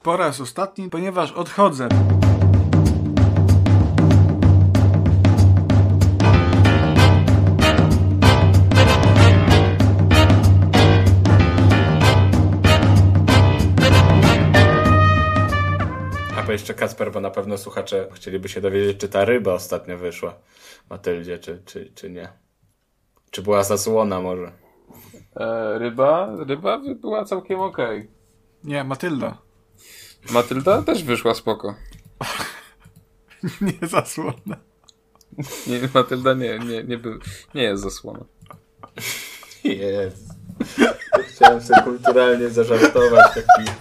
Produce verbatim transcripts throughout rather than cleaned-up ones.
Po raz ostatni, ponieważ odchodzę. A jeszcze Kacper, bo na pewno słuchacze chcieliby się dowiedzieć, czy ta ryba ostatnio wyszła Matyldzie, czy, czy, czy nie. Czy była zasłona może? E, ryba? Ryba była całkiem okej. Okay. Nie, Matylda. Matylda też wyszła spoko. Nie zasłona. Nie, Matylda nie, nie, nie, był, nie jest zasłona. Jest. Chciałem sobie kulturalnie zażartować taki...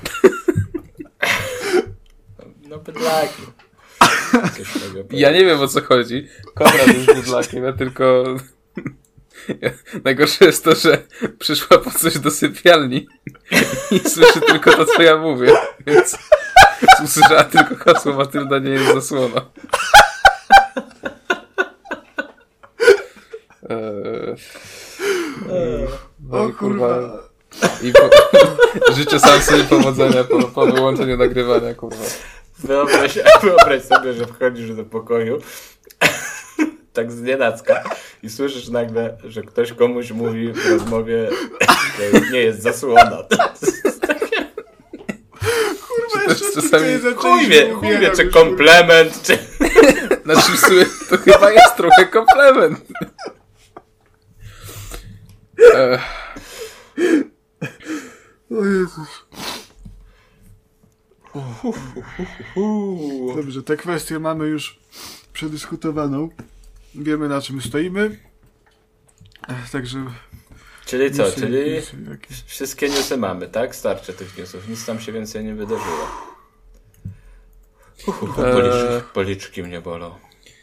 No bydlaki. Ja nie wiem, o co chodzi. Konrad jest bydlakiem, ja tylko... Najgorsze jest to, że przyszła po coś do sypialni i słyszy tylko to, co ja mówię, więc usłyszała tylko hasło Matylda nie jest zasłona. Eee... No o kurwa. I po... życzę sam sobie powodzenia po, po wyłączeniu nagrywania, kurwa. Wyobraź, wyobraź sobie, że wchodzisz do pokoju tak znienacka i słyszysz nagle, że ktoś komuś mówi w rozmowie, że nie jest zasłona. Kurwa, jeszcze czasami chuj wie, chuj wie, czy komplement, czy... Znaczy w sumie to chyba jest trochę komplement. O Jezus. Dobrze, tę kwestię mamy już przedyskutowaną. Wiemy, na czym stoimy. Także... Czyli co? Newsy, Czyli newsy wszystkie newsy mamy, tak? Starczy tych newsów. Nic tam się więcej nie wydarzyło. Uhu, policzki, policzki mnie bolą.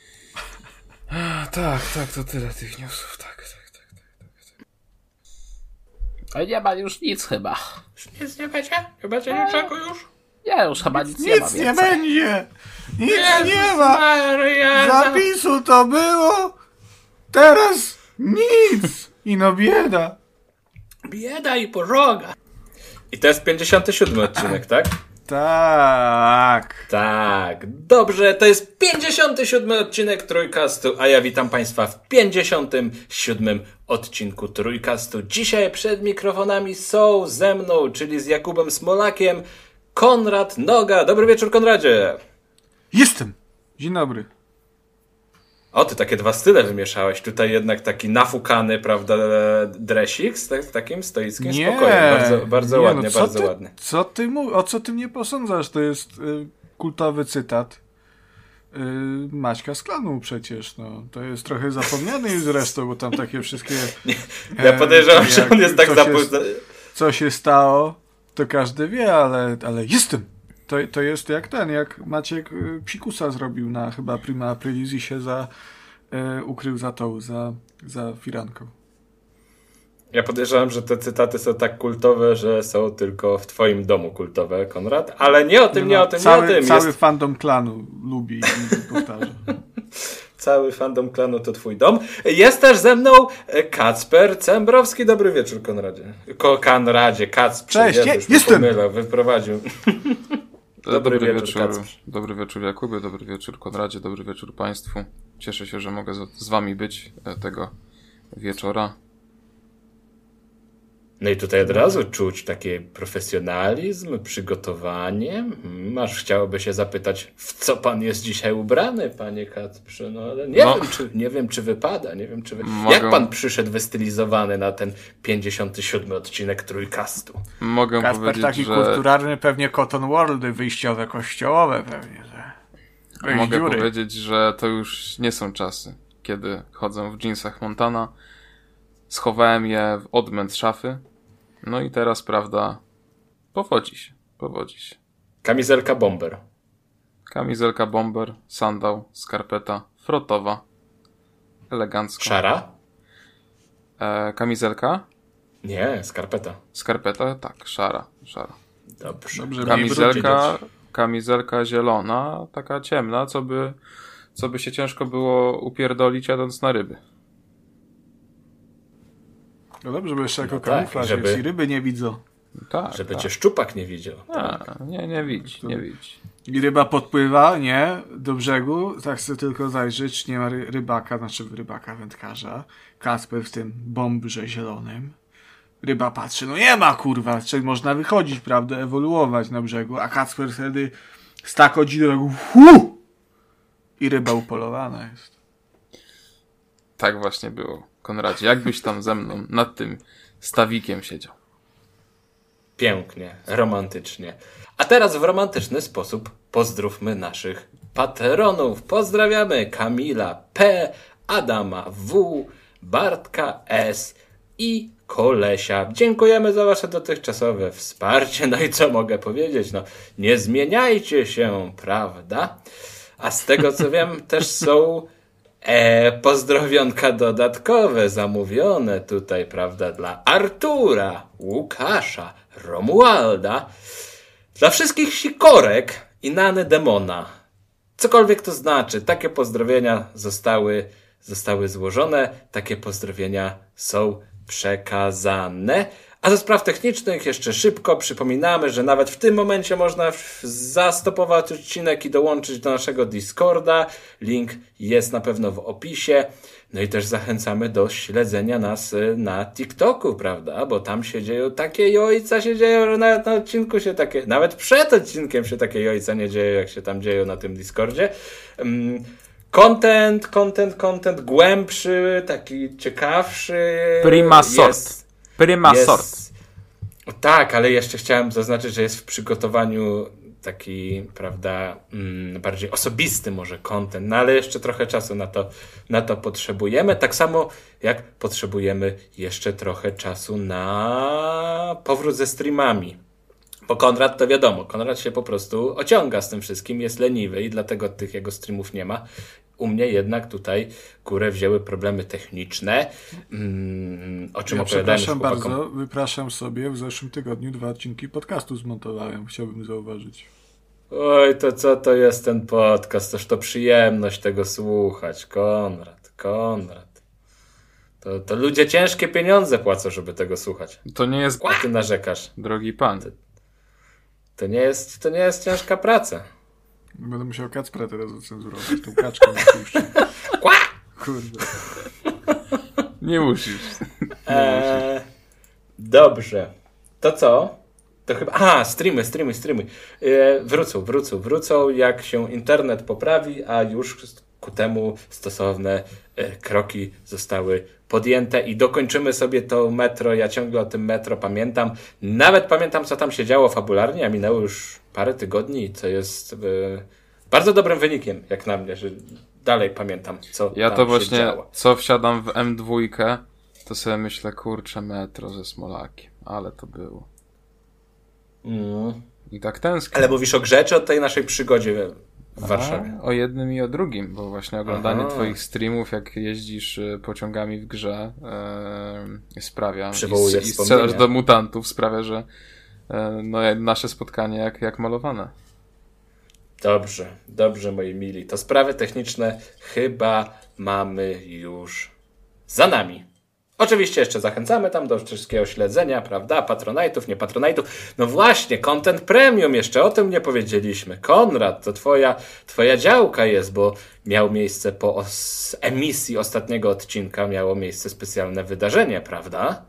Tak, tak, to tyle tych newsów. Tak, tak, tak, tak, tak. Ale nie ma już nic chyba. Już nic nie będzie? Nie będzie niczego już? Nie, już chyba nic, nic nie ma Nic więcej. nie będzie! Nic Jezus nie ma! Maria, Zapisu to było! Teraz nic! I no bieda! bieda i pożoga. I to jest pięćdziesiąty siódmy odcinek, tak? Tak. Tak, dobrze, to jest pięćdziesiąty siódmy odcinek Trójkastu, a ja witam Państwa w pięćdziesiątym siódmym odcinku Trójkastu. Dzisiaj przed mikrofonami są ze mną, czyli z Jakubem Smolakiem, Konrad Noga. Dobry wieczór, Konradzie. Jestem! Dzień dobry. O, ty takie dwa style wymieszałeś. Tutaj jednak taki nafukany, prawda, dresik z tak, takim stoickim Nie, spokojem. Bardzo, bardzo nie, ładnie, no co bardzo ty, ładnie. Co ty mów, o co ty mnie posądzasz? To jest y, kultowy cytat y, Maćka z Klanu przecież. No. To jest trochę zapomniany już zresztą, bo tam takie wszystkie... Ja podejrzewam, e, że on jest tak zapomniany. Co się stało, to każdy wie, ale, ale jestem. To, to jest jak ten, jak Maciek y, Psikusa zrobił na chyba Prima Aprilis i się za, y, ukrył za tą, za, za firanką. Ja podejrzewam, że te cytaty są tak kultowe, że są tylko w twoim domu kultowe, Konrad, ale nie o tym, No, nie o tym, cały, nie o tym. Cały Jest... fandom Klanu lubi i powtarza. Cały fandom Klanu to twój dom. Jest też ze mną Kacper Cembrowski. Dobry wieczór, Konradzie. Ko Konradzie, Kacper. Cześć, Jezus, jestem! Pomylał, wyprowadził. Dobry, dobry wieczór, wieczór, Kacper. dobry wieczór Jakubie, dobry wieczór Konradzie, dobry wieczór Państwu. Cieszę się, że mogę z, z wami być tego wieczora. No i tutaj od razu czuć taki profesjonalizm, przygotowanie. Masz chciałoby się zapytać, w co pan jest dzisiaj ubrany, panie Kacprze? No ale nie, No. wiem, czy, nie wiem, czy wypada, nie wiem, czy wy... Mogę... Jak pan przyszedł wystylizowany na ten pięćdziesiąty siódmy odcinek Trójkastu? Mogę Kasper powiedzieć, taki że... kulturalny, pewnie Cotton Worldy wyjściowe, kościołowe pewnie, że... Mogę dziury. powiedzieć, że to już nie są czasy, kiedy chodzę w jeansach Montana. Schowałem je w odmęt szafy. No i teraz, prawda, powodzi się, powodzi się. Kamizelka bomber. Kamizelka bomber, sandał, skarpeta, frotowa, elegancko. Szara? E, kamizelka? Nie, skarpeta. Skarpeta? Tak, szara, szara. Dobrze. Dobrze, Kamizelka, kamizelka zielona, taka ciemna, co by, co by się ciężko było upierdolić jadąc na ryby. No dobrze, bo jeszcze jako No tak, kamuflaż żeby- jest i ryby nie widzą. Tak, Żeby tak. cię szczupak nie widział. A, nie, nie widzi, nie widzi. I ryba podpływa, nie? Do brzegu. Tak chcę tylko zajrzeć, czy nie ma ry- rybaka, znaczy rybaka, wędkarza. Kacper w tym bombrze zielonym. Ryba patrzy, no nie ma, kurwa, czyli można wychodzić, prawda, ewoluować na brzegu, a Kacper wtedy z taką dzidą, hu! I ryba upolowana jest. Tak właśnie było. Konradzie, jakbyś tam ze mną nad tym stawikiem siedział. Pięknie, romantycznie. A teraz w romantyczny sposób pozdrówmy naszych patronów. Pozdrawiamy Kamila P, Adama W, Bartka S i Kolesia. Dziękujemy za wasze dotychczasowe wsparcie. No i co mogę powiedzieć? No, nie zmieniajcie się, prawda? A z tego co wiem, też są e, pozdrowionka dodatkowe zamówione tutaj, prawda, dla Artura, Łukasza, Romualda, dla wszystkich sikorek i Nany Demona. Cokolwiek to znaczy, takie pozdrowienia zostały, zostały złożone, takie pozdrowienia są przekazane. A ze spraw technicznych jeszcze szybko przypominamy, że nawet w tym momencie można zastopować odcinek i dołączyć do naszego Discorda. Link jest na pewno w opisie. No i też zachęcamy do śledzenia nas na TikToku, prawda? Bo tam się dzieją takie jojca się dzieją, że nawet na odcinku się takie, nawet przed odcinkiem się takie jojca nie dzieją, jak się tam dzieją na tym Discordzie. Um, Content, content, content głębszy, taki ciekawszy. Prima sort. Jest, Prima jest, sort. Tak, ale jeszcze chciałem zaznaczyć, że jest w przygotowaniu taki, prawda, mm, bardziej osobisty może content, no ale jeszcze trochę czasu na to, na to potrzebujemy. Tak samo jak potrzebujemy jeszcze trochę czasu na powrót ze streamami. Bo Konrad to wiadomo, Konrad się po prostu ociąga z tym wszystkim, jest leniwy i dlatego tych jego streamów nie ma. U mnie jednak tutaj górę wzięły problemy techniczne, mm, o czym Ja opowiadałem przepraszam już chłopakom. bardzo, wypraszam sobie, w zeszłym tygodniu dwa odcinki podcastu zmontowałem, chciałbym zauważyć. Oj, to co to jest ten podcast? Toż to przyjemność tego słuchać. Konrad, Konrad. To, to ludzie ciężkie pieniądze płacą, żeby tego słuchać. To nie jest, A ty narzekasz. drogi pan. To nie jest, to nie jest ciężka praca. Będę musiał Kacpra teraz ocenzurować, tą kaczkę na puszczę. Kurde. Nie musisz. Eee, dobrze. To co? To chyba... Aha, streamy, streamy, streamy. Eee, wrócą, wrócą, wrócą, jak się internet poprawi, a już ku temu stosowne e, kroki zostały podjęte i dokończymy sobie to metro. Ja ciągle o tym metro pamiętam. Nawet pamiętam, co tam się działo fabularnie, a minęło już parę tygodni, co jest e, bardzo dobrym wynikiem, jak na mnie, że dalej pamiętam, co Ja tam to się właśnie, działo. co wsiadam w M dwa, to sobie myślę, kurczę, metro ze Smolakiem. Ale to było. Mm. I tak tęsknię. Ale mówisz o grze, czy o tej naszej przygodzie w Warszawie? A, o jednym i o drugim, bo właśnie oglądanie Aha. twoich streamów, jak jeździsz y, pociągami w grze, e, sprawia, Przywołuje i, i wspomnienia. strzelasz do mutantów, sprawia, że e, no, nasze spotkanie jak, jak malowane. Dobrze, dobrze moi mili. To sprawy techniczne chyba mamy już za nami. Oczywiście jeszcze zachęcamy tam do wszystkiego śledzenia, prawda? Patronajtów, nie patronajtów. No właśnie, content premium, jeszcze o tym nie powiedzieliśmy. Konrad, to twoja, twoja działka jest, bo miał miejsce po os- emisji ostatniego odcinka, miało miejsce specjalne wydarzenie, prawda?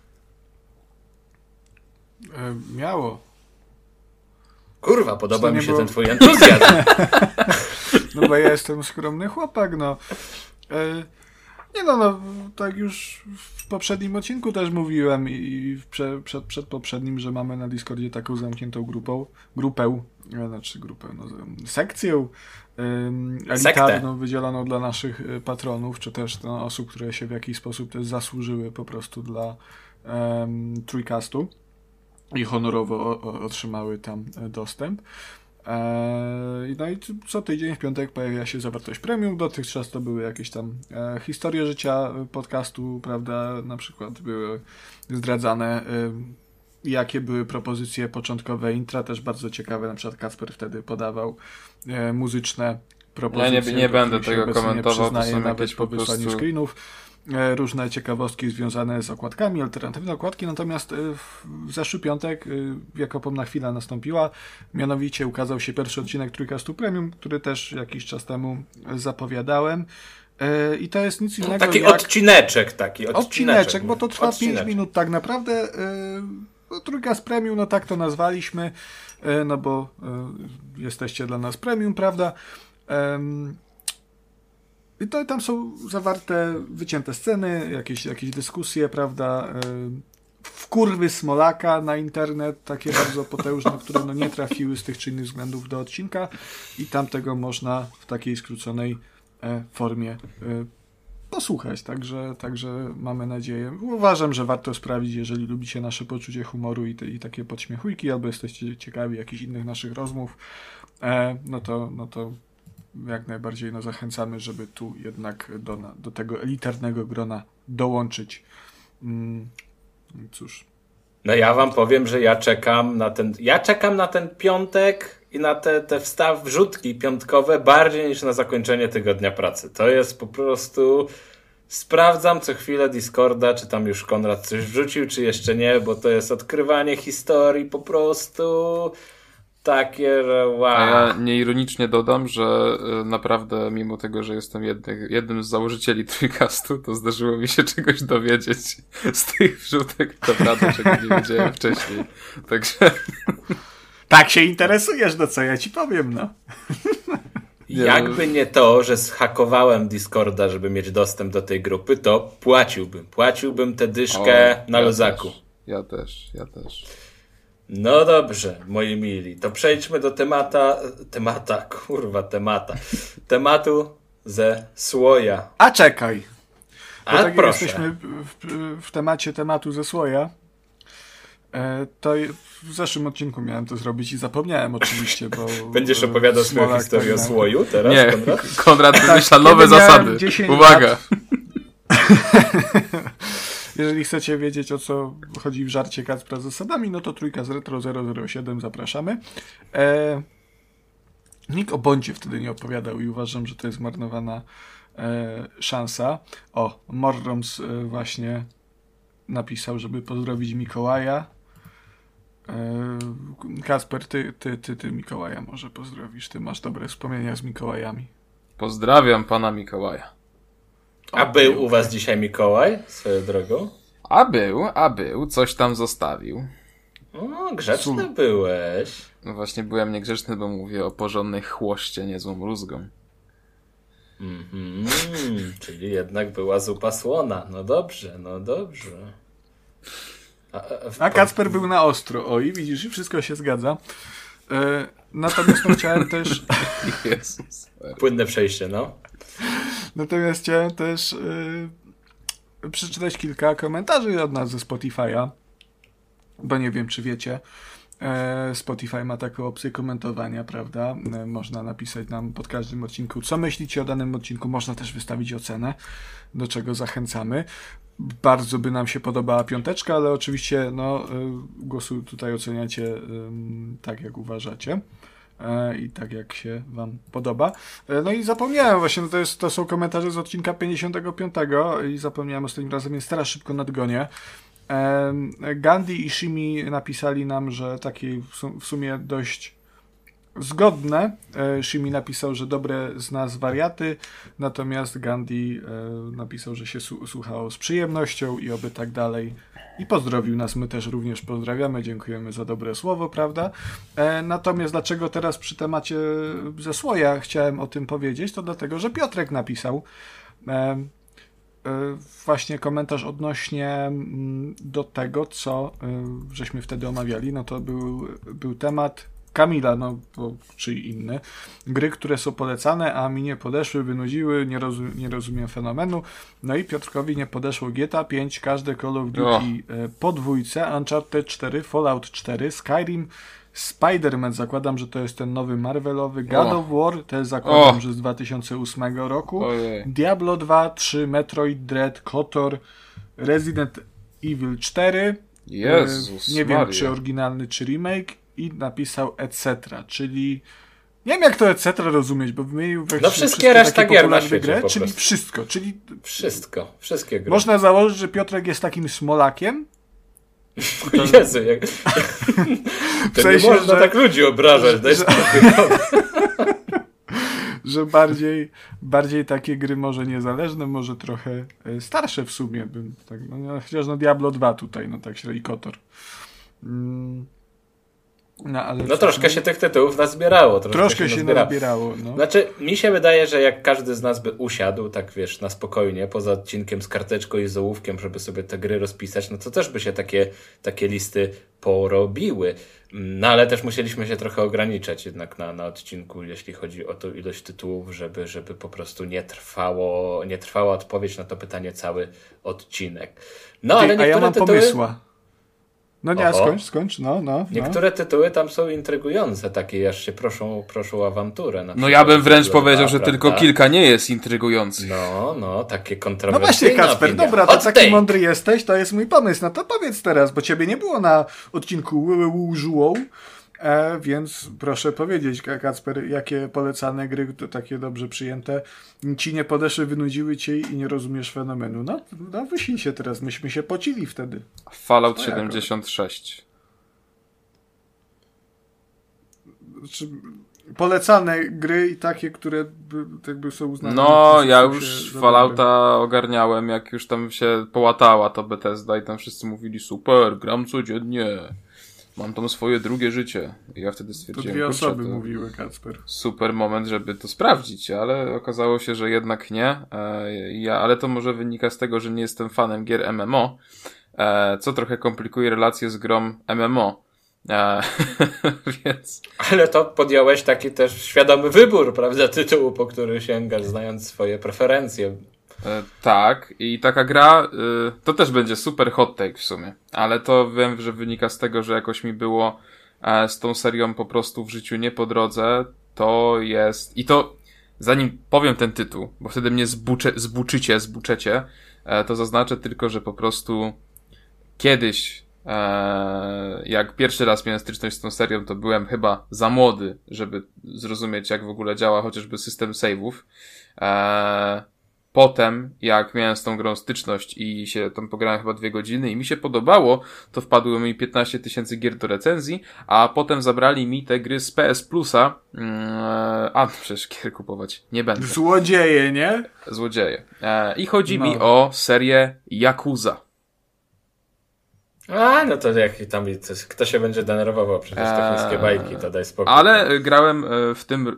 E, miało. Kurwa, podoba To nie mi się było- ten twój entuzjazm. No bo ja jestem skromny chłopak, no. E, nie no, no, tak już w poprzednim odcinku też mówiłem i w prze, przed, przed poprzednim, że mamy na Discordzie taką zamkniętą grupą, grupę, e, znaczy grupę, no, sekcję em, elitarną wydzieloną dla naszych e, patronów, czy też no, osób, które się w jakiś sposób też zasłużyły po prostu dla em, Trójkastu i honorowo o, o, otrzymały tam e, dostęp. Eee, no i co tydzień w piątek pojawia się zawartość premium. Dotychczas to były jakieś tam e, historie życia podcastu, prawda? Na przykład były zdradzane e, jakie były propozycje początkowe intra, też bardzo ciekawe. Na przykład Kacper wtedy podawał e, muzyczne propozycje. Ja nie, nie będę których się tego obecnie nie komentował, to przyznaję są nawet jakieś po po wysłaniu prostu... screenów. E, Różne ciekawostki związane z okładkami, alternatywne okładki, natomiast e, w zeszły piątek e, jako pomna chwila nastąpiła, mianowicie ukazał się pierwszy odcinek Trójkastu Premium, który też jakiś czas temu zapowiadałem. E, I to jest nic innego Taki jak... odcineczek taki. Odcineczek, Odcineczek, bo to trwa odcineczek. pięć minut tak naprawdę. E, Trójkast Premium, no tak to nazwaliśmy, e, no bo e, jesteście dla nas premium, prawda? E, I to tam są zawarte, wycięte sceny, jakieś, jakieś dyskusje, prawda? E, wkurwy Smolaka na internet, takie bardzo potężne, które no nie trafiły z tych czy innych względów do odcinka i tam tego można w takiej skróconej e, formie e, posłuchać, także, także mamy nadzieję. Uważam, że warto sprawdzić, jeżeli lubicie nasze poczucie humoru i, te, i takie podśmiechujki, albo jesteście ciekawi jakichś innych naszych rozmów, e, no to, no to jak najbardziej no, zachęcamy, żeby tu jednak do, do tego elitarnego grona dołączyć. Mm, cóż. No ja wam powiem, że ja czekam na ten, ja czekam na ten piątek i na te, te wstaw, wrzutki piątkowe bardziej niż na zakończenie tygodnia pracy. To jest po prostu... Sprawdzam co chwilę Discorda, czy tam już Konrad coś wrzucił, czy jeszcze nie, bo to jest odkrywanie historii po prostu takie, że wow. A ja nieironicznie dodam, że y, naprawdę mimo tego, że jestem jedny, jednym z założycieli Trójkastu, to zdarzyło mi się czegoś dowiedzieć z tych wrzutek, naprawdę czego nie wiedziałem wcześniej. Także... Tak się interesujesz, no co ja ci powiem, no. Nie, Jakby nie to, że zhakowałem Discorda, żeby mieć dostęp do tej grupy, to płaciłbym. Płaciłbym tę dyszkę o, na ja luzaku. Też, ja też, ja też. No dobrze, moi mili, to przejdźmy do temata, temata, kurwa, temata, tematu ze słoja. A czekaj, bo A tak jak proszę. jesteśmy w, w temacie tematu ze słoja, e, to w zeszłym odcinku miałem to zrobić i zapomniałem oczywiście, bo... Będziesz opowiadał swoją Smolak historię tak o na- słoju teraz, Nie, Konrad? Konrad wymyśla kiedy nowe miałem zasady. dziesięć Uwaga! lat. Jeżeli chcecie wiedzieć, o co chodzi w żarcie Kacpra z zasadami, no to trójka z Retro zero zero siedem, zapraszamy. E, nikt o Bondzie wtedy nie opowiadał i uważam, że to jest zmarnowana e, szansa. O, Morroms e, właśnie napisał, żeby pozdrowić Mikołaja. E, Kacper, ty, ty, ty, ty Mikołaja może pozdrowisz. Ty masz dobre wspomnienia z Mikołajami. Pozdrawiam pana Mikołaja. A był u was dzisiaj Mikołaj, swoją drogą? A był, a był, coś tam zostawił. O, grzeczny byłeś. No właśnie byłem niegrzeczny, bo mówię o porządnej chłoście, niezłą rózgą. Mhm, czyli jednak była zupa słona. No dobrze, no dobrze. A, a, A Kacper był na ostro. O, i widzisz, i wszystko się zgadza. E, natomiast no, chciałem też... Jezus. Płynne przejście, no. Natomiast chciałem też e, przeczytać kilka komentarzy od nas ze Spotify'a, bo nie wiem, czy wiecie. E, Spotify ma taką opcję komentowania, prawda? E, można napisać nam pod każdym odcinku, co myślicie o danym odcinku. Można też wystawić ocenę, do czego zachęcamy. Bardzo by nam się podobała piąteczka, ale oczywiście no, głosu tutaj oceniacie tak, jak uważacie i tak, jak się wam podoba. No i zapomniałem właśnie, no to, jest, to są komentarze z odcinka pięćdziesiątego piątego i zapomniałem ostatnim razem, więc teraz szybko nadgonię. Gandhi i Shimi napisali nam, że takie w sumie dość zgodne. Shimi napisał, że dobre z nas wariaty, natomiast Gandhi napisał, że się słuchało z przyjemnością i oby tak dalej. I pozdrowił nas, my też również pozdrawiamy, dziękujemy za dobre słowo, prawda? Natomiast dlaczego teraz przy temacie ze słoja chciałem o tym powiedzieć, to dlatego, że Piotrek napisał właśnie komentarz odnośnie do tego, co żeśmy wtedy omawiali. No to był, był temat Kamila, no bo czy inny. Gry, które są polecane, a mi nie podeszły, wynudziły, nie, rozum, nie rozumiem fenomenu. No i Piotrkowi nie podeszło G T A pięć, każde Call of Duty oh. po dwójce, Uncharted cztery, Fallout cztery, Skyrim, Spider-Man, zakładam, że to jest ten nowy Marvelowy, God oh. of War, to jest zakładam, oh. że z dwa tysiące ósmego roku, Ojej. Diablo dwa, trzy, Metroid Dread, KOTOR, Resident Evil cztery, Jezus nie Maria. wiem czy oryginalny, czy remake, i napisał et cetera, czyli Nie wiem, jak to et cetera rozumieć, bo wymienił we No wszystkie reszta gier na świecie grę, po czyli prostu. wszystko. Czyli Wszystko, wszystkie gry. można założyć, że Piotrek jest takim smolakiem. Jezu, jak... to sensie, nie można że- tak ludzi obrażać, daj że- spokój. że bardziej, bardziej takie gry może niezależne, może trochę e, starsze w sumie. Bym, tak, no, chociaż no Diablo dwa tutaj, no tak średni Kotor. Mm, no, ale No troszkę się tych tytułów nazbierało. Troszkę, troszkę się nazbierało. nazbierało. No. Znaczy, mi się wydaje, że jak każdy z nas by usiadł, tak wiesz, na spokojnie, poza odcinkiem z karteczką i z ołówkiem, żeby sobie te gry rozpisać, no to też by się takie, takie listy porobiły. No ale też musieliśmy się trochę ograniczać jednak na, na odcinku, jeśli chodzi o tą ilość tytułów, żeby, żeby po prostu nie trwało, nie trwała odpowiedź na to pytanie cały odcinek. No ale Ty, a niektóre ja mam tytuły... pomysła. No nie, Oho. skończ, skończ, no, no. no. Niektóre tytuły tam są intrygujące, takie aż się proszą, proszą o awanturę. Na No przykład ja bym wręcz Diablo powiedział, dwa, że prawda? tylko kilka nie jest intrygujących. No, no, takie No kontrowersyjne właśnie, Kacper, opinie. dobra, to Hot taki take. mądry jesteś, to jest mój pomysł. No to powiedz teraz, bo ciebie nie było na odcinku Łużułą, e, więc proszę powiedzieć, Ka- Kacper, jakie polecane gry, to takie dobrze przyjęte, ci nie podeszły, wynudziły cię i nie rozumiesz fenomenu. No, no wyślij się teraz, myśmy się pocili wtedy. Fallout No jako- siedemdziesiąt sześć. Czy polecane gry i takie, które by, jakby są uznane... No, za ja sposób już się Fallouta ogarniałem, jak już tam się połatała to Bethesda i tam wszyscy mówili super, gram codziennie, mam tam swoje drugie życie. I ja wtedy To stwierdziłem, dwie kurczę, osoby to mówiły, Kacper. super moment, żeby to sprawdzić, ale okazało się, że jednak nie. E, ja, ale to może wynika z tego, że nie jestem fanem gier M M O, e, co trochę komplikuje relacje z grą M M O. E, więc... Ale to podjąłeś taki też świadomy wybór, prawda, tytułu, po który sięgasz, znając swoje preferencje. E, tak, i taka gra, y, to też będzie super hot take w sumie, ale to wiem, że wynika z tego, że jakoś mi było e, z tą serią po prostu w życiu nie po drodze, to jest, i to zanim powiem ten tytuł, bo wtedy mnie zbucze, zbuczycie, zbuczecie, e, to zaznaczę tylko, że po prostu kiedyś, e, jak pierwszy raz miałem styczność z tą serią, to byłem chyba za młody, żeby zrozumieć, jak w ogóle działa chociażby system save'ów. E, Potem, jak miałem z tą grą styczność i się tam pograłem chyba dwie godziny i mi się podobało, to wpadło mi piętnaście tysięcy gier do recenzji, a potem zabrali mi te gry z P S Plusa. Yy, a, przecież gier kupować nie będę. Złodzieje, nie? Złodzieje. E, I chodzi No. mi o serię Yakuza. A, no to jak tam coś, kto się będzie denerwował, przecież te Eee, chińskie bajki, to daj spokój. Ale grałem e, w tym...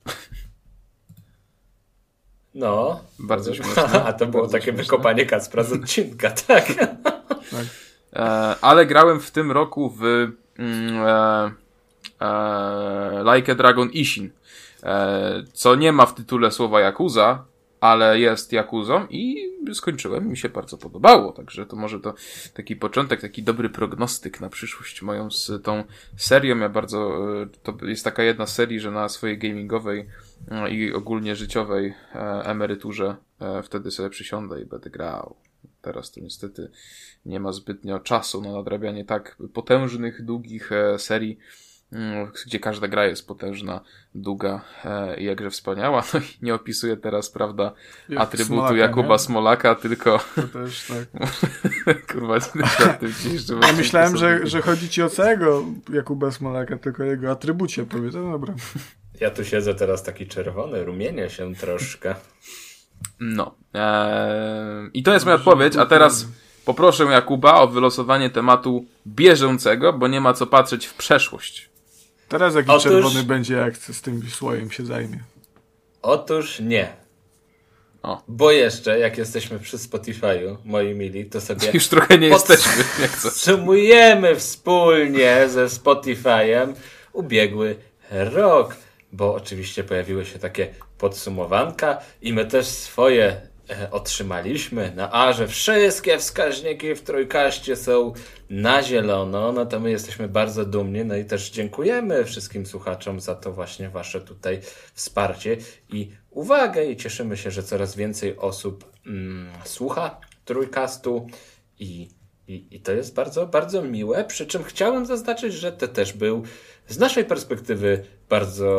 No. Bardzo śmieszne. A to było Bardzo takie śmieszne. wykopanie Kacpra z odcinka, tak. E, ale grałem w tym roku w mm, e, e, Like a Dragon Ishin, e, co nie ma w tytule słowa Yakuza, ale jest Yakuzą i skończyłem, mi się bardzo podobało, także to może to taki początek, taki dobry prognostyk na przyszłość moją z tą serią. Ja bardzo, e, to jest taka jedna z serii, że na swojej gamingowej e, i ogólnie życiowej e, emeryturze e, wtedy sobie przysiądę i będę grał. Teraz to niestety nie ma zbytnio czasu na nadrabianie tak potężnych, długich e, serii, mm, gdzie każda gra jest potężna, długa e, i jakże wspaniała. No i nie opisuję teraz, prawda, Jak atrybutu Smolaka, Jakuba nie? Smolaka, tylko To też tak. kurwa, świat tym dzisiejszym Ja myślałem, odcinku że, sobie- że chodzi ci o całego Jakuba Smolaka, tylko o jego atrybucie, powiedz. No dobra. Ja tu siedzę teraz taki czerwony, rumienię się troszkę. No. Eee, I to jest moja odpowiedź, a teraz poproszę Jakuba o wylosowanie tematu bieżącego, bo nie ma co patrzeć w przeszłość. Teraz jakiś Otóż- czerwony będzie, jak z tym słojem się zajmie. Otóż nie. O. Bo jeszcze, jak jesteśmy przy Spotify'u, moi mili, to sobie Już trochę nie Pod- jesteśmy, jak co. podsumujemy wspólnie ze Spotify'em ubiegły rok. Bo oczywiście pojawiły się takie podsumowanka i my też swoje e, otrzymaliśmy. No a że wszystkie wskaźniki w Trójkaście są na zielono, no to my jesteśmy bardzo dumni. No i też dziękujemy wszystkim słuchaczom za to właśnie wasze tutaj wsparcie i uwagę. I cieszymy się, że coraz więcej osób mm, słucha Trójkastu i, i, i to jest bardzo, bardzo miłe. Przy czym chciałem zaznaczyć, że to też był z naszej perspektywy bardzo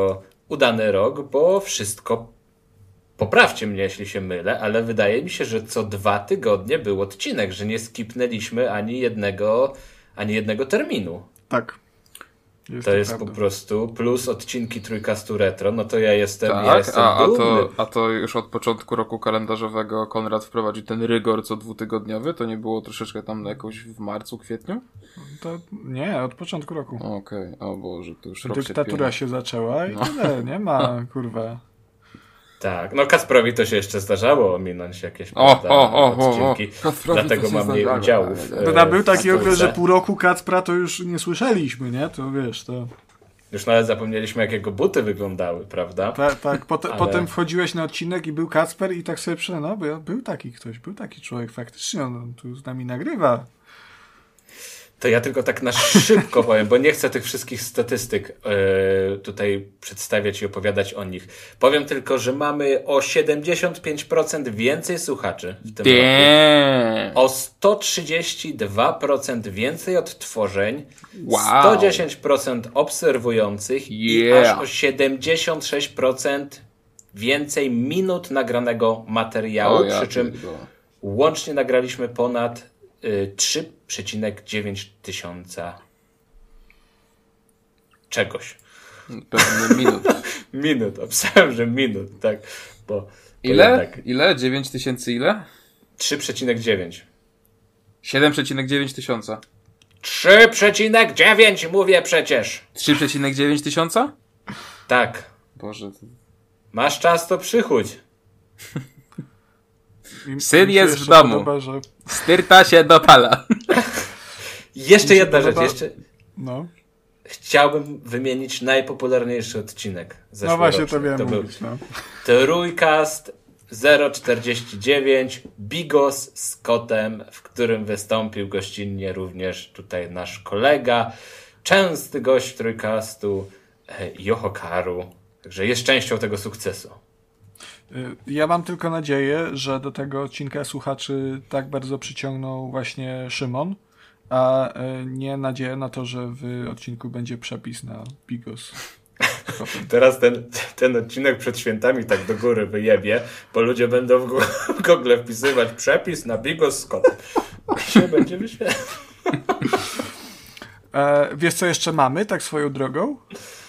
udany rok, bo wszystko, poprawcie mnie, jeśli się mylę, ale wydaje mi się, że co dwa tygodnie był odcinek, że nie skipnęliśmy ani jednego, ani jednego terminu. Tak. Jest to, to jest prawda. po prostu plus odcinki Trójkastu Retro, no to ja jestem, Tak, ja jestem a, a, dumny. to, a to już od początku roku kalendarzowego Konrad wprowadził ten rygor co dwutygodniowy? To nie było troszeczkę tam jakoś w marcu, kwietniu? To nie, od początku roku. Okej, okay. O Boże, to już rok się Dyktatura pije. się zaczęła i No. tyle, nie ma, kurwa. Tak, no Kacprowi to się jeszcze zdarzało ominąć jakieś O, prawda, o, o, o, o. odcinki, Kacprowi dlatego to się mam mniej zdarzało. udziałów. Ale- e, To był w taki okres, że spółce. pół roku Kacpra to już nie słyszeliśmy, nie? To wiesz, to... Już nawet zapomnieliśmy, jak jego buty wyglądały, prawda? Tak, tak. Potem, Ale- potem wchodziłeś na odcinek i był Kacper i tak sobie przyszedł, no był, był taki ktoś, był taki człowiek, faktycznie on tu z nami nagrywa. To ja tylko tak na szybko powiem, bo nie chcę tych wszystkich statystyk e, tutaj przedstawiać i opowiadać o nich. Powiem tylko, że mamy o siedemdziesiąt pięć procent więcej słuchaczy w tym roku. Damn. O sto trzydzieści dwa procent więcej odtworzeń, Wow. sto dziesięć procent obserwujących i Yeah. aż o siedemdziesiąt sześć procent więcej minut nagranego materiału, O, ja przy czym pierdolę. łącznie nagraliśmy ponad y, trzy przecinek dziewięć tysiąca czegoś. Pewnie minut. Minut, obstałem, że minut, tak. Bo, bo Ile? jednak Ile? dziewięć tysięcy ile? trzy przecinek dziewięć. siedem przecinek dziewięć tysiąca. trzy przecinek dziewięć mówię przecież. trzy przecinek dziewięć tysiąca? Tak. Boże. To... Masz czas, to przychódź. I, Syn mi się jest w jeszcze domu. Podoba, że, Styrta się dopala. Jeszcze Mi się jedna rzecz. podoba- Jeszcze no, chciałbym wymienić najpopularniejszy odcinek no zeszłoroczny. właśnie to miałem to był mówić, no. Trójkast zero czterdzieści dziewięć Bigos z kotem, w którym wystąpił gościnnie również tutaj nasz kolega, częsty gość Trójkastu, e, Yohokaru. Także jest częścią tego sukcesu. Y, Ja mam tylko nadzieję, że do tego odcinka słuchaczy tak bardzo przyciągnął właśnie Szymon, a y, nie nadzieję na to, że w odcinku będzie przepis na Bigos. Teraz ten, ten odcinek przed świętami tak do góry wyjebie, bo ludzie będą w, gu- w Google wpisywać przepis na Bigos z kotem. I się będzie wyświetlał. E, wiesz co jeszcze mamy, tak swoją drogą?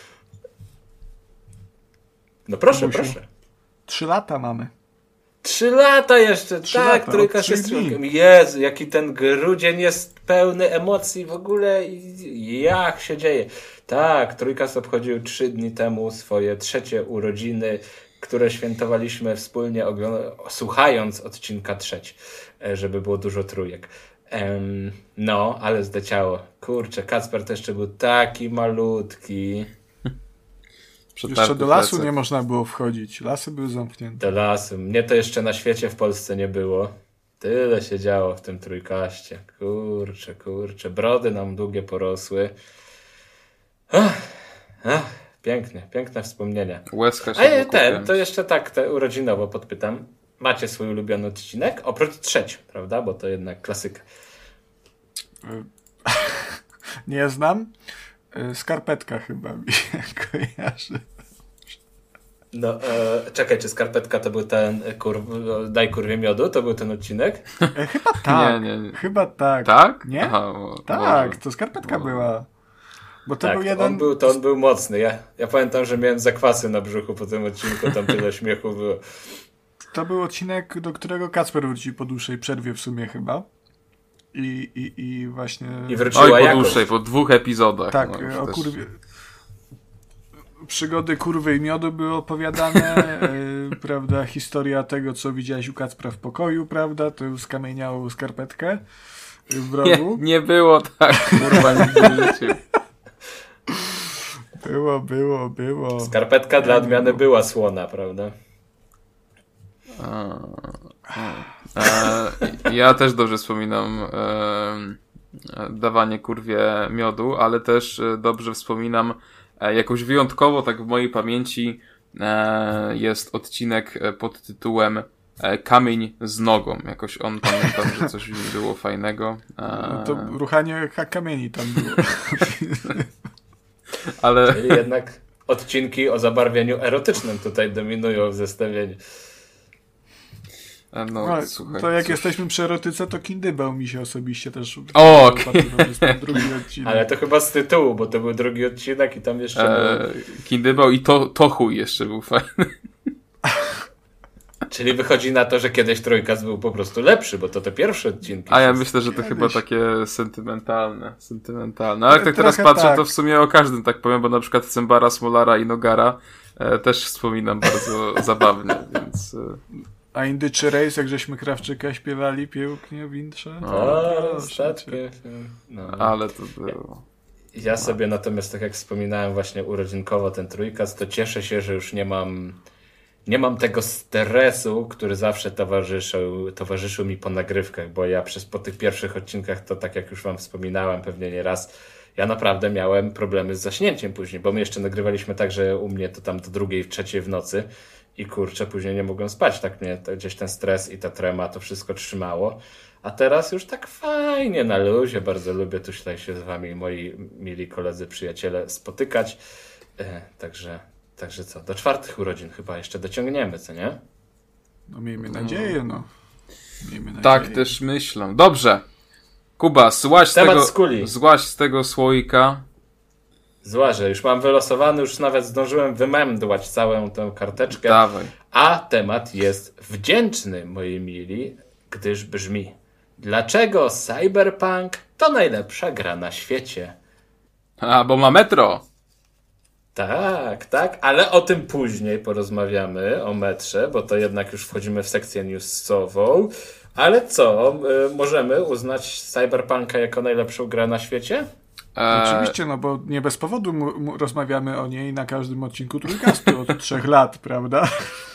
No proszę, Mamusiu. proszę. Trzy lata mamy. Trzy lata jeszcze, Trzy tak, lata, trójka od trzech jest dni. członkiem. Jezu, jaki ten grudzień jest pełny emocji w ogóle i jak się dzieje. Tak, Trójkast obchodził trzy dni temu swoje trzecie urodziny, które świętowaliśmy wspólnie ogląda- słuchając odcinka trzeci, e, żeby było dużo trójek. Em, no, ale zleciało. Kurczę, Kacper to jeszcze był taki malutki. Jeszcze do lasu nie można było wchodzić. Lasy były zamknięte. Do lasu. Mnie to jeszcze na świecie w Polsce nie było. Tyle się działo w tym Trójkaście. Kurczę, kurczę. Brody nam długie porosły. Ach, ach, pięknie, piękne wspomnienia. Łezka się A ja wokół ten, kręci. to jeszcze tak, te urodzinowo podpytam. Macie swój ulubiony odcinek? Oprócz trzeci, prawda? Bo to jednak klasyka. Nie znam. Y, Skarpetka chyba mi się kojarzy. No, e, czekaj, czy Skarpetka to był ten e, kurw, Daj kurwie miodu? To był ten odcinek? E, chyba tak. Nie, nie, nie. Chyba tak. Tak? Nie? Aha, bo, Tak, Boże. to Skarpetka Bo- była. Bo to tak, był jeden... on, był, to on był mocny. Ja, ja pamiętam, że miałem zakwasy na brzuchu po tym odcinku, tam tyle śmiechu było. To był odcinek, do którego Kacper wrócił po dłuższej przerwie w sumie chyba. I, i, i właśnie... I wróciła Oj, po jakoś. dłuższej, po dwóch epizodach. Tak, no, już o też- kurwie... Przygody kurwy i miodu były opowiadane, yy, prawda, historia tego, co widziałeś u Kacpra w pokoju, prawda, to już skamieniało skarpetkę w Nie, rogu. nie było tak, kurwa, nigdy w życiu. Było, było, było. Skarpetka dla odmiany była słona, prawda? A, a. E, ja też dobrze wspominam e, dawanie kurwie miodu, ale też e, dobrze wspominam e, jakoś wyjątkowo, tak w mojej pamięci e, jest odcinek e, pod tytułem e, Kamień z nogą. Jakoś on pamiętam, że coś w nim było fajnego. E, No to ruchanie ka- kamieni tam było. ale Czyli jednak odcinki o zabarwieniu erotycznym tutaj dominują w zestawieniu. No, No, słuchaj, to jak cóż. jesteśmy przy erotyce, to Kindybał mi się osobiście też... O, to jest ten drugi odcinek. Ale to chyba z tytułu, bo to był drugi odcinek i tam jeszcze było... E, Kindybał i to, Tochuj jeszcze był fajny. Czyli wychodzi na to, że kiedyś Trójkast był po prostu lepszy, bo to te pierwsze odcinki. A ja są- myślę, że to Kiedyś. chyba takie sentymentalne. sentymentalne. Ale jak tak teraz Trochę patrzę, tak. to w sumie o każdym tak powiem, bo na przykład Cembara, Smolara i Nogara e, też wspominam bardzo zabawnie, więc... E, A Indyczy Rejs, jak żeśmy Krawczyka śpiewali pięknie w intrze. O, proszę statki. cię. No. ale to było... Ja sobie natomiast, tak jak wspominałem właśnie urodzinkowo ten Trójkast, to cieszę się, że już nie mam nie mam tego stresu, który zawsze towarzyszył, towarzyszył mi po nagrywkach, bo ja przez po tych pierwszych odcinkach, to tak jak już wam wspominałem pewnie nie raz, ja naprawdę miałem problemy z zaśnięciem później, bo my jeszcze nagrywaliśmy tak, że u mnie to tam do drugiej, trzeciej w nocy i kurczę, później nie mogłem spać, tak mnie to, gdzieś ten stres i ta trema, to wszystko trzymało. A teraz już tak fajnie, na luzie, bardzo lubię tu tutaj się z wami, moi mili koledzy, przyjaciele, spotykać. E, także, także co, do czwartych urodzin chyba jeszcze dociągniemy, co nie? No miejmy nadzieję, no. Miejmy Tak nadzieję. też myślę. Dobrze. Kuba, złaź z, Temat tego, z kuli. złaź z tego słoika. Zła, że już mam wylosowany, już nawet zdążyłem wymemdłać całą tę karteczkę. Dawaj. A temat jest wdzięczny, moi mili, gdyż brzmi: dlaczego Cyberpunk to najlepsza gra na świecie? A, bo ma metro. Tak, tak, ale o tym później porozmawiamy, o metrze, bo to jednak już wchodzimy w sekcję newsową. Ale co, y, możemy uznać Cyberpunka jako najlepszą grę na świecie? E, Oczywiście, no bo nie bez powodu mu, mu, rozmawiamy o niej na każdym odcinku Trójkastu od trzech lat, prawda?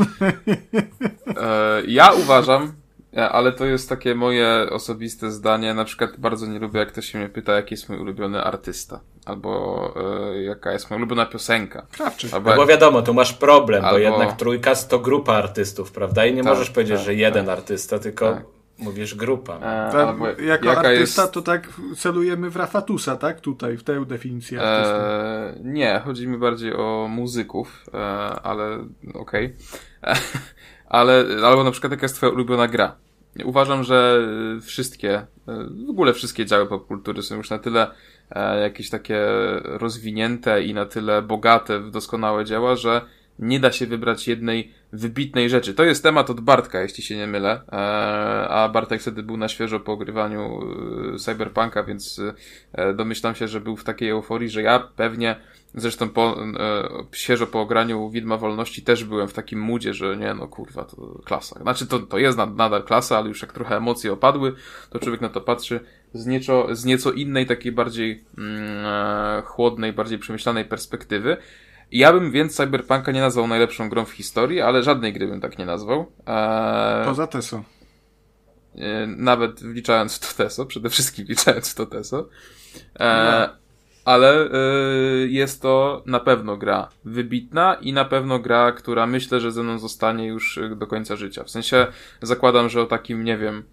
e, ja uważam, e, ale to jest takie moje osobiste zdanie. Na przykład bardzo nie lubię, jak ktoś się mnie pyta, jaki jest mój ulubiony artysta. Albo e, jaka jest moja ulubiona piosenka. Krawczyk. Albo No bo wiadomo, tu masz problem, Albo- bo jednak Trójkast to grupa artystów, prawda? I nie Tak, możesz powiedzieć, tak, że jeden tak. artysta, tylko Tak. mówisz grupa. e, Tak, albo jako jaka artysta jest... to tak celujemy w Rafatusa, tak? Tutaj, w tę definicję artysty. E, nie, chodzi mi bardziej o muzyków, e, ale okej. Okay. ale, albo na przykład jaka jest twoja ulubiona gra. Uważam, że wszystkie, e, w ogóle wszystkie działy popkultury są już na tyle e, jakieś takie rozwinięte i na tyle bogate w doskonałe dzieła, że nie da się wybrać jednej wybitnej rzeczy. To jest temat od Bartka, jeśli się nie mylę, e, a Bartek wtedy był na świeżo po ogrywaniu e, Cyberpunka, więc e, domyślam się, że był w takiej euforii, że ja pewnie, zresztą po, e, świeżo po ograniu Widma Wolności też byłem w takim moodzie, że nie, no kurwa, to klasa. Znaczy to, to jest nad, nadal klasa, ale już jak trochę emocje opadły, to człowiek na to patrzy z nieco, z nieco innej, takiej bardziej mm, e, chłodnej, bardziej przemyślanej perspektywy. Ja bym więc Cyberpunka nie nazwał najlepszą grą w historii, ale żadnej gry bym tak nie nazwał. Eee, Poza Teso. e, nawet wliczając w to Teso, przede wszystkim wliczając w to Teso. Eee, ale e, jest to na pewno gra wybitna i na pewno gra, która myślę, że ze mną zostanie już do końca życia. W sensie zakładam, że o takim, nie wiem,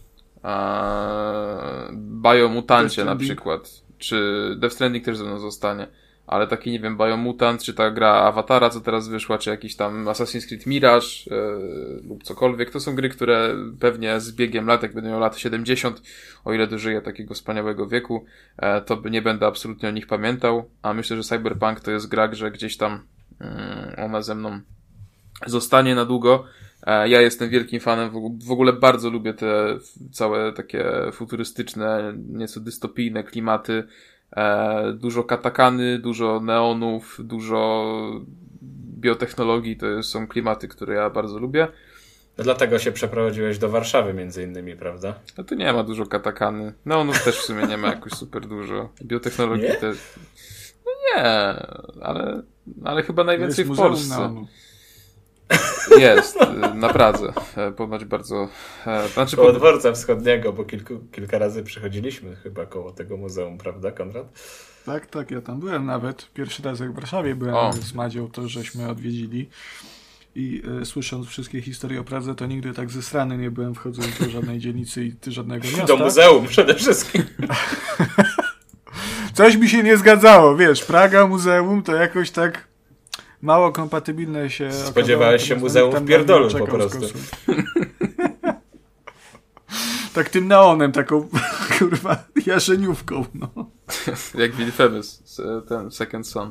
eee, Biomutancie Death na Stranding. przykład, czy Death Stranding też ze mną zostanie. Ale taki, nie wiem, Biomutant, czy ta gra Awatara, co teraz wyszła, czy jakiś tam Assassin's Creed Mirage yy, lub cokolwiek, to są gry, które pewnie z biegiem lat, jak będę miał lat siedemdziesiąt, o ile dożyję takiego wspaniałego wieku, e, to nie będę absolutnie o nich pamiętał, a myślę, że Cyberpunk to jest gra, że gdzieś tam yy, ona ze mną zostanie na długo. E, ja jestem wielkim fanem, w ogóle, w ogóle bardzo lubię te całe takie futurystyczne, nieco dystopijne klimaty. E, dużo katakany, dużo neonów, dużo biotechnologii, to są klimaty, które ja bardzo lubię. No dlatego się przeprowadziłeś do Warszawy między innymi, prawda? No tu nie ma dużo katakany. Neonów też w sumie nie ma jakoś super dużo. Biotechnologii Nie? też. No nie, ale, ale chyba najwięcej Jest w Muzeum Polsce. Neonu. Jest, y, na Pradze. E, Ponoć bardzo... e, Znaczy, Koło po, dworca wschodniego, bo kilku, kilka razy przychodziliśmy chyba koło tego muzeum, prawda, Konrad? Tak, tak, ja tam byłem nawet. Pierwszy raz jak w Warszawie byłem O. z Madzią, to żeśmy odwiedzili. I y, słysząc wszystkie historie o Pradze, to nigdy tak zesrany nie byłem wchodząc do żadnej dzielnicy i ty żadnego miasta. Do muzeum przede wszystkim. Coś mi się nie zgadzało, wiesz, Praga, muzeum, to jakoś tak mało kompatybilne się Spodziewałeś okazało, się muzeum w pierdolu po prostu. Tak tym neonem, taką kurwa jarzeniówką, no. Jak Will Famous, ten Second Son.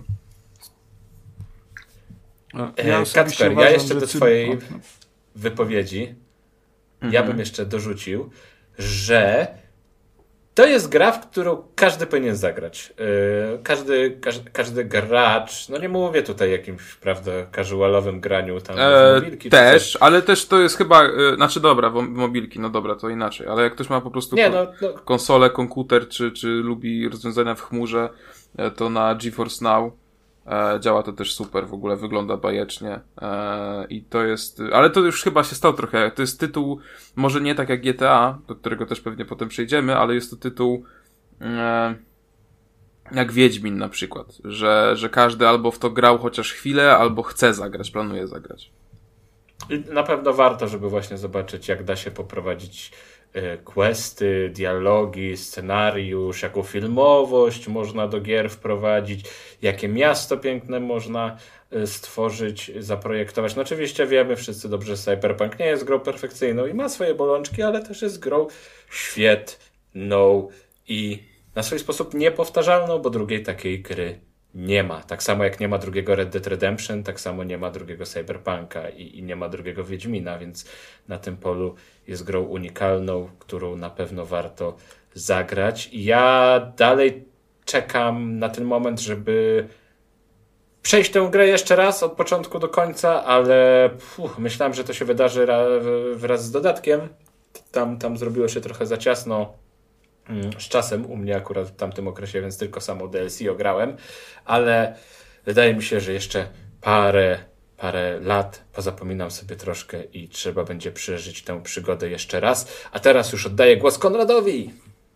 No, Ja ja Kacper, uważam, ja jeszcze że do cyn- twojej o, no. wypowiedzi Mhm. ja bym jeszcze dorzucił, że to jest gra, w którą każdy powinien zagrać. Yy, każdy, każdy, każdy gracz, no nie mówię tutaj jakimś, prawda, casualowym graniu tam E, z mobilki. czy też, coś. ale też to jest chyba, e, znaczy dobra, wo- mobilki, no dobra, to inaczej, ale jak ktoś ma po prostu Nie, ko- no, no konsolę, komputer, czy, czy lubi rozwiązania w chmurze, e, to na GeForce Now e, działa to też super, w ogóle wygląda bajecznie e, i to jest, ale to już chyba się stał trochę, to jest tytuł, może nie tak jak G T A, do którego też pewnie potem przejdziemy, ale jest to tytuł e, jak Wiedźmin na przykład, że, że każdy albo w to grał chociaż chwilę, albo chce zagrać, planuje zagrać. i na pewno warto, żeby właśnie zobaczyć, jak da się poprowadzić y, questy, dialogi, scenariusz, jaką filmowość można do gier wprowadzić, jakie miasto piękne można y, stworzyć, zaprojektować. No oczywiście wiemy wszyscy dobrze, że Cyberpunk nie jest grą perfekcyjną i ma swoje bolączki, ale też jest grą świetną i na swój sposób niepowtarzalną, bo drugiej takiej gry nie ma. Tak samo jak nie ma drugiego Red Dead Redemption, tak samo nie ma drugiego Cyberpunka i, i nie ma drugiego Wiedźmina, więc na tym polu jest grą unikalną, którą na pewno warto zagrać. I ja dalej czekam na ten moment, żeby przejść tę grę jeszcze raz od początku do końca, ale puh, myślałem, że to się wydarzy ra, wraz z dodatkiem. Tam, tam zrobiło się trochę za ciasno z czasem u mnie akurat w tamtym okresie, więc tylko samo D L C ograłem, ale wydaje mi się, że jeszcze parę, parę lat pozapominam sobie troszkę i trzeba będzie przeżyć tę przygodę jeszcze raz. A teraz już oddaję głos Konradowi.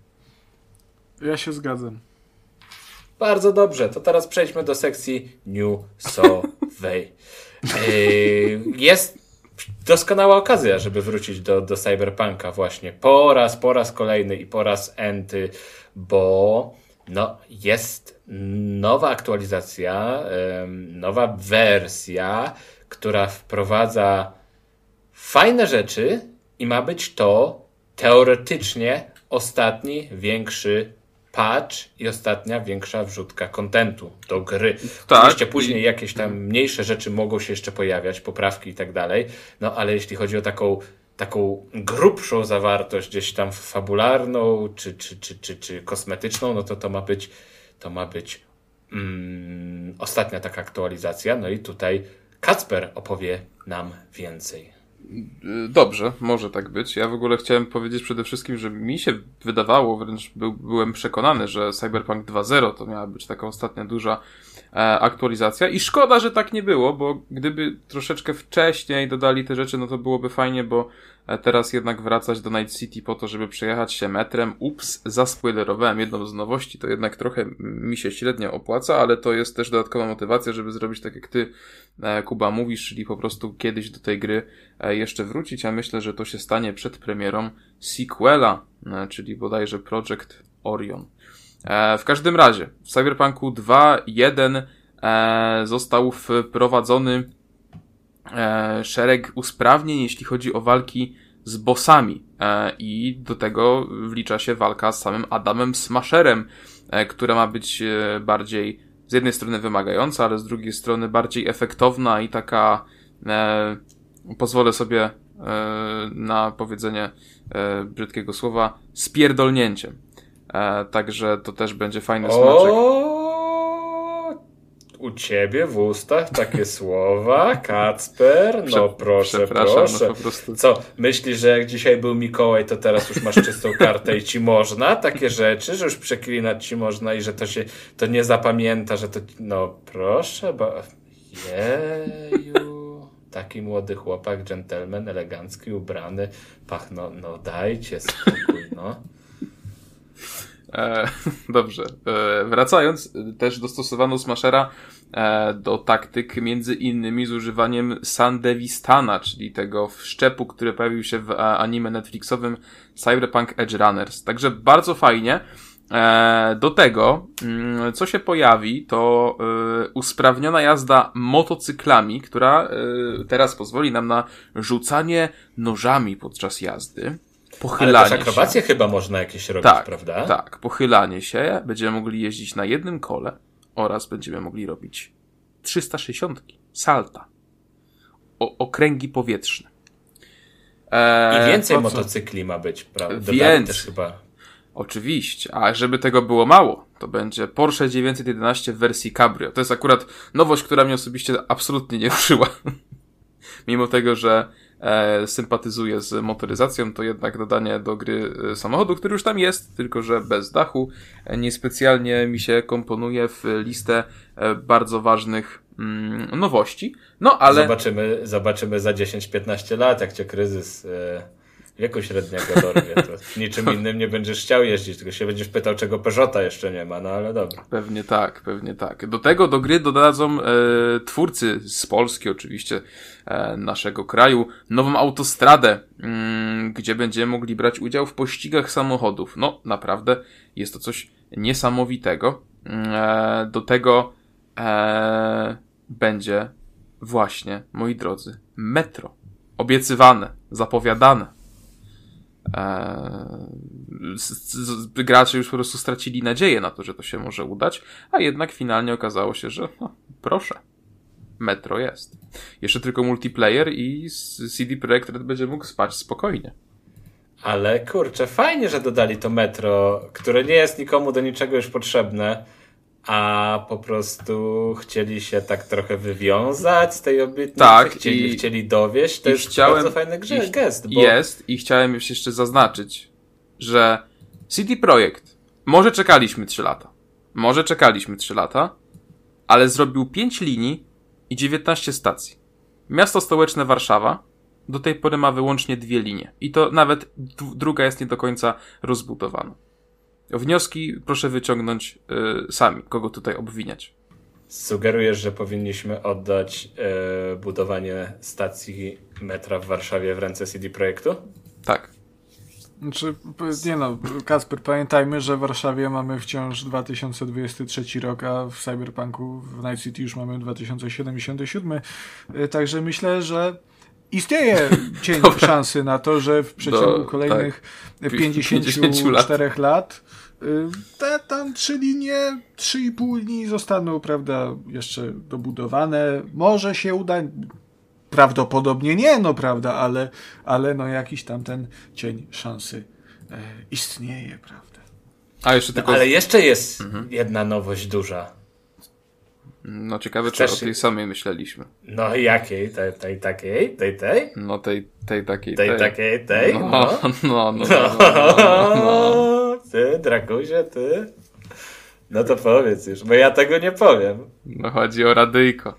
Ja się zgadzam. Bardzo dobrze, to teraz przejdźmy do sekcji newsowej. Yy, jest doskonała okazja, żeby wrócić do, do Cyberpunka właśnie po raz, po raz kolejny i po raz enty, bo no, jest nowa aktualizacja, ym, nowa wersja, która wprowadza fajne rzeczy i ma być to teoretycznie ostatni, większy patch i ostatnia większa wrzutka kontentu do gry. Tak. Oczywiście później jakieś tam mniejsze rzeczy mogą się jeszcze pojawiać, poprawki i tak dalej, no ale jeśli chodzi o taką, taką grubszą zawartość, gdzieś tam fabularną czy, czy, czy, czy, czy kosmetyczną, no to to ma być, to ma być mm, ostatnia taka aktualizacja. No i tutaj Kacper opowie nam więcej. Dobrze, może tak być. Ja w ogóle chciałem powiedzieć przede wszystkim, że mi się wydawało, wręcz był, byłem przekonany, że Cyberpunk dwa zero to miała być taka ostatnia duża e, aktualizacja i szkoda, że tak nie było, bo gdyby troszeczkę wcześniej dodali te rzeczy, no to byłoby fajnie, bo e, teraz jednak wracać do Night City po to, żeby przejechać się metrem. Ups, zaspoilerowałem jedną z nowości, to jednak trochę mi się średnio opłaca, ale to jest też dodatkowa motywacja, żeby zrobić tak jak ty, e, Kuba, mówisz, czyli po prostu kiedyś do tej gry e, jeszcze wrócić, a myślę, że to się stanie przed premierą sequela, e, czyli bodajże Project Orion. E, w każdym razie, w Cyberpunku dwa jeden e, został wprowadzony e, szereg usprawnień, jeśli chodzi o walki z bossami e, i do tego wlicza się walka z samym Adamem Smasherem, e, która ma być e, bardziej z jednej strony wymagająca, ale z drugiej strony bardziej efektowna i taka e, pozwolę sobie e, na powiedzenie e, brzydkiego słowa spierdolnięciem. E, także to też będzie fajny smaczek. O, u ciebie w ustach takie słowa, Kacper? No Prze- proszę, przepraszam, proszę. no po prostu. Co, myślisz, że jak dzisiaj był Mikołaj, to teraz już masz czystą kartę i ci można takie rzeczy, że już przeklinać ci można i że to się to nie zapamięta, że to... No proszę, bo... Jeju... Taki młody chłopak, dżentelmen, elegancki, ubrany. Pach, no, no dajcie spokój, no. E, dobrze. E, wracając, też dostosowano Smashera e, do taktyk między innymi z używaniem Sandevistana, czyli tego wszczepu, który pojawił się w anime Netflixowym Cyberpunk Edge Runners. Także bardzo fajnie. E, do tego, mm, co się pojawi, to y, usprawniona jazda motocyklami, która y, teraz pozwoli nam na rzucanie nożami podczas jazdy. Pochylanie Ale też akrobacje się. chyba można jakieś robić, Tak, prawda? tak. Pochylanie się. Będziemy mogli jeździć na jednym kole oraz będziemy mogli robić trzysta sześćdziesiąt salta. O, okręgi powietrzne. I więcej po co? motocykli ma być, prawda? Dodali Więcej. też chyba. Oczywiście, a żeby tego było mało, to będzie Porsche dziewięćset jedenaście w wersji Cabrio. To jest akurat nowość, która mnie osobiście absolutnie nie ruszyła. Mimo tego, że e, sympatyzuję z motoryzacją, to jednak dodanie do gry e, samochodu, który już tam jest, tylko że bez dachu, e, niespecjalnie mi się komponuje w listę e, bardzo ważnych mm, nowości. No ale... Zobaczymy, zobaczymy za dziesięć piętnaście lat, jak cię kryzys e, wieku średniego dorwie. To niczym innym nie będziesz chciał jeździć, tylko się będziesz pytał, czego Peugeota jeszcze nie ma, no ale dobra. Pewnie tak, pewnie tak. Do tego do gry dodadzą e, twórcy z Polski, oczywiście e, naszego kraju, nową autostradę, mm, gdzie będziemy mogli brać udział w pościgach samochodów. No, naprawdę jest to coś niesamowitego. E, do tego e, będzie właśnie, moi drodzy, metro. Obiecywane, zapowiadane. Eee, gracze już po prostu stracili nadzieję na to, że to się może udać, a jednak finalnie okazało się, że no, proszę, metro jest. Jeszcze tylko multiplayer i C D Projekt Red będzie mógł spać spokojnie. Ale kurczę, fajnie, że dodali to metro, które nie jest nikomu do niczego już potrzebne, a po prostu chcieli się tak trochę wywiązać z tej obietnicy, Tak, chcieli, i, chcieli dowieść. To i jest chciałem, bardzo fajny grze, i, gest. Bo... Jest i chciałem już jeszcze zaznaczyć, że C D Projekt, może czekaliśmy trzy lata, może czekaliśmy trzy lata, ale zrobił pięć linii i dziewiętnaście stacji. Miasto stołeczne Warszawa do tej pory ma wyłącznie dwie linie i to nawet d- druga jest nie do końca rozbudowana. Wnioski proszę wyciągnąć y, sami, kogo tutaj obwiniać. Sugerujesz, że powinniśmy oddać e, budowanie stacji metra w Warszawie w ręce C D Projektu? Tak. Znaczy, nie no, Kacper, pamiętajmy, że w Warszawie mamy wciąż dwa tysiące dwudziesty trzeci rok, a w Cyberpunku, w Night City już mamy dwa tysiące siedemdziesiąty siódmy. Także myślę, że istnieje cień szansy na to, że w przeciągu Do, kolejnych tak. pięćdziesięciu czterech lat te tam trzy linie, trzy i pół linii zostaną, prawda, jeszcze dobudowane. Może się uda, prawdopodobnie nie, no prawda, ale, ale no jakiś tam ten cień szansy e, istnieje, prawda. A jeszcze tylko... No, ale jeszcze jest mhm. jedna nowość duża. No ciekawe, Chcesz... czy o tej samej myśleliśmy. No jakiej? Tej, tej takiej? Tej, tej? No tej, tej takiej, tej. Tej takiej, tej? No, no, no, no. no, no, no, no. Ty, Drakuzie, ty? No to powiedz już, bo ja tego nie powiem. No chodzi o radyjko.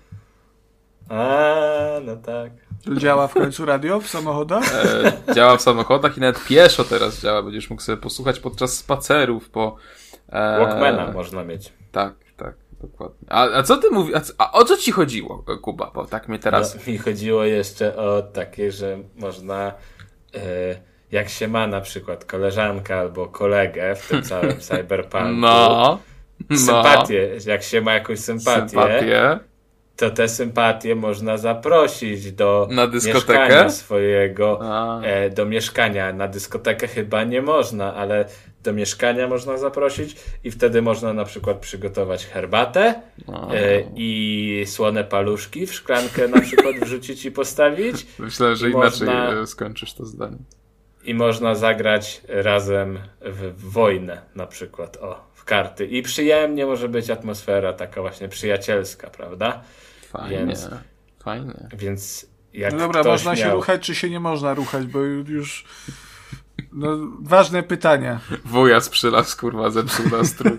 A, no tak. Działa w końcu radio w samochodach? E, działa w samochodach i nawet pieszo teraz działa. Będziesz mógł sobie posłuchać podczas spacerów po... E, Walkmana można mieć. Tak, tak, dokładnie. A, a co ty mówisz? A, a o co ci chodziło, Kuba? Bo tak mnie teraz... No, mi chodziło jeszcze o takie, że można... E, jak się ma na przykład koleżankę albo kolegę w tym całym cyberpunku, no, no. sympatię, jak się ma jakąś sympatię, sympatię, to te sympatie można zaprosić do na dyskotekę mieszkania swojego, A. e, do mieszkania. Na dyskotekę chyba nie można, ale do mieszkania można zaprosić i wtedy można na przykład przygotować herbatę e, i słone paluszki w szklankę na przykład wrzucić i postawić. Myślę, że I inaczej można... skończysz to zdanie. I można zagrać razem w, w wojnę na przykład, o, w karty. I przyjemnie może być atmosfera taka właśnie przyjacielska, prawda? Fajnie, więc, fajnie. Więc jak no dobra, ktoś można miał... się ruchać, czy się nie można ruchać, bo już... No, ważne pytania. Wujas przylas, kurwa, zepsuł nastrój.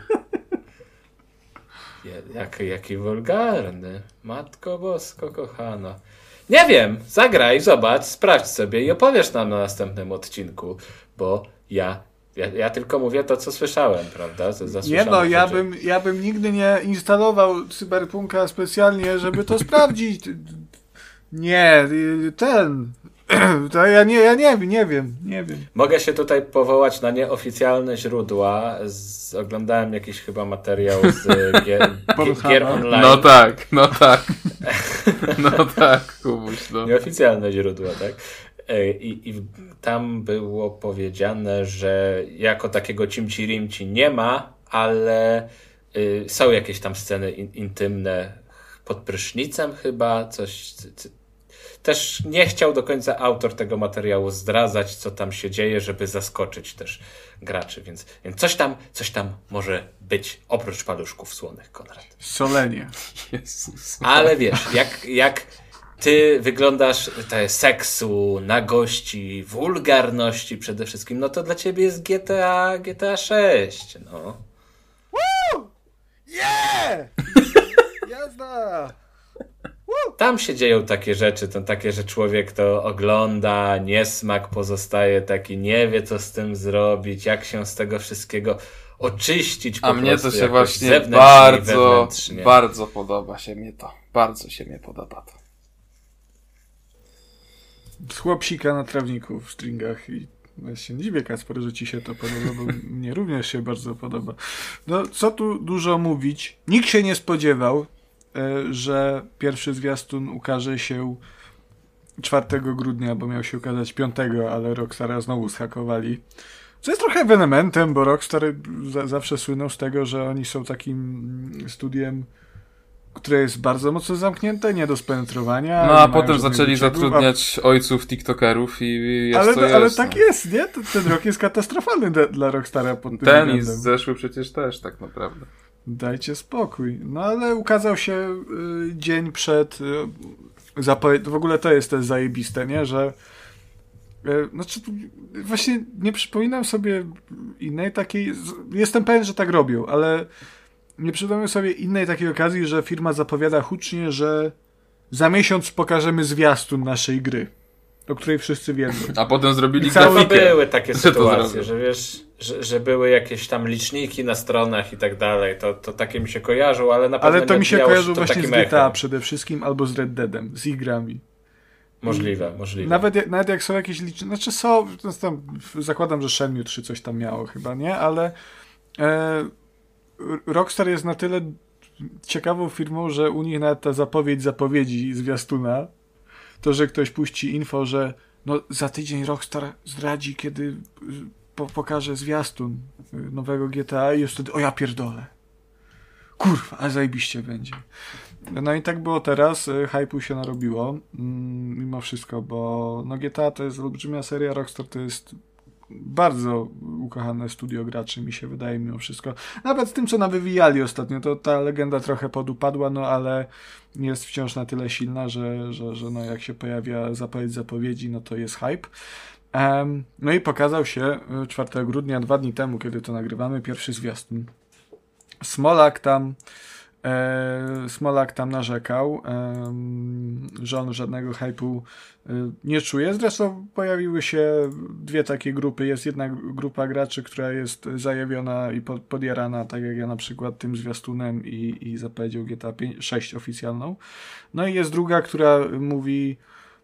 Jak, jaki wulgarny. Matko Bosko kochana. Nie wiem, zagraj, zobacz, sprawdź sobie i opowiesz nam na następnym odcinku, bo ja, ja, ja tylko mówię to, co słyszałem, prawda? Co nie no, ja bym, ja bym nigdy nie instalował Cyberpunka specjalnie, żeby to sprawdzić. Nie, ten... To ja nie, ja nie, nie wiem, nie wiem. Mogę się tutaj powołać na nieoficjalne źródła. Z, oglądałem jakiś chyba materiał z gier, gier online. No tak, no tak. No tak, Kubuś. No. Nieoficjalne źródła, tak? I, I tam było powiedziane, że jako takiego cimci-rimci nie ma, ale y, są jakieś tam sceny in, intymne pod prysznicem chyba, coś... C, Też nie chciał do końca autor tego materiału zdradzać, co tam się dzieje, żeby zaskoczyć też graczy, więc, więc coś tam, coś tam może być, oprócz paluszków słonych, Konrad. Solenie. Jezus. Ale wiesz, jak, jak ty wyglądasz te seksu, nagości, wulgarności przede wszystkim, no to dla ciebie jest G T A, G T A sześć, no. Woo! Yeah! Jazda! Tam się dzieją takie rzeczy, to takie, że człowiek to ogląda, niesmak pozostaje taki, nie wie co z tym zrobić, jak się z tego wszystkiego oczyścić po A mnie prostu to się jakoś właśnie zewnętrznie i bardzo, wewnętrznie. bardzo podoba się mnie to. Bardzo się mnie podoba to. Chłopsika na trawniku w stringach i ja się nie dziwię, Kacper, że ci się to podoba, bo mnie również się bardzo podoba. No, co tu dużo mówić? Nikt się nie spodziewał, że pierwszy zwiastun ukaże się czwartego grudnia, bo miał się ukazać piątego, ale Rockstara znowu zhakowali. Co jest trochę ewenementem, bo Rockstar za- zawsze słynął z tego, że oni są takim studiem, które jest bardzo mocno zamknięte, nie do spenetrowania. No nie a mają potem żadnych zaczęli wyciągów, zatrudniać ojców tiktokerów i jest ale, co no, jest. ale no. tak jest, nie? Ten, ten rok jest katastrofalny de, dla Rockstara pod tym Ten i względem. zeszły przecież też tak naprawdę. Dajcie spokój. No ale ukazał się y, dzień przed y, zapowiedź. W ogóle to jest też zajebiste, nie? Że y, znaczy właśnie nie przypominam sobie innej takiej. z- Jestem pewien, że tak robią, ale nie przypominam sobie innej takiej okazji, że firma zapowiada hucznie, że za miesiąc pokażemy zwiastun naszej gry, o której wszyscy wiedzą. A potem zrobili I cały- No grafikę. były takie Że to sytuacje, zrobił. że wiesz, że, że były jakieś tam liczniki na stronach i tak dalej, to, to takie mi się kojarzą, ale na pewno Ale to nie mi się odbijało kojarzy to właśnie z takim G T A echem. przede wszystkim, albo z Red Deadem, z ich grami. Możliwe, możliwe. Nawet, jak- nawet jak są jakieś liczne, znaczy są, to jest tam, zakładam, że Shenmue trzy coś tam miało chyba, nie? Ale e, Rockstar jest na tyle ciekawą firmą, że u nich nawet ta zapowiedź zapowiedzi zwiastuna, to, że ktoś puści info, że no za tydzień Rockstar zdradzi, kiedy y, po, pokaże zwiastun y, nowego G T A i już wtedy, o ja pierdolę. Kurwa, a zajebiście będzie. No i tak było teraz, y, hype'u się narobiło, mm, mimo wszystko, bo no G T A to jest olbrzymia seria, Rockstar to jest bardzo ukochane studio graczy, mi się wydaje mimo wszystko. Nawet z tym, co nawywijali ostatnio, to ta legenda trochę podupadła, no ale jest wciąż na tyle silna, że, że, że no jak się pojawia zapowiedź zapowiedzi, no to jest hype. Um, no i pokazał się czwartego grudnia, dwa dni temu, kiedy to nagrywamy, pierwszy zwiastun. Smolak tam e, Smolak tam narzekał, e, że on żadnego hype'u e, nie czuje. Zresztą pojawiły się dwie takie grupy. Jest jedna grupa graczy, która jest zajawiona i pod, podjarana, tak jak ja na przykład tym zwiastunem i, i zapowiedział G T A sześć oficjalną. No i jest druga, która mówi,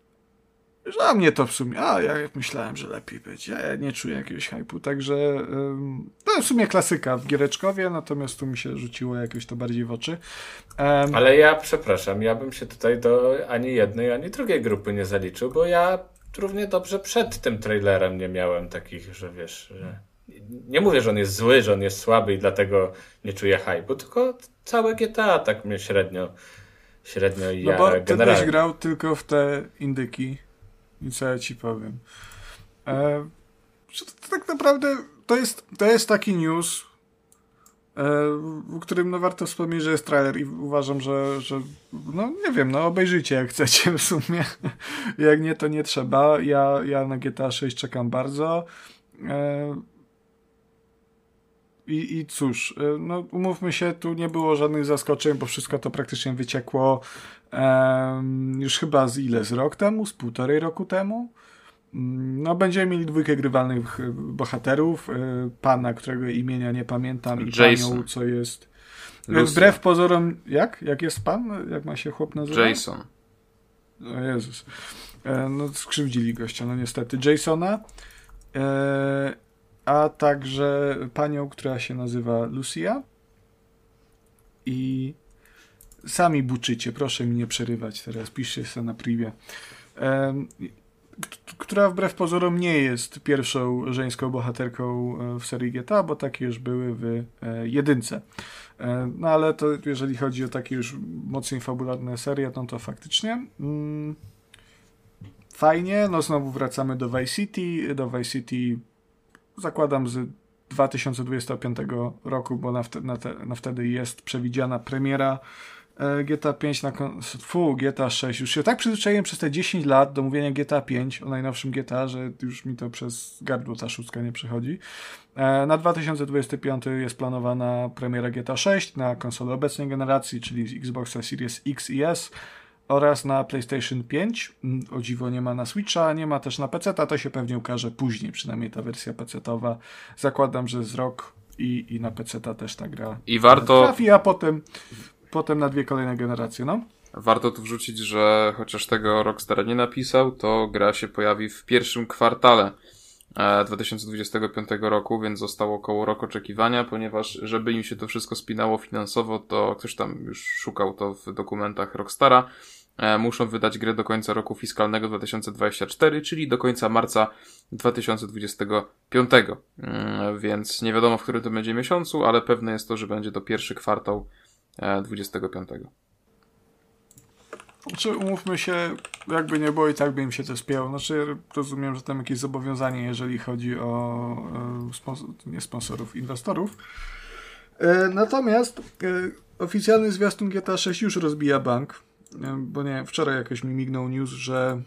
że a mnie to w sumie, a ja myślałem, że lepiej będzie, ja nie czuję jakiegoś hype'u, także ym, to jest w sumie klasyka w giereczkowie, natomiast tu mi się rzuciło jakoś to bardziej w oczy. Um, Ale ja przepraszam, ja bym się tutaj do ani jednej, ani drugiej grupy nie zaliczył, bo ja równie dobrze przed tym trailerem nie miałem takich, że wiesz, że nie mówię, że on jest zły, że on jest słaby i dlatego nie czuję hype'u, tylko całe G T A tak mnie średnio średnio no ja bo ty generalnie. byś grał tylko w te indyki i co ja ci powiem. E, że to, to tak naprawdę to jest, to jest taki news, e, w którym no warto wspomnieć, że jest trailer i uważam, że, że no nie wiem, no obejrzyjcie jak chcecie w sumie. Jak nie, to nie trzeba. Ja, ja na G T A sześć czekam bardzo. E, I, I cóż, e, no umówmy się, tu nie było żadnych zaskoczeń, bo wszystko to praktycznie wyciekło em, już chyba z ile? Z rok temu? Z półtorej roku temu? Mm, No będziemy mieli dwójkę grywalnych e, bohaterów, e, pana, którego imienia nie pamiętam, i Jason. panią, co jest e, Lucy. wbrew pozorom, jak? Jak jest pan? Jak ma się chłop nazywać? Jason. O Jezus. E, no skrzywdzili gościa, no niestety. Jasona, e, a także panią, która się nazywa Lucia. I sami buczycie, proszę mi nie przerywać teraz, piszcie sobie na privie. E, która wbrew pozorom nie jest pierwszą żeńską bohaterką w serii G T A, bo takie już były w e, jedynce. E, no ale to jeżeli chodzi o takie już mocniej fabularne serie, no to faktycznie mm, fajnie. No znowu wracamy do Vice City. Do Vice City zakładam z dwa tysiące dwudziestego piątego roku, bo na, wte, na, te, na wtedy jest przewidziana premiera G T A pięć na kon- fu, G T A sześć. Już się tak przyzwyczaiłem przez te dziesięć lat do mówienia G T A pięć o najnowszym G T A, że już mi to przez gardło ta szóstka nie przechodzi. Na dwa tysiące dwudziesty piąty jest planowana premiera G T A sześć na konsolę obecnej generacji, czyli Xboxa Series X i S oraz na PlayStation pięć. O dziwo nie ma na Switcha, nie ma też na peceta, to się pewnie ukaże później, przynajmniej ta wersja pecetowa. Zakładam, że z rok i, i na peceta też ta gra I warto... trafi, a potem Potem na dwie kolejne generacje, no. Warto tu wrzucić, że chociaż tego Rockstar nie napisał, to gra się pojawi w pierwszym kwartale dwa tysiące dwudziestego piątego roku, więc zostało około rok oczekiwania, ponieważ żeby im się to wszystko spinało finansowo, to ktoś tam już szukał to w dokumentach Rockstara, muszą wydać grę do końca roku fiskalnego dwa tysiące dwudziestego czwartego, czyli do końca marca dwa tysiące dwudziestego piątego. Więc nie wiadomo, w którym to będzie miesiącu, ale pewne jest to, że będzie to pierwszy kwartał dwudziestego piątego. Znaczy, umówmy się, jakby nie było i tak by im się to spięło. Znaczy, ja rozumiem, że tam jakieś zobowiązanie, jeżeli chodzi o e, sponsor, nie sponsorów, inwestorów. E, natomiast e, oficjalny zwiastun G T A sześć już rozbija bank, e, bo nie, wczoraj jakoś mi mignął news, że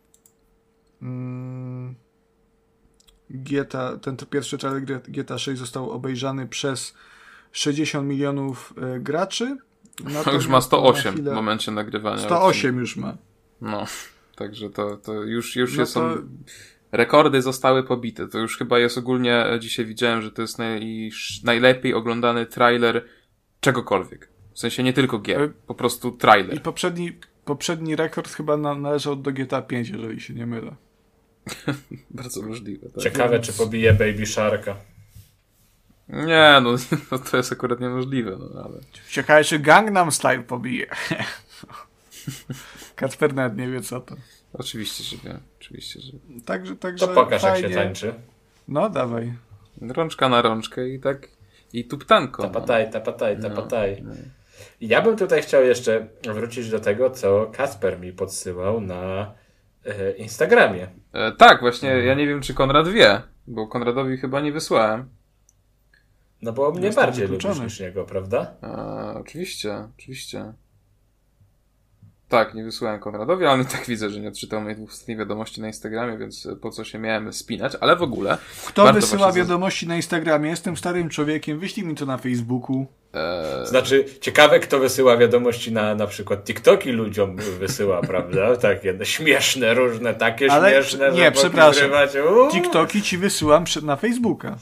mm, G T A, ten pierwszy trailer G T A sześć został obejrzany przez sześćdziesiąt milionów e, graczy. To już ma sto osiem chwilę... w momencie nagrywania. sto osiem już ma. No, także to, to już, już no jest to... on... Rekordy zostały pobite. To już chyba jest ogólnie, dzisiaj widziałem, że to jest naj... najlepiej oglądany trailer czegokolwiek. W sensie nie tylko gier, po prostu trailer. I poprzedni, poprzedni rekord chyba na, należał do G T A pięć, jeżeli się nie mylę. Bardzo możliwe. Tak? Ciekawe, Więc... czy pobije Baby Sharka. Nie, no, no to jest akurat niemożliwe, no ale... Ciekawe, czy Gangnam Style pobije. Kacper nawet nie wie co to. Oczywiście, że wie. Oczywiście, że wie. Także, także to pokaż, fajnie. jak się tańczy. No, dawaj. Rączka na rączkę i tak... I tuptanko. Tapataj, tapataj, tapataj. No, no. Ja bym tutaj chciał jeszcze wrócić do tego, co Kacper mi podsyłał na e, Instagramie. E, tak, właśnie, ja nie wiem, czy Konrad wie, bo Konradowi chyba nie wysłałem. No bo mnie Jestem bardziej wykluczony. lubisz niż niego, prawda? E, oczywiście, oczywiście. Tak, nie wysłałem Konradowi, ale on i tak widzę, że nie odczytał mojej dwóch ostatnich wiadomości na Instagramie, więc po co się miałem spinać, ale w ogóle... Kto wysyła wiadomości na Instagramie? Jestem starym człowiekiem, wyślij mi to na Facebooku. Eee... Znaczy, ciekawe, kto wysyła wiadomości na na przykład TikToki ludziom wysyła, prawda? Takie śmieszne, różne, takie ale, śmieszne, nie, przepraszam. Uuu. TikToki ci wysyłam przed, na Facebooka.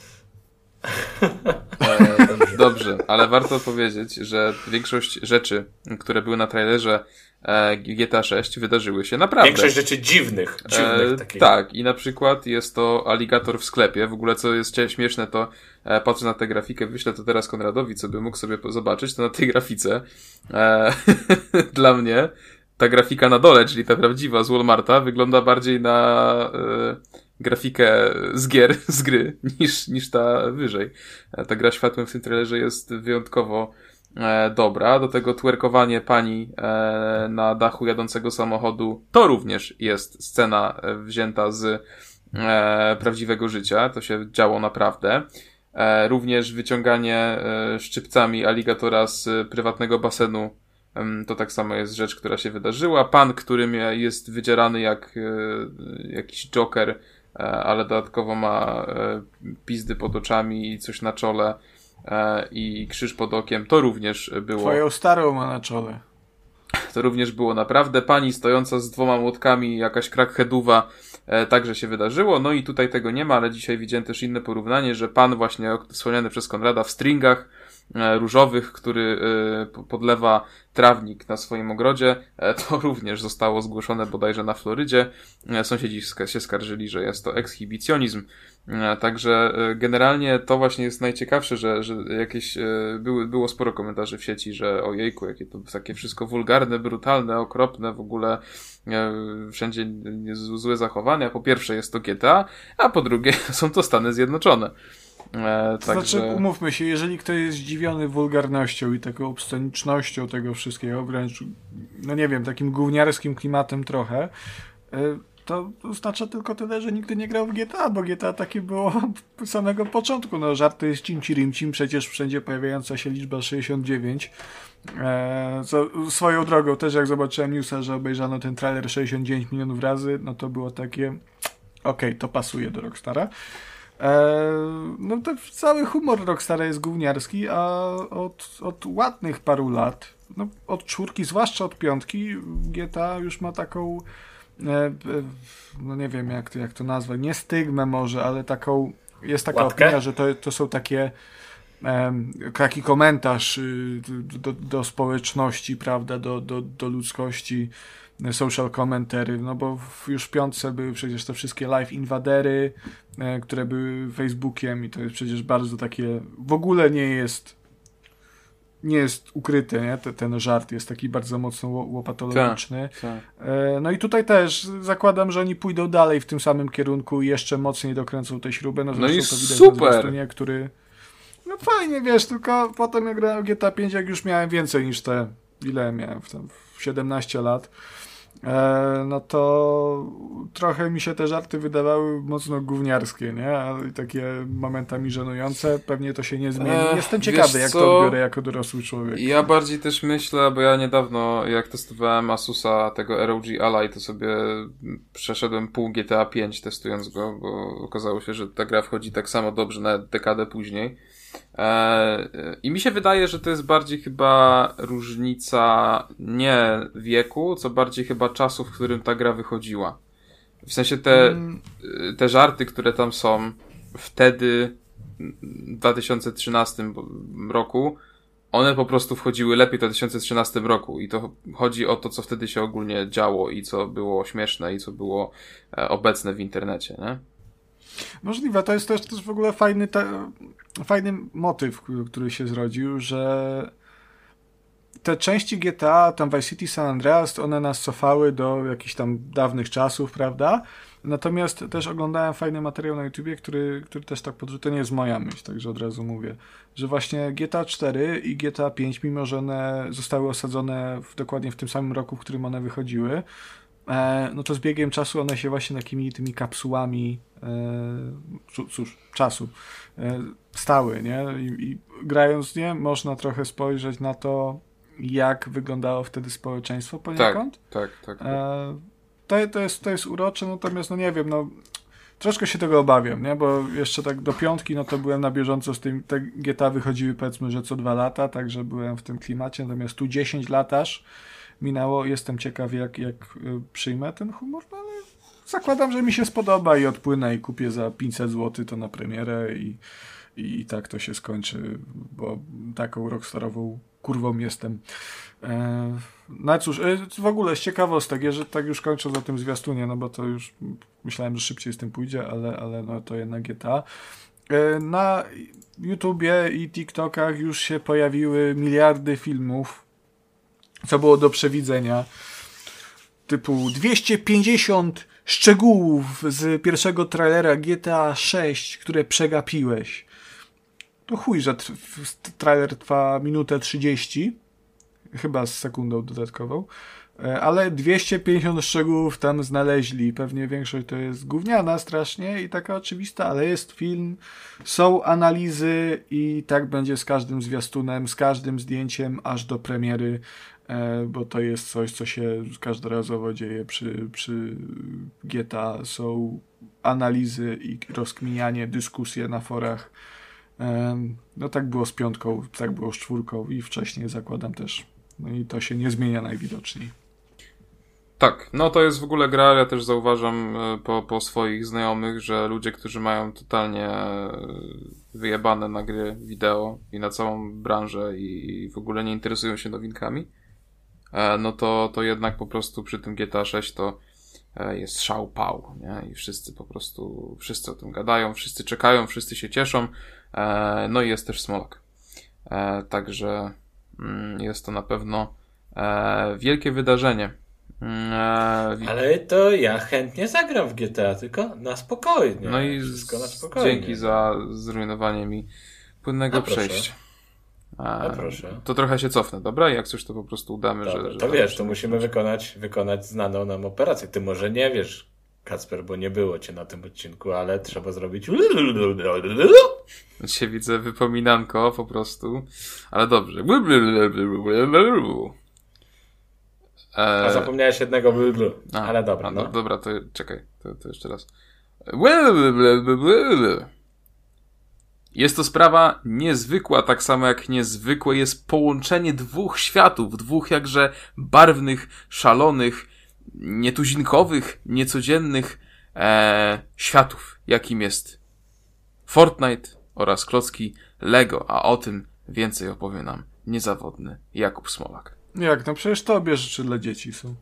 Eee, dobrze, ale warto powiedzieć, że większość rzeczy, które były na trailerze G T A sześć wydarzyły się naprawdę. Większość rzeczy dziwnych. dziwnych e, takich. Tak, i na przykład jest to aligator w sklepie. W ogóle co jest śmieszne, to e, patrzę na tę grafikę, wyślę to teraz Konradowi, co by mógł sobie zobaczyć, to na tej grafice e, dla mnie ta grafika na dole, czyli ta prawdziwa z Walmarta, wygląda bardziej na e, grafikę z gier, z gry, niż, niż ta wyżej. E, ta gra światłem w tym trailerze jest wyjątkowo E, dobra, do tego twerkowanie pani e, na dachu jadącego samochodu, to również jest scena e, wzięta z e, prawdziwego życia, to się działo naprawdę. E, również wyciąganie e, szczypcami aligatora z prywatnego basenu, e, to tak samo jest rzecz, która się wydarzyła. Pan, który jest wydzierany jak e, jakiś Joker, e, ale dodatkowo ma e, pizdy pod oczami i coś na czole, i krzyż pod okiem, to również było... Twoją starą ma na czole. To również było naprawdę. Pani stojąca z dwoma młotkami, jakaś crackheadowa, e, także się wydarzyło. No i tutaj tego nie ma, ale dzisiaj widziałem też inne porównanie, że pan właśnie wspomniany przez Konrada w stringach e, różowych, który e, podlewa trawnik na swoim ogrodzie. E, to również zostało zgłoszone bodajże na Florydzie. E, sąsiedzi się skarżyli, że jest to ekshibicjonizm. E, także e, generalnie to właśnie jest najciekawsze, że, że jakieś e, były, było sporo komentarzy w sieci, że ojejku, jakie to takie wszystko wulgarne, brutalne, okropne, w ogóle e, wszędzie złe zachowania. Po pierwsze jest to G T A, a po drugie są to Stany Zjednoczone. E, to także... znaczy, umówmy się, jeżeli ktoś jest zdziwiony wulgarnością i taką obscenicznością tego wszystkiego, wręcz, no nie wiem, takim gówniarskim klimatem trochę, e, to oznacza tylko tyle, że nigdy nie grał w G T A, bo G T A takie było od samego początku. No żarty jest cimci rimcim, przecież wszędzie pojawiająca się liczba sześćdziesiąt dziewięć. E, co swoją drogą też jak zobaczyłem newsa, że obejrzano ten trailer sześćdziesiąt dziewięć milionów razy, no to było takie okej, okay, to pasuje do Rockstara. E, no to cały humor Rockstara jest gówniarski, a od, od ładnych paru lat, no od czwórki, zwłaszcza od piątki, G T A już ma taką no nie wiem jak to, jak to nazwać, nie stygmę może, ale taką, jest taka Łapkę? opinia, że to, to są takie um, taki komentarz y, do, do społeczności, prawda, do, do, do ludzkości, social commentary, no bo w, już w piątce były przecież te wszystkie live inwadery, e, które były Facebookiem i to jest przecież bardzo takie, w ogóle nie jest nie jest ukryty, nie? Ten, ten żart jest taki bardzo mocno łopatologiczny. Tak, tak. E, no i tutaj też zakładam, że oni pójdą dalej w tym samym kierunku i jeszcze mocniej dokręcą tę śrubę. No, No i to widać super! na zwiastunie, który no fajnie, wiesz, tylko potem jak grałem w G T A pięć, jak już miałem więcej niż te, ile miałem w, tam, w siedemnaście lat, e, no to trochę mi się te żarty wydawały mocno gówniarskie, nie? I takie momentami żenujące. Pewnie to się nie zmieni. Ech, Jestem ciekawy, wiesz jak co? to odbiorę jako dorosły człowiek. Ja bardziej też myślę, bo ja niedawno, jak testowałem Asusa, tego R O G Ally, to sobie przeszedłem pół G T A pięć testując go, bo okazało się, że ta gra wchodzi tak samo dobrze nawet dekadę później. Eee, I mi się wydaje, że to jest bardziej chyba różnica nie wieku, co bardziej chyba czasu, w którym ta gra wychodziła. W sensie te, Mm. te żarty, które tam są wtedy w dwa tysiące trzynastym roku, one po prostu wchodziły lepiej w dwa tysiące trzynastym roku i to chodzi o to, co wtedy się ogólnie działo i co było śmieszne i co było e, obecne w internecie, nie? Możliwe, to jest też, też w ogóle fajny, te, fajny motyw, który się zrodził, że te części G T A, tam Vice City, San Andreas, one nas cofały do jakichś tam dawnych czasów, prawda? Natomiast też oglądałem fajny materiał na YouTubie, który, który też tak podrzucił, to nie jest moja myśl, także od razu mówię, że właśnie G T A cztery i G T A pięć, mimo że one zostały osadzone w, dokładnie w tym samym roku, w którym one wychodziły, e, no to z biegiem czasu one się właśnie takimi tymi kapsułami e, cóż, czasu e, stały, nie? I, i grając nie, można trochę spojrzeć na to, jak wyglądało wtedy społeczeństwo poniekąd. Tak, tak, tak. tak. E, to, to, jest, to jest urocze, natomiast no nie wiem, no troszkę się tego obawiam, nie? Bo jeszcze tak do piątki, no to byłem na bieżąco z tym, te G T A wychodziły powiedzmy, że co dwa lata, także byłem w tym klimacie, natomiast tu dziesięć lat aż minęło, jestem ciekaw jak, jak y, przyjmę ten humor, no ale zakładam, że mi się spodoba i odpłynę i kupię za pięćset złotych to na premierę i, i, i tak to się skończy, bo taką rockstarową kurwą jestem. E, no cóż, e, w ogóle z ciekawostek, jeżeli tak już kończąc o tym zwiastunie, no bo to już myślałem, że szybciej z tym pójdzie, ale, ale no to jednak G T A. E, na YouTubie i TikTokach już się pojawiły miliardy filmów, co było do przewidzenia. Typu dwieście pięćdziesiąt szczegółów z pierwszego trailera G T A sześć, które przegapiłeś. To chuj, że trailer trwa minutę trzydzieści, chyba z sekundą dodatkową, ale dwieście pięćdziesiąt szczegółów tam znaleźli. Pewnie większość to jest gówniana strasznie i taka oczywista, ale jest film, są analizy i tak będzie z każdym zwiastunem, z każdym zdjęciem aż do premiery, bo to jest coś, co się każdorazowo dzieje przy, przy G T A. Są analizy i rozkminianie, dyskusje na forach. No tak było z piątką, tak było z czwórką i wcześniej zakładam też. No i to się nie zmienia najwidoczniej. Tak, no to jest w ogóle gra, ja też zauważam po, po swoich znajomych, że ludzie, którzy mają totalnie wyjebane na gry wideo i na całą branżę i w ogóle nie interesują się nowinkami, no to, to jednak po prostu przy tym G T A sześć to jest szał pał, nie? I wszyscy po prostu, wszyscy o tym gadają, wszyscy czekają, wszyscy się cieszą, no i jest też Smolak. Także jest to na pewno wielkie wydarzenie. Ale to ja chętnie zagram w G T A, tylko na spokojnie. No i wszystko na spokojnie. Dzięki za zrujnowanie mi płynnego A proszę. przejścia. A proszę. To trochę się cofnę, dobra? Jak coś to po prostu udamy, Dobra, że, że... to wiesz, to musimy wykonać, wykonać znaną nam operację. Ty może nie wiesz, Kacper, bo nie było cię na tym odcinku, ale trzeba zrobić... Się widzę wypominanko po prostu, ale dobrze. A zapomniałeś jednego blu, blu. A, ale dobra, a, no. do, dobra, to czekaj, to, to jeszcze raz. Jest to sprawa niezwykła, tak samo jak niezwykłe jest połączenie dwóch światów, dwóch jakże barwnych, szalonych, nietuzinkowych, niecodziennych e, światów, jakim jest Fortnite oraz klocki Lego, a o tym więcej opowie nam niezawodny Jakub Smolak. Jak? No przecież tobie rzeczy dla dzieci są.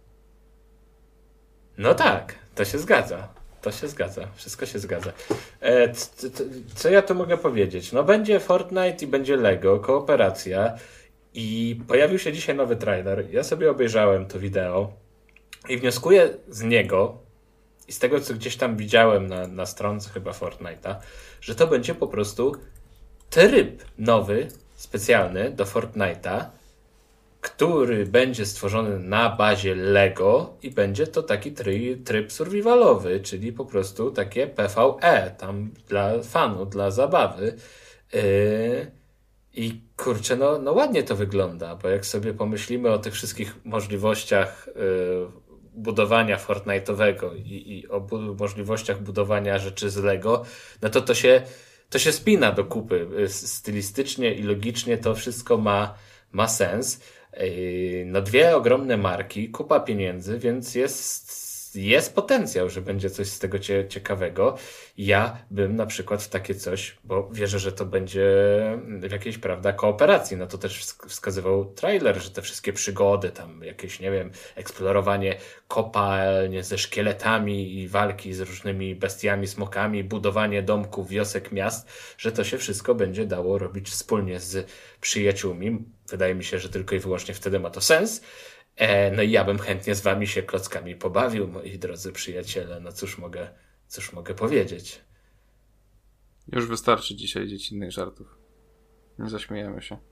No tak, to się zgadza. To się zgadza. Wszystko się zgadza. E, c, c, co ja tu mogę powiedzieć? No będzie Fortnite i będzie Lego, kooperacja i pojawił się dzisiaj nowy trailer. Ja sobie obejrzałem to wideo i wnioskuję z niego i z tego, co gdzieś tam widziałem na, na stronce chyba Fortnite'a, że to będzie po prostu tryb nowy, specjalny do Fortnite'a, który będzie stworzony na bazie Lego i będzie to taki tryb, tryb survivalowy, czyli po prostu takie P V E, tam dla fanu, dla zabawy. Yy, I kurczę, no, no ładnie to wygląda, bo jak sobie pomyślimy o tych wszystkich możliwościach yy, budowania Fortnite'owego i, i o bu- możliwościach budowania rzeczy z Lego, no to to się, to się spina do kupy. Stylistycznie i logicznie to wszystko ma, ma sens. No dwie ogromne marki, kupa pieniędzy, więc jest, jest potencjał, że będzie coś z tego cie, ciekawego. Ja bym na przykład w takie coś, bo wierzę, że to będzie w jakiejś, prawda, kooperacji. No to też wskazywał trailer, że te wszystkie przygody, tam jakieś, nie wiem, eksplorowanie kopalń ze szkieletami i walki z różnymi bestiami, smokami, budowanie domków, wiosek, miast, że to się wszystko będzie dało robić wspólnie z przyjaciółmi. Wydaje mi się, że tylko i wyłącznie wtedy ma to sens. E, no i ja bym chętnie z wami się klockami pobawił, moi drodzy przyjaciele. No cóż mogę, cóż mogę powiedzieć. Już wystarczy dzisiaj dziecinnych żartów. Nie zaśmiejemy się.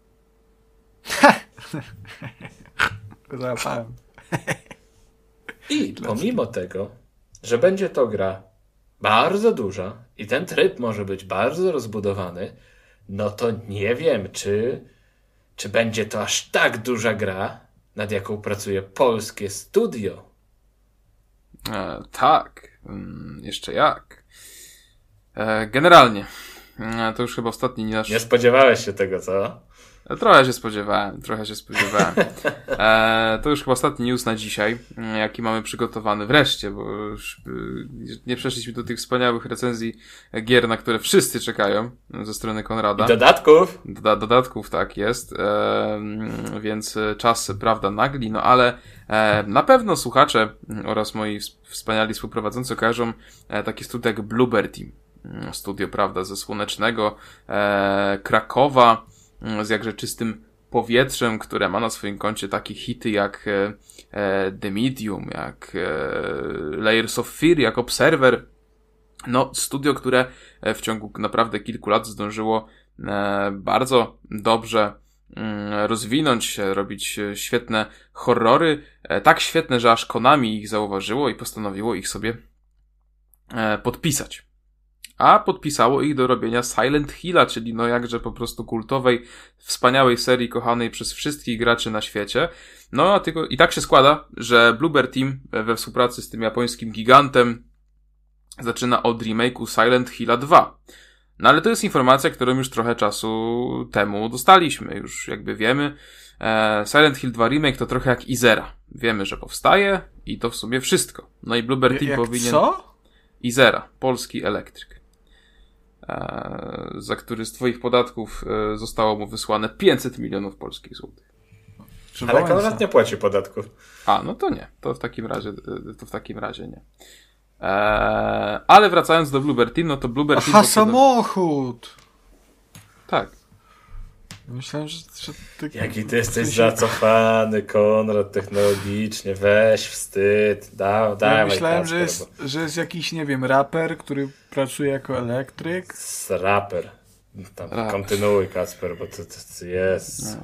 Załapałem. I pomimo tego, że będzie to gra bardzo duża i ten tryb może być bardzo rozbudowany, no to nie wiem, czy, czy będzie to aż tak duża gra, nad jaką pracuje polskie studio. E, tak, mm, jeszcze jak. E, generalnie, e, to już chyba ostatni nasz... Nie spodziewałeś się tego, co? E, trochę się spodziewałem, trochę się spodziewałem. E, to już chyba ostatni news na dzisiaj, jaki mamy przygotowany wreszcie, bo już y, nie przeszliśmy do tych wspaniałych recenzji gier, na które wszyscy czekają ze strony Konrada. I dodatków? Doda- dodatków, tak jest, e, więc czas, prawda, nagli, no ale e, na pewno słuchacze oraz moi wspaniali współprowadzący kojarzą e, takie studio jak Bloober Team. Studio, prawda, ze słonecznego e, Krakowa, z jakże czystym powietrzem, które ma na swoim koncie takie hity jak e, The Medium, jak e, Layers of Fear, jak Observer. No, studio, które w ciągu naprawdę kilku lat zdążyło e, bardzo dobrze mm, rozwinąć się, robić świetne horrory, e, tak świetne, że aż Konami ich zauważyło i postanowiło ich sobie e, podpisać. A podpisało ich do robienia Silent Hilla, czyli no jakże po prostu kultowej, wspaniałej serii kochanej przez wszystkich graczy na świecie. No a tylko i tak się składa, że Bloober Team we współpracy z tym japońskim gigantem zaczyna od remake'u Silent Hilla dwa. No ale to jest informacja, którą już trochę czasu temu dostaliśmy. Już jakby wiemy, e, Silent Hill dwa Remake to trochę jak Izera. Wiemy, że powstaje i to w sumie wszystko. No i Bloober Team jak powinien... co? Izera, polski elektryk. E, za który z twoich podatków e, zostało mu wysłane pięćset milionów polskich złotych. Czy Ale Wałęsa? Konrad nie płaci podatków. A, no to nie. To w takim razie, to w takim razie nie. Eee, ale wracając do Bloober Team, no to Bloober Team... Aha, posiada- samochód! Tak. Myślałem, że... że ty... Jaki ty jesteś w sensie- zacofany, Konrad, technologicznie. Weź, wstyd. Da, Ja dawaj, myślałem, Kacper, że jest, bo- że jest jakiś, nie wiem, raper, który pracuje jako elektryk. Z raper. Tam, Raper. kontynuuj, Kacper, bo to, to, to jest...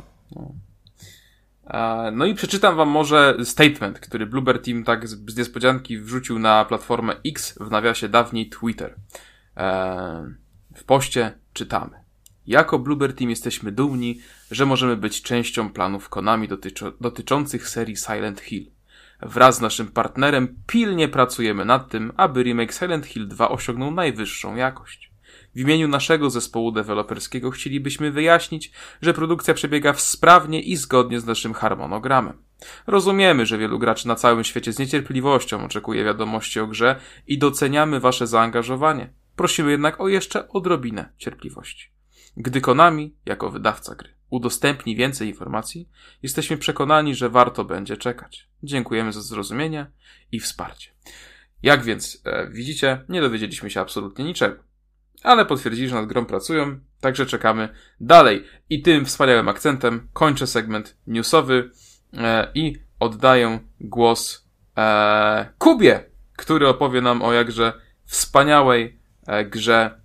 Eee, no i przeczytam wam może statement, który Bloober Team tak z, z niespodzianki wrzucił na platformę X, w nawiasie dawniej Twitter. Eee, w poście czytamy. Jako Bloober Team jesteśmy dumni, że możemy być częścią planów Konami dotyczo- dotyczących serii Silent Hill. Wraz z naszym partnerem pilnie pracujemy nad tym, aby remake Silent Hill dwa osiągnął najwyższą jakość. W imieniu naszego zespołu deweloperskiego chcielibyśmy wyjaśnić, że produkcja przebiega sprawnie i zgodnie z naszym harmonogramem. Rozumiemy, że wielu graczy na całym świecie z niecierpliwością oczekuje wiadomości o grze i doceniamy wasze zaangażowanie. Prosimy jednak o jeszcze odrobinę cierpliwości. Gdy Konami, jako wydawca gry, udostępni więcej informacji, jesteśmy przekonani, że warto będzie czekać. Dziękujemy za zrozumienie i wsparcie. Jak więc e, widzicie, nie dowiedzieliśmy się absolutnie niczego. Ale potwierdzili, że nad grą pracują, także czekamy dalej. I tym wspaniałym akcentem kończę segment newsowy e, i oddaję głos e, Kubie, który opowie nam o jakże wspaniałej e, grze,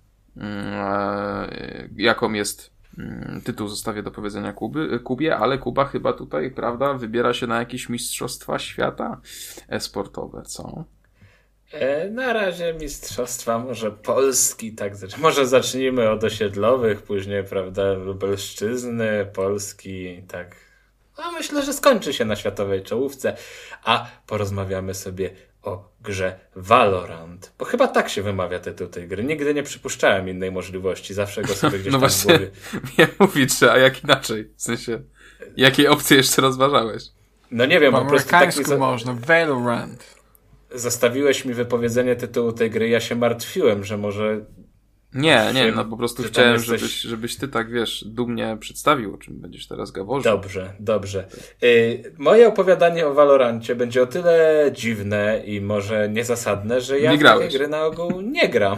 e, jaką jest mm, tytuł, zostawię do powiedzenia Kuby, Kubie, ale Kuba chyba tutaj, prawda, wybiera się na jakieś mistrzostwa świata e-sportowe, co? E, Na razie mistrzostwa może Polski, tak, zacz- może zacznijmy od osiedlowych, później, prawda, Lubelszczyzny, Polski, tak. A myślę, że skończy się na światowej czołówce, a porozmawiamy sobie o grze Valorant, bo chyba tak się wymawia tytuł tej gry. Nigdy nie przypuszczałem innej możliwości, zawsze go sobie gdzieś No tam w właśnie, głowie... miałem mówić, że a jak inaczej? W sensie, jakie opcje jeszcze rozważałeś? No nie wiem, Po po prostu taki... amerykańsku za- można, Valorant. Zostawiłeś mi wypowiedzenie tytułu tej gry, ja się martwiłem, że może... Nie, nie, Że- no po prostu że tam chciałem, jesteś- żebyś, żebyś ty tak, wiesz, dumnie przedstawił, o czym będziesz teraz gaworzył. Dobrze, dobrze. Y, moje opowiadanie o Valorancie będzie o tyle dziwne i może niezasadne, że ja Nie w grałeś. takie gry na ogół nie gram.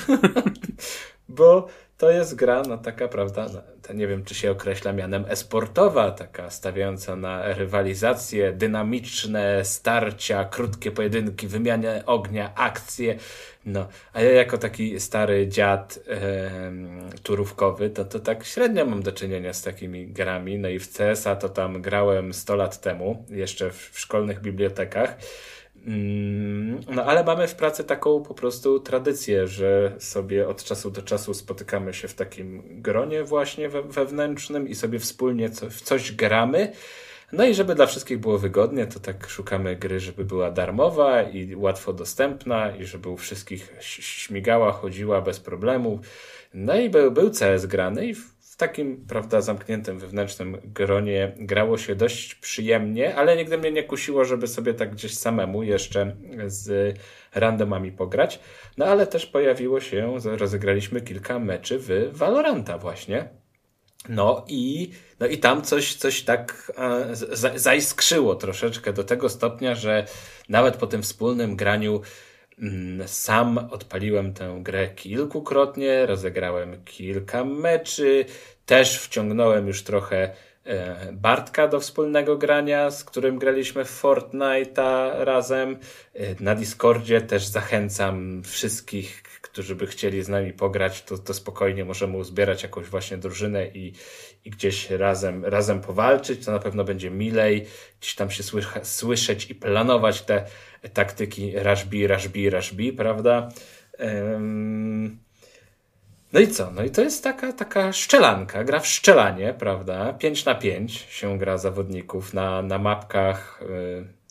Bo to jest gra, no taka, prawda, no, to nie wiem, czy się określa mianem e-sportowa, taka stawiająca na rywalizację, dynamiczne starcia, krótkie pojedynki, wymianę ognia, akcje. No, a ja jako taki stary dziad em, turówkowy, to, to tak średnio mam do czynienia z takimi grami. No i w C S a to tam grałem sto lat temu, jeszcze w, w szkolnych bibliotekach. Mm, No ale mamy w pracy taką po prostu tradycję, że sobie od czasu do czasu spotykamy się w takim gronie właśnie we, wewnętrznym i sobie wspólnie co, w coś gramy. No i żeby dla wszystkich było wygodnie, to tak szukamy gry, żeby była darmowa i łatwo dostępna i żeby u wszystkich ś- śmigała, chodziła bez problemu. No i był, był C S grany i w w takim, prawda, zamkniętym wewnętrznym gronie grało się dość przyjemnie, ale nigdy mnie nie kusiło, żeby sobie tak gdzieś samemu jeszcze z randomami pograć. No ale też pojawiło się, rozegraliśmy kilka meczy w Valoranta właśnie. No i, no i tam coś, coś tak e, za, zaiskrzyło troszeczkę do tego stopnia, że nawet po tym wspólnym graniu mm, sam odpaliłem tę grę kilkukrotnie, rozegrałem kilka meczy, też wciągnąłem już trochę e, Bartka do wspólnego grania, z którym graliśmy w Fortnite'a razem. E, na Discordzie też zachęcam wszystkich, którzy by chcieli z nami pograć, to, to spokojnie możemy uzbierać jakąś właśnie drużynę i, i gdzieś razem, razem powalczyć. To na pewno będzie milej, gdzieś tam się słycha, słyszeć i planować te taktyki rush B, rush B, rush B, prawda? Um, no i co? No i to jest taka, taka szczelanka, gra w szczelanie, prawda? pięć na pięć się gra zawodników na, na mapkach y,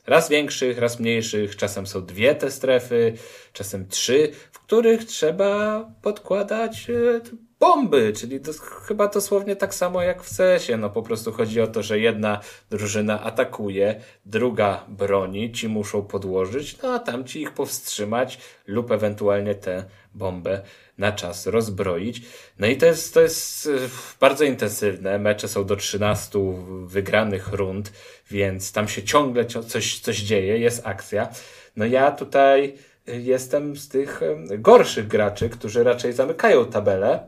Raz większych, raz mniejszych, czasem są dwie te strefy, czasem trzy, w których trzeba podkładać e, bomby, czyli to, chyba dosłownie tak samo jak w C S ie. No po prostu chodzi o to, że jedna drużyna atakuje, druga broni, ci muszą podłożyć, no a tamci ich powstrzymać lub ewentualnie tę bombę na czas rozbroić. No i to jest, to jest bardzo intensywne. Mecze są do trzynastu wygranych rund, więc tam się ciągle coś, coś dzieje, jest akcja. No ja tutaj jestem z tych gorszych graczy, którzy raczej zamykają tabelę,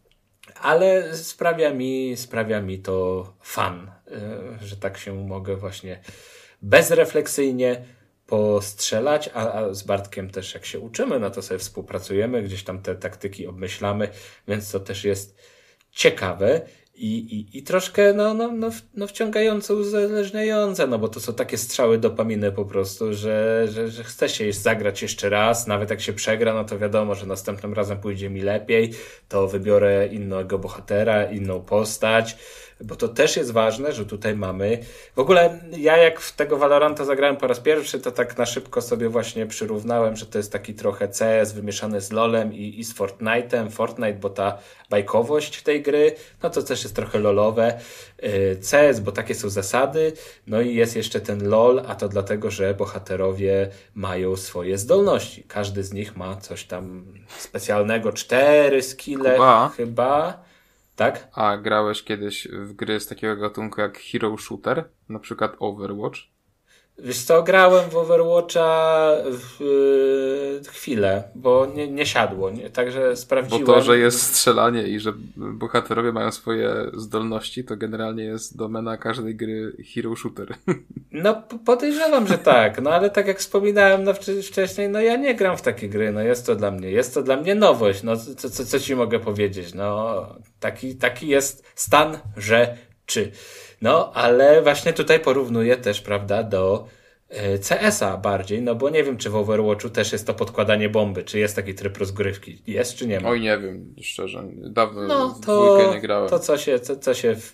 ale sprawia mi, sprawia mi to fan, że tak się mogę właśnie bezrefleksyjnie postrzelać, a, a z Bartkiem też jak się uczymy, no to sobie współpracujemy, gdzieś tam te taktyki obmyślamy, więc to też jest ciekawe i, i, i troszkę no, no, no, no wciągające, uzależniające, no bo to są takie strzały dopaminy po prostu, że, że, że chce się zagrać jeszcze raz, nawet jak się przegra, no to wiadomo, że następnym razem pójdzie mi lepiej, to wybiorę innego bohatera, inną postać, bo to też jest ważne, że tutaj mamy... W ogóle ja jak w tego Valoranta zagrałem po raz pierwszy, to tak na szybko sobie właśnie przyrównałem, że to jest taki trochę C S wymieszany z LoLem i, i z Fortnite'em. Fortnite, bo ta bajkowość tej gry, no to też jest trochę lolowe. C S, bo takie są zasady. No i jest jeszcze ten LoL, a to dlatego, że bohaterowie mają swoje zdolności. Każdy z nich ma coś tam specjalnego. Cztery skille Kuba. chyba... Tak? A grałeś kiedyś w gry z takiego gatunku jak Hero Shooter? Na przykład Overwatch? Wiesz co, grałem w Overwatcha w, yy, chwilę, bo nie, nie siadło, nie? Także sprawdziłem. Bo to, że jest strzelanie i że bohaterowie mają swoje zdolności, to generalnie jest domena każdej gry Hero Shooter. No podejrzewam, że tak, no ale tak jak wspominałem no, wcześniej, no ja nie gram w takie gry, no jest to dla mnie, jest to dla mnie nowość, no co, co, co ci mogę powiedzieć, no taki, taki jest stan rzeczy. No, ale właśnie tutaj porównuję też, prawda, do y, C S a bardziej, no bo nie wiem, czy w Overwatchu też jest to podkładanie bomby, czy jest taki tryb rozgrywki. Jest, czy nie ma? Oj, nie wiem, szczerze. Dawno no, w to, dwójkę nie grałem. To co się, co, co się w...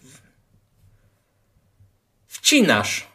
wcinasz.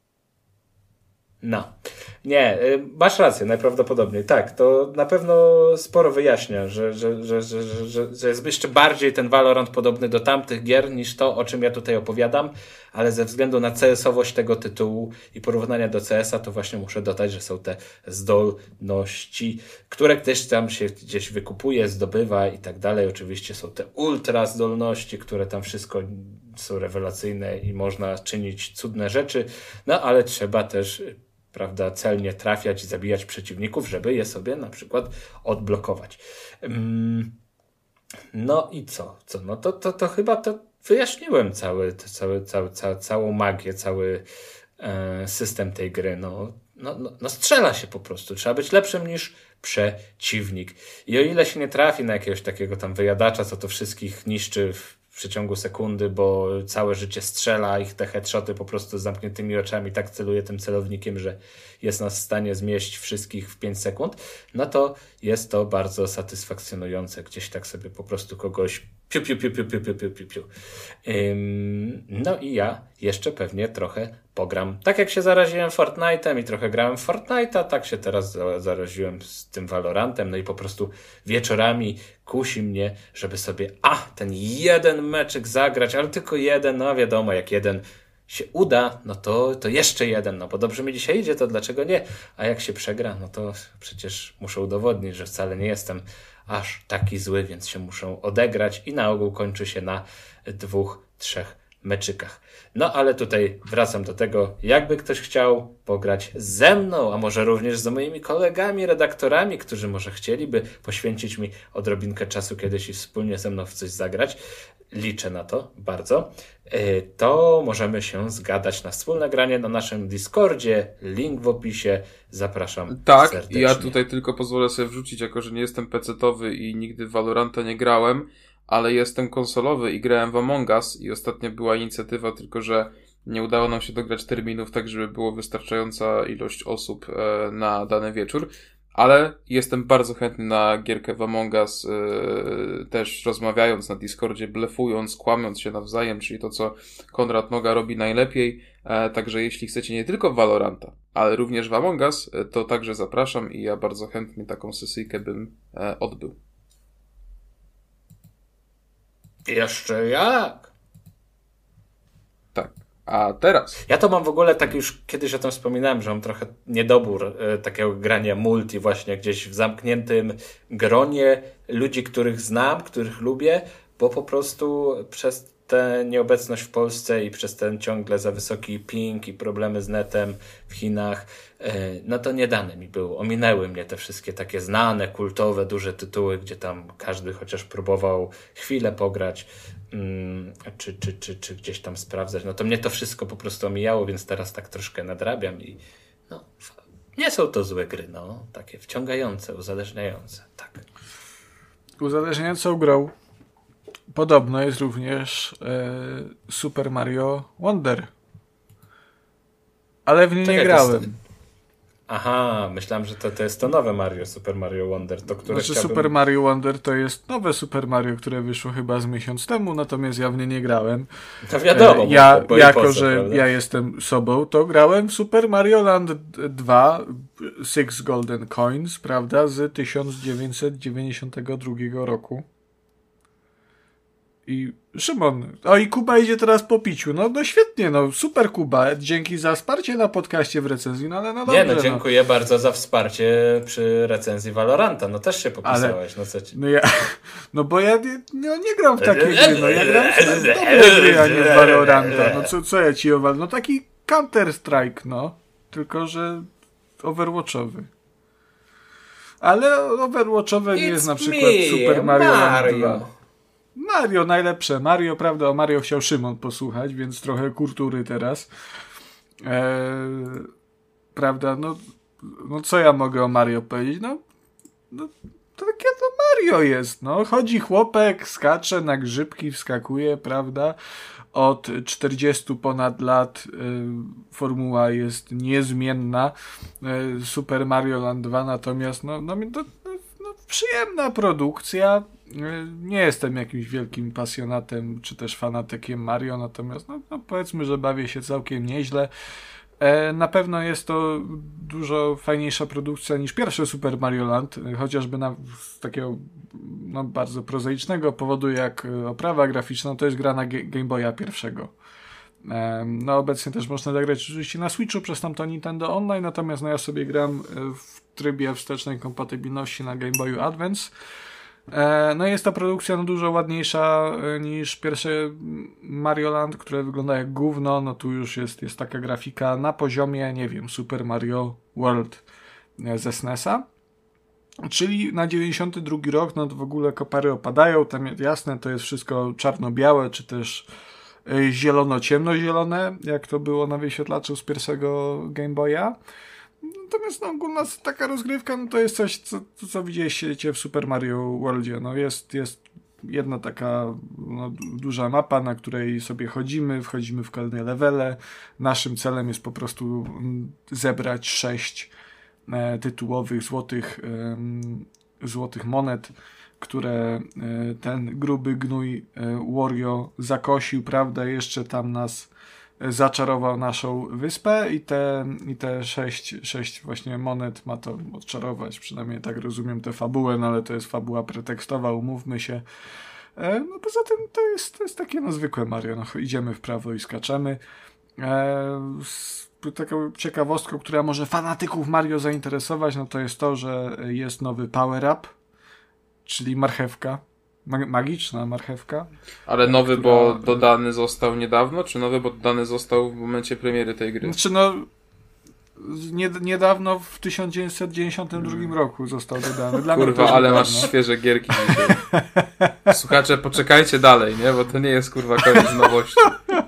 No. Nie, masz rację, najprawdopodobniej. Tak, to na pewno sporo wyjaśnia, że, że, że, że, że, że jest jeszcze bardziej ten Valorant podobny do tamtych gier niż to, o czym ja tutaj opowiadam, ale ze względu na C S owość tego tytułu i porównania do C S a, to właśnie muszę dodać, że są te zdolności, które też tam się gdzieś wykupuje, zdobywa i tak dalej. Oczywiście są te ultra zdolności, które tam wszystko są rewelacyjne i można czynić cudne rzeczy, no ale trzeba też, prawda, celnie trafiać i zabijać przeciwników, żeby je sobie na przykład odblokować. No i co? co? No to, to, to chyba to wyjaśniłem cały, to cały, cały, cały, całą magię, cały e, system tej gry. No, no, no, no strzela się po prostu. Trzeba być lepszym niż przeciwnik. I o ile się nie trafi na jakiegoś takiego tam wyjadacza, co to wszystkich niszczy w w przeciągu sekundy, bo całe życie strzela ich te headshoty po prostu z zamkniętymi oczami, tak celuje tym celownikiem, że jest nas w stanie zmieść wszystkich w pięć sekund, no to jest to bardzo satysfakcjonujące. Gdzieś tak sobie po prostu kogoś piu, piu, piu, piu, piu, piu, piu, piu, piu. Ym, no i ja jeszcze pewnie trochę pogram. Tak jak się zaraziłem Fortnite'em i trochę grałem w Fortnite'a, tak się teraz zaraziłem z tym Valorantem, no i po prostu wieczorami kusi mnie, żeby sobie, a, ten jeden meczek zagrać, ale tylko jeden, no wiadomo, jak jeden się uda, no to, to jeszcze jeden, no bo dobrze mi dzisiaj idzie, to dlaczego nie? A jak się przegra, no to przecież muszę udowodnić, że wcale nie jestem aż taki zły, więc się muszę odegrać i na ogół kończy się na dwóch, trzech meczykach. No ale tutaj wracam do tego, jakby ktoś chciał pograć ze mną, a może również z moimi kolegami, redaktorami, którzy może chcieliby poświęcić mi odrobinkę czasu kiedyś i wspólnie ze mną w coś zagrać, liczę na to bardzo, to możemy się zgadać na wspólne granie na naszym Discordzie, link w opisie, zapraszam tak, serdecznie. Ja tutaj tylko pozwolę sobie wrzucić, jako że nie jestem pecetowy i nigdy w Valoranta nie grałem, ale jestem konsolowy i grałem w Among Us i ostatnio była inicjatywa, tylko że nie udało nam się dograć terminów tak, żeby było wystarczająca ilość osób e, na dany wieczór, ale jestem bardzo chętny na gierkę w Among Us, e, też rozmawiając na Discordzie, blefując, kłamiąc się nawzajem, czyli to, co Konrad Noga robi najlepiej, e, także jeśli chcecie nie tylko w Valoranta, ale również w Among Us, to także zapraszam i ja bardzo chętnie taką sesyjkę bym e, odbył. Jeszcze jak? Tak. A teraz? Ja to mam w ogóle, tak już kiedyś o tym wspominałem, że mam trochę niedobór e, takiego grania multi właśnie gdzieś w zamkniętym gronie ludzi, których znam, których lubię, bo po prostu przez tę nieobecność w Polsce i przez ten ciągle za wysoki ping i problemy z netem w Chinach, e, no to nie dane mi było. Ominęły mnie te wszystkie takie znane, kultowe, duże tytuły, gdzie tam każdy chociaż próbował chwilę pograć, mm, czy, czy, czy, czy gdzieś tam sprawdzać. No to mnie to wszystko po prostu omijało, więc teraz tak troszkę nadrabiam i no, nie są to złe gry, no, takie wciągające, uzależniające, tak. Uzależniającą grą podobno jest również e, Super Mario Wonder. Ale w nie Czekaj, nie to grałem. jest- Aha, myślałem, że to, to jest to nowe Mario, Super Mario Wonder, to które Znaczy chciałbym... Super Mario Wonder to jest nowe Super Mario, które wyszło chyba z miesiąc temu, natomiast ja w nie nie grałem. No wiadomo, E, ja, bo, bo i jako po co, że prawda? ja jestem sobą, to grałem w Super Mario Land dwa Six Golden Coins, prawda, z tysiąc dziewięćset dziewięćdziesiątego drugiego roku. I Szymon, o i Kuba idzie teraz po piciu. No, no świetnie, no super Kuba, dzięki za wsparcie na podcaście w recenzji, no ale no dobrze. Nie, no dziękuję bardzo za wsparcie przy recenzji Valoranta, no też się popisałeś, no co ci... No ja, no bo ja nie, no nie gram w takie gry, no ja gram w dobre gry, a nie w Valoranta. No co, co ja ci owal? No taki Counter Strike, no. Tylko, że Overwatchowy. Ale Overwatchowe nie jest na przykład me, Super Mario Land Mario. dwa. Mario najlepsze. Mario, prawda, o Mario chciał Szymon posłuchać, więc trochę kultury teraz. Eee, prawda, no, no co ja mogę o Mario powiedzieć? No, no to takie to Mario jest, no. Chodzi chłopek, skacze na grzybki, wskakuje, prawda. Od czterdziestu ponad lat y, formuła jest niezmienna. Y, Super Mario Land dwa natomiast no, no, to, no, przyjemna produkcja. Nie jestem jakimś wielkim pasjonatem czy też fanatykiem Mario, natomiast no, no powiedzmy, że bawię się całkiem nieźle. E, na pewno jest to dużo fajniejsza produkcja niż pierwsze Super Mario Land, chociażby na, z takiego no, bardzo prozaicznego powodu jak oprawa graficzna, to jest gra na Ge- Game Boya pierwszego. E, no obecnie też można zagrać oczywiście na Switchu przez tamto Nintendo Online, natomiast no, ja sobie gram w trybie wstecznej kompatybilności na Game Boyu Advance. No jest ta produkcja no dużo ładniejsza niż pierwsze Mario Land, które wygląda jak gówno. No tu już jest, jest taka grafika na poziomie, nie wiem, Super Mario World ze S N E S a. Czyli na dziewięćdziesiąty drugi rok, no to w ogóle kopary opadają. Tam jasne, to jest wszystko czarno-białe, czy też zielono-ciemnozielone, jak to było na wyświetlaczu z pierwszego Game Boya. Natomiast no, ogólna taka rozgrywka, no to jest coś, co, co widzieliście w Super Mario Worldzie. No jest, jest jedna taka no, duża mapa, na której sobie chodzimy, wchodzimy w kolejne levele. Naszym celem jest po prostu zebrać sześć e, tytułowych złotych, e, złotych monet, które e, ten gruby gnój e, Wario zakosił, prawda, jeszcze tam nas zaczarował naszą wyspę i te, i te sześć, sześć właśnie monet ma to odczarować, przynajmniej tak rozumiem tę fabułę, no ale to jest fabuła pretekstowa, umówmy się. E, no poza tym to jest, to jest takie no zwykłe Mario, no idziemy w prawo i skaczemy. E, z, taką ciekawostką, która może fanatyków Mario zainteresować, no to jest to, że jest nowy power up, czyli marchewka. Magiczna marchewka. Ale nowy, która... bo dodany został niedawno, czy nowy, bo dodany został w momencie premiery tej gry? Znaczy no nie, niedawno w tysiąc dziewięćset dziewięćdziesiątym drugim roku został dodany. Dla Kurwa, mnie ale niedawno. masz świeże gierki dzisiaj. Słuchacze, poczekajcie dalej, nie? Bo to nie jest kurwa koniec nowości.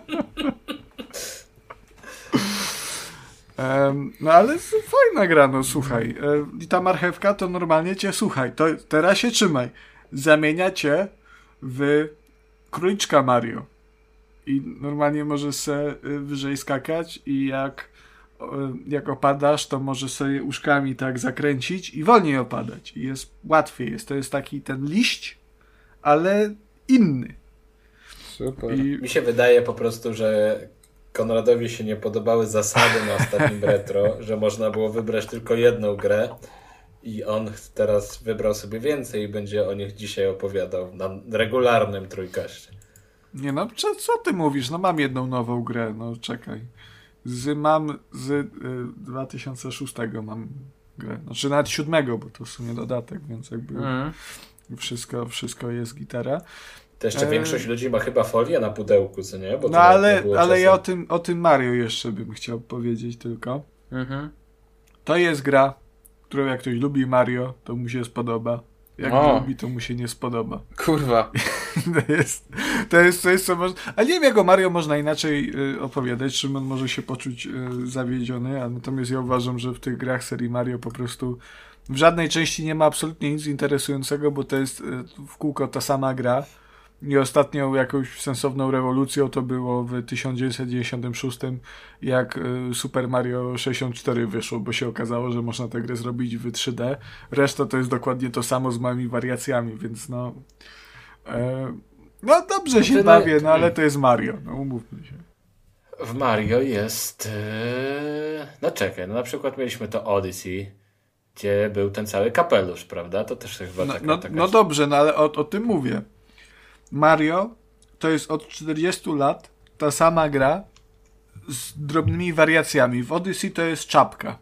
Um, no ale fajna gra, no słuchaj. I um, ta marchewka to normalnie cię, słuchaj, to teraz się trzymaj. Zamienia cię w króliczka Mario. I normalnie możesz se wyżej skakać i jak, jak opadasz, to możesz sobie uszkami tak zakręcić i wolniej opadać. I jest łatwiej. Jest, to jest taki ten liść, ale inny. Super. I... Mi się wydaje po prostu, że Konradowi się nie podobały zasady na ostatnim retro, że można było wybrać tylko jedną grę i on teraz wybrał sobie więcej i będzie o nich dzisiaj opowiadał na regularnym trójkaście. Nie no, co, co ty mówisz? No mam jedną nową grę, no czekaj. Z, mam z y, dwa tysiące szóstego mam grę. Znaczy nawet siódmego, bo to w sumie dodatek, więc jakby mm. wszystko, wszystko jest gitara. To jeszcze e... większość ludzi ma chyba folię na pudełku, co nie? Bo no ale, ale ja o tym, o tym Mario jeszcze bym chciał powiedzieć tylko. Mm-hmm. To jest gra, którą jak ktoś lubi Mario, to mu się spodoba. Jak nie lubi, to mu się nie spodoba. Kurwa. to jest to jest coś, co można... A nie wiem, jak o Mario można inaczej y, opowiadać. Szymon może się poczuć y, zawiedziony, a natomiast ja uważam, że w tych grach serii Mario po prostu w żadnej części nie ma absolutnie nic interesującego, bo to jest y, w kółko ta sama gra. I ostatnią jakąś sensowną rewolucją to było w tysiąc dziewięćset dziewięćdziesiątym szóstym, jak y, Super Mario sześćdziesiąt cztery wyszło, bo się okazało, że można tę grę zrobić w trzy D. Reszta to jest dokładnie to samo z małymi wariacjami, więc no... E, no dobrze się bawię, no ale to jest Mario, no umówmy się. W Mario jest... Yy... No czekaj, no na przykład mieliśmy to Odyssey, gdzie był ten cały kapelusz, prawda? To też chyba no, taka... No, taka... no dobrze, no ale o, o tym mówię. Mario to jest od czterdziestu lat ta sama gra z drobnymi wariacjami. W Odyssey to jest czapka.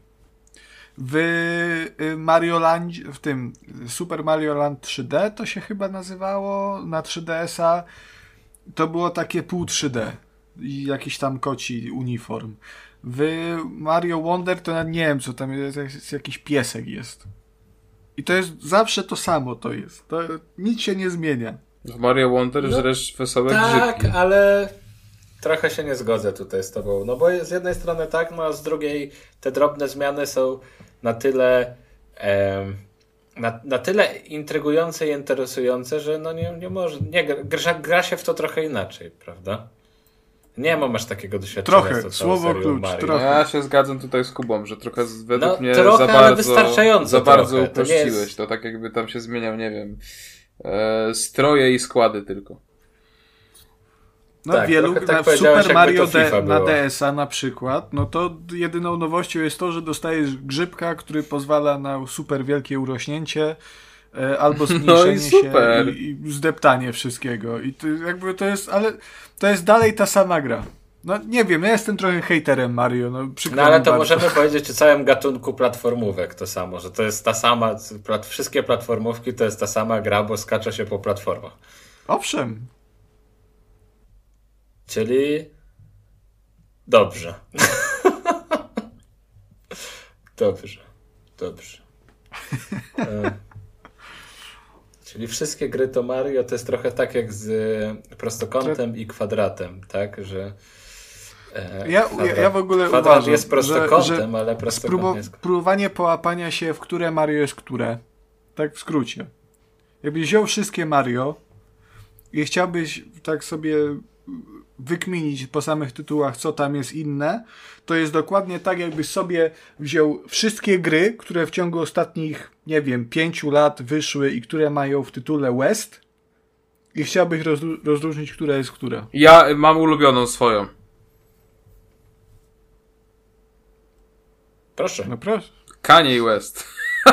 W Mario Land, w tym Super Mario Land trzy D to się chyba nazywało na trzy D S a. To było takie pół trzy D i jakiś tam koci uniform. W Mario Wonder to nie wiem co tam jest, jest jakiś piesek jest. I to jest zawsze to samo to jest. To nic się nie zmienia. W Mario Wonder no, żresz wesołe tak, grzybki. ale trochę się nie zgodzę tutaj z tobą. No bo z jednej strony tak, no a z drugiej te drobne zmiany są na tyle em, na, na tyle intrygujące i interesujące, że no nie, nie może, nie, gra, gra się w to trochę inaczej, prawda? Nie mam aż takiego doświadczenia. Trochę, słowo klucz, Mario. trochę. Ja się zgadzam tutaj z Kubą, że trochę według no, mnie trochę, za bardzo, wystarczająco za bardzo trochę. uprościłeś. To, jest... to tak jakby tam się zmieniał, nie wiem, e, stroje i składy tylko. No tak, wielu, tak na, w Super Mario D, na D S a na przykład, no to jedyną nowością jest to, że dostajesz grzybka, który pozwala na super wielkie urośnięcie e, albo zmniejszenie no i super. się i, i zdeptanie wszystkiego. I to jakby to jest, ale to jest dalej ta sama gra. No nie wiem, ja jestem trochę hejterem Mario. No, no ale to bardzo. Możemy powiedzieć o całym gatunku platformówek to samo, że to jest ta sama, plat, wszystkie platformówki to jest ta sama gra, bo skacze się po platformach. Owszem. Czyli dobrze. dobrze. Dobrze. e... Czyli wszystkie gry to Mario to jest trochę tak jak z prostokątem i kwadratem, tak, że e, ja, kwadrat, ja w ogóle kwadrat uważam, jest prostokątem, że, że ale prostokąt spróbu- jest... próbowanie połapania się, w które Mario jest które, tak w skrócie. Jakbyś wziął wszystkie Mario i chciałbyś tak sobie wykminić po samych tytułach, co tam jest inne, to jest dokładnie tak, jakbyś sobie wziął wszystkie gry, które w ciągu ostatnich, nie wiem, pięciu lat wyszły i które mają w tytule West i chciałbyś rozru- rozróżnić, która jest która. Ja mam ulubioną swoją. Proszę. No proszę. Kanye West.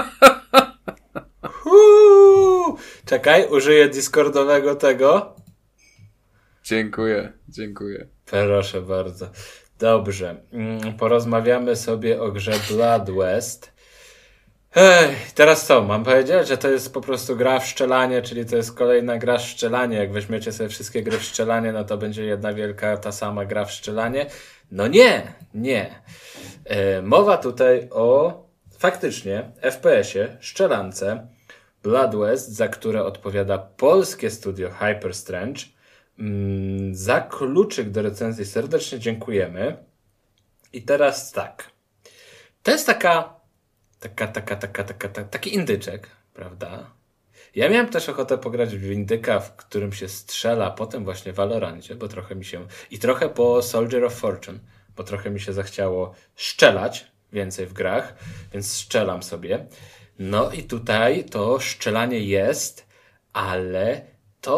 Uuu, czekaj, użyję discordowego tego. Dziękuję, dziękuję. Proszę bardzo. Dobrze. Porozmawiamy sobie o grze Blood West. Ej, teraz co? Mam powiedzieć, że to jest po prostu gra w szczelanie, czyli to jest kolejna gra w szczelanie. Jak weźmiecie sobie wszystkie gry w szczelanie, no to będzie jedna wielka ta sama gra w szczelanie. No nie, nie. E, mowa tutaj o faktycznie F P S-ie, szczelance Blood West, za które odpowiada polskie studio Hyper Strange. Za kluczyk do recenzji serdecznie dziękujemy. I teraz tak. To jest taka, taka, taka, taka, taka, taka taki indyczek, prawda? Ja miałem też ochotę pograć w indyka, w którym się strzela, potem właśnie w Valorancie, bo trochę mi się... I trochę po Soldier of Fortune, bo trochę mi się zachciało szczelać więcej w grach, więc strzelam sobie. No i tutaj to szczelanie jest, ale to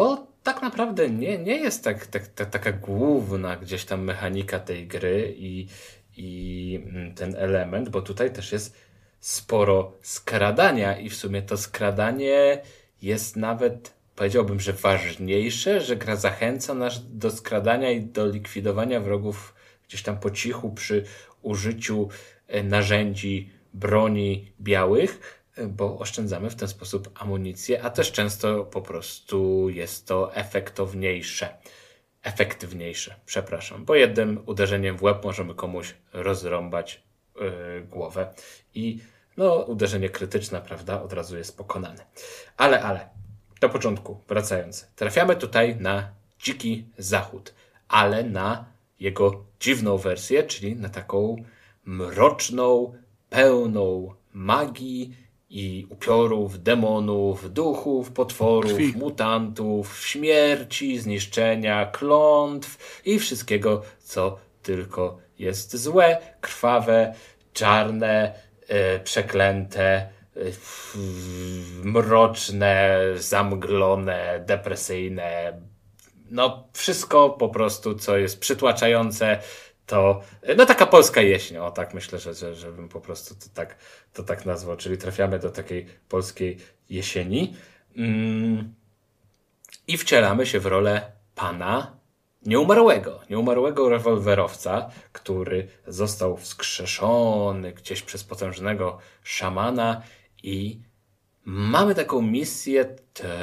tak naprawdę nie, nie jest tak, tak, tak, taka główna gdzieś tam mechanika tej gry i, i ten element, bo tutaj też jest sporo skradania i w sumie to skradanie jest nawet, powiedziałbym, że ważniejsze, że gra zachęca nas do skradania i do likwidowania wrogów gdzieś tam po cichu przy użyciu narzędzi, broni białych, bo oszczędzamy w ten sposób amunicję, a też często po prostu jest to efektowniejsze. Efektywniejsze, przepraszam, bo jednym uderzeniem w łeb możemy komuś rozrąbać yy, głowę i no uderzenie krytyczne, prawda, od razu jest pokonane. Ale, ale, do początku, wracając, trafiamy tutaj na Dziki Zachód, ale na jego dziwną wersję, czyli na taką mroczną, pełną magii i upiorów, demonów, duchów, potworów, Krwi. mutantów, śmierci, zniszczenia, klątw i wszystkiego, co tylko jest złe, krwawe, czarne, e, przeklęte, e, f- mroczne, zamglone, depresyjne. No wszystko po prostu, co jest przytłaczające, to no taka polska jesień, o tak myślę, że, że, że bym po prostu to tak, to tak nazwał, czyli trafiamy do takiej polskiej jesieni mm, i wcielamy się w rolę pana nieumarłego, nieumarłego rewolwerowca, który został wskrzeszony gdzieś przez potężnego szamana i mamy taką misję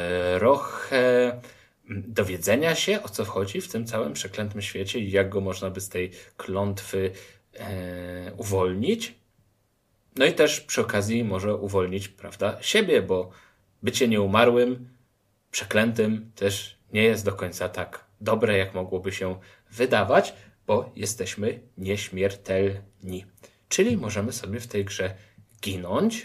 trochę dowiedzenia się, o co chodzi w tym całym przeklętym świecie i jak go można by z tej klątwy e, uwolnić. No i też przy okazji może uwolnić, prawda, siebie, bo bycie nieumarłym, przeklętym też nie jest do końca tak dobre, jak mogłoby się wydawać, bo jesteśmy nieśmiertelni. Czyli możemy sobie w tej grze ginąć,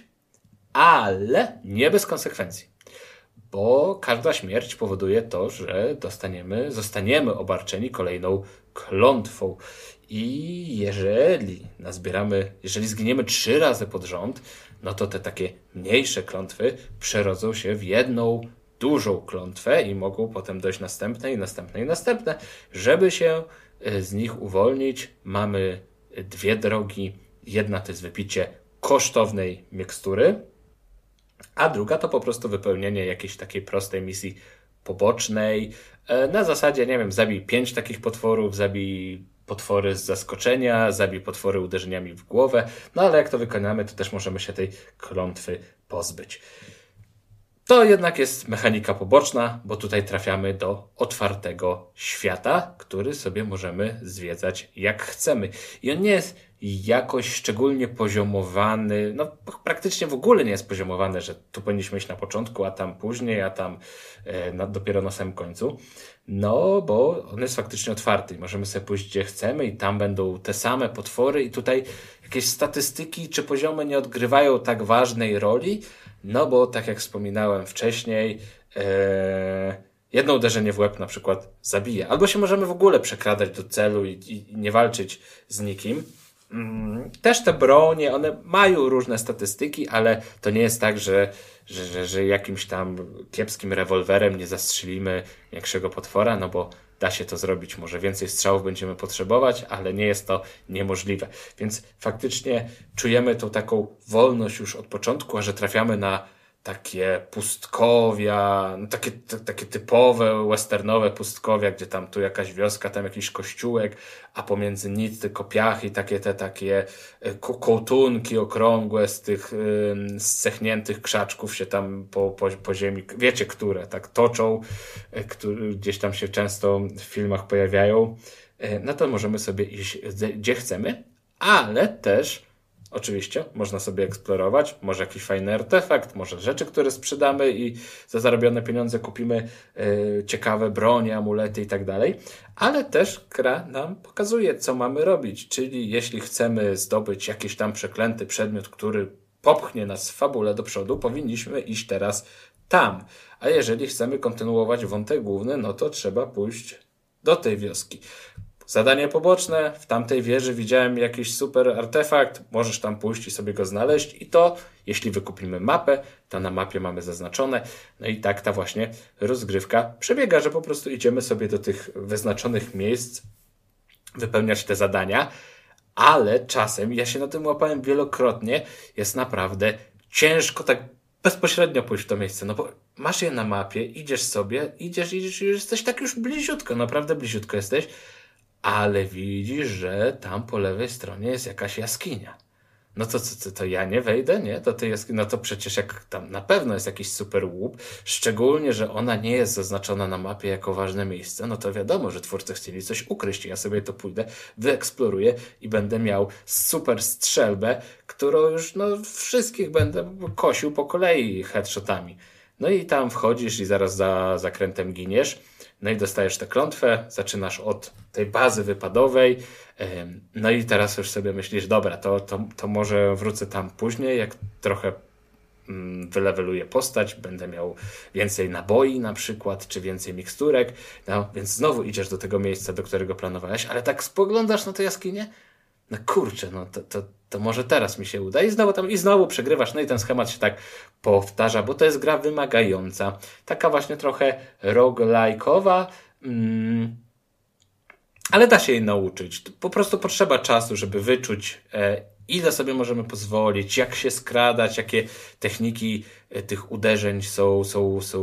ale nie bez konsekwencji. Bo każda śmierć powoduje to, że dostaniemy, zostaniemy obarczeni kolejną klątwą. I jeżeli nazbieramy, jeżeli zginiemy trzy razy pod rząd, no to te takie mniejsze klątwy przerodzą się w jedną dużą klątwę i mogą potem dojść następne i następne i następne. Żeby się z nich uwolnić, mamy dwie drogi. Jedna to jest wypicie kosztownej mikstury, a druga to po prostu wypełnienie jakiejś takiej prostej misji pobocznej. Na zasadzie, nie wiem, zabij pięć takich potworów, zabij potwory z zaskoczenia, zabij potwory uderzeniami w głowę. No ale jak to wykonamy, to też możemy się tej klątwy pozbyć. To jednak jest mechanika poboczna, bo tutaj trafiamy do otwartego świata, który sobie możemy zwiedzać jak chcemy. I on nie jest jakoś szczególnie poziomowany, no praktycznie w ogóle nie jest poziomowany, że tu powinniśmy iść na początku, a tam później, a tam e, na, dopiero na samym końcu. No, bo on jest faktycznie otwarty i możemy sobie pójść gdzie chcemy i tam będą te same potwory i tutaj jakieś statystyki czy poziomy nie odgrywają tak ważnej roli, no bo tak jak wspominałem wcześniej, e, jedno uderzenie w łeb na przykład zabije. Albo się możemy w ogóle przekradać do celu i, i, i nie walczyć z nikim. Też te bronie, one mają różne statystyki, ale to nie jest tak, że, że, że, że jakimś tam kiepskim rewolwerem nie zastrzelimy większego potwora, no bo da się to zrobić, może więcej strzałów będziemy potrzebować, ale nie jest to niemożliwe. Więc faktycznie czujemy tą taką wolność już od początku, a że trafiamy na takie pustkowia, no takie, t- takie typowe westernowe pustkowia, gdzie tam tu jakaś wioska, tam jakiś kościółek, a pomiędzy nic tylko piachy i takie te takie ko- kołtunki okrągłe z tych y, zsechniętych krzaczków się tam po, po, po ziemi, wiecie które, tak toczą, y, które gdzieś tam się często w filmach pojawiają, y, no to możemy sobie iść gdzie chcemy, ale też oczywiście, można sobie eksplorować, może jakiś fajny artefakt, może rzeczy, które sprzedamy i za zarobione pieniądze kupimy y, ciekawe bronie, amulety i tak dalej, ale też gra nam pokazuje, co mamy robić, czyli jeśli chcemy zdobyć jakiś tam przeklęty przedmiot, który popchnie nas w fabule do przodu, powinniśmy iść teraz tam, a jeżeli chcemy kontynuować wątek główny, no to trzeba pójść do tej wioski. zadanie poboczne, w tamtej wieży widziałem jakiś super artefakt, możesz tam pójść i sobie go znaleźć i to, jeśli wykupimy mapę, to na mapie mamy zaznaczone. No i tak ta właśnie rozgrywka przebiega, że po prostu idziemy sobie do tych wyznaczonych miejsc, wypełniać te zadania, ale czasem, ja się na tym łapałem wielokrotnie, jest naprawdę ciężko tak bezpośrednio pójść w to miejsce, no bo masz je na mapie, idziesz sobie, idziesz, idziesz, idziesz, jesteś tak już bliziutko, naprawdę bliziutko jesteś, ale widzisz, że tam po lewej stronie jest jakaś jaskinia. No to co, to, to ja nie wejdę, nie? Do tej jaskini, no to przecież jak tam na pewno jest jakiś super łup, szczególnie, że ona nie jest zaznaczona na mapie jako ważne miejsce, no to wiadomo, że twórcy chcieli coś ukryć. Ja sobie to pójdę, wyeksploruję i będę miał super strzelbę, którą już no wszystkich będę kosił po kolei headshotami. No i tam wchodzisz i zaraz za zakrętem giniesz. No i dostajesz tę klątwę, zaczynasz od tej bazy wypadowej, no i teraz już sobie myślisz, dobra, to, to, to może wrócę tam później, jak trochę wyleweluję postać, będę miał więcej naboi na przykład, czy więcej miksturek, no więc znowu idziesz do tego miejsca, do którego planowałeś, ale tak spoglądasz na tę jaskinię, no kurczę, no to, to, to może teraz mi się uda i znowu tam i znowu przegrywasz, no i ten schemat się tak powtarza, bo to jest gra wymagająca, taka właśnie trochę roguelike'owa, mm, ale da się jej nauczyć, po prostu potrzeba czasu, żeby wyczuć e, ile sobie możemy pozwolić, jak się skradać, jakie techniki e, tych uderzeń są, są, są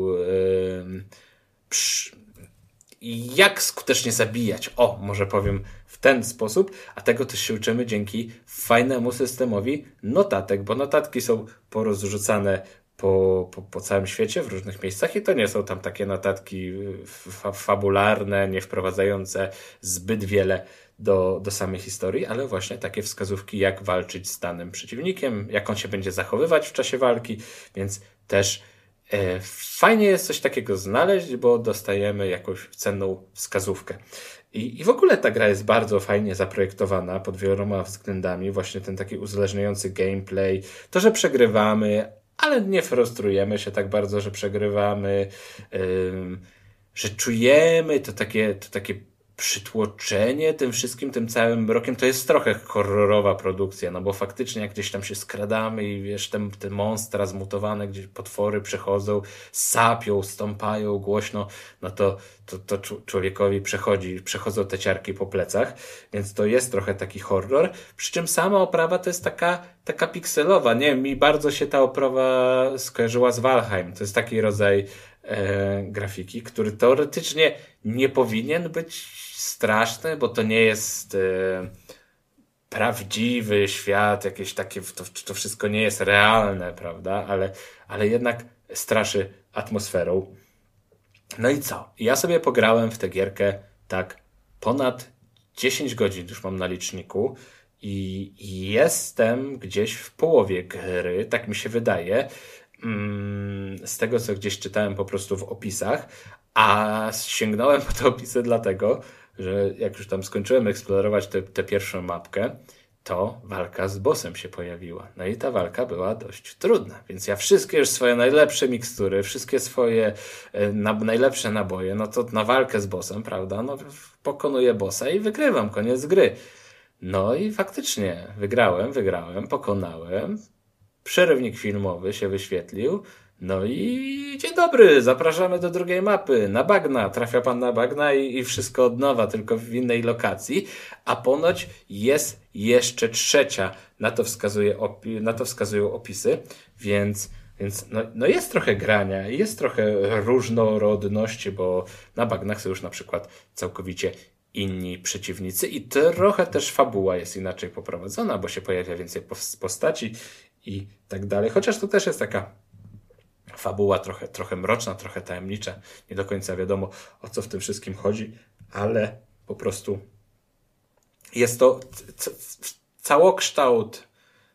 e, przy, jak skutecznie zabijać. O, może powiem w ten sposób, a tego też się uczymy dzięki fajnemu systemowi notatek, bo notatki są porozrzucane po, po, po całym świecie, w różnych miejscach i to nie są tam takie notatki fa- fabularne, nie wprowadzające zbyt wiele do, do samej historii, ale właśnie takie wskazówki, jak walczyć z danym przeciwnikiem, jak on się będzie zachowywać w czasie walki, więc też e, fajnie jest coś takiego znaleźć, bo dostajemy jakąś cenną wskazówkę. I, I w ogóle ta gra jest bardzo fajnie zaprojektowana pod wieloma względami, właśnie ten taki uzależniający gameplay, to, że przegrywamy, ale nie frustrujemy się tak bardzo, że przegrywamy, yy, że czujemy to takie, to takie przytłoczenie tym wszystkim, tym całym mrokiem. To jest trochę horrorowa produkcja, no bo faktycznie jak gdzieś tam się skradamy i wiesz, te, te monstra zmutowane, gdzieś potwory przechodzą, sapią, stąpają głośno, no to, to, to człowiekowi przechodzi, przechodzą te ciarki po plecach, więc to jest trochę taki horror, przy czym sama oprawa to jest taka, taka pikselowa, nie, mi bardzo się ta oprawa skojarzyła z Valheim, to jest taki rodzaj e, grafiki, który teoretycznie nie powinien być straszny, bo to nie jest e, prawdziwy świat, jakieś takie, to, to wszystko nie jest realne, prawda, ale, ale jednak straszy atmosferą. No i co? Ja sobie pograłem w tę gierkę tak ponad dziesięć godzin już mam na liczniku i, i jestem gdzieś w połowie gry, tak mi się wydaje, mm, z tego co gdzieś czytałem po prostu w opisach, a sięgnąłem po te opisy dlatego, że jak już tam skończyłem eksplorować tę pierwszą mapkę, to walka z bossem się pojawiła. No i ta walka była dość trudna, więc ja wszystkie już swoje najlepsze mikstury, wszystkie swoje e, na, najlepsze naboje, no to na walkę z bossem, prawda, no pokonuję bossa i wygrywam, koniec gry. No i faktycznie wygrałem, wygrałem, pokonałem, przerywnik filmowy się wyświetlił, no i dzień dobry, zapraszamy do drugiej mapy, na bagna, trafia pan na bagna i, i wszystko od nowa, tylko w innej lokacji, a ponoć jest jeszcze trzecia, na to, wskazuje opi- na to wskazują opisy, więc, więc no, no jest trochę grania, jest trochę różnorodności, bo na bagnach są już na przykład całkowicie inni przeciwnicy i trochę też fabuła jest inaczej poprowadzona, bo się pojawia więcej postaci i tak dalej, chociaż to też jest taka fabuła trochę, trochę mroczna, trochę tajemnicza. Nie do końca wiadomo, o co w tym wszystkim chodzi, ale po prostu jest to c- c- całokształt.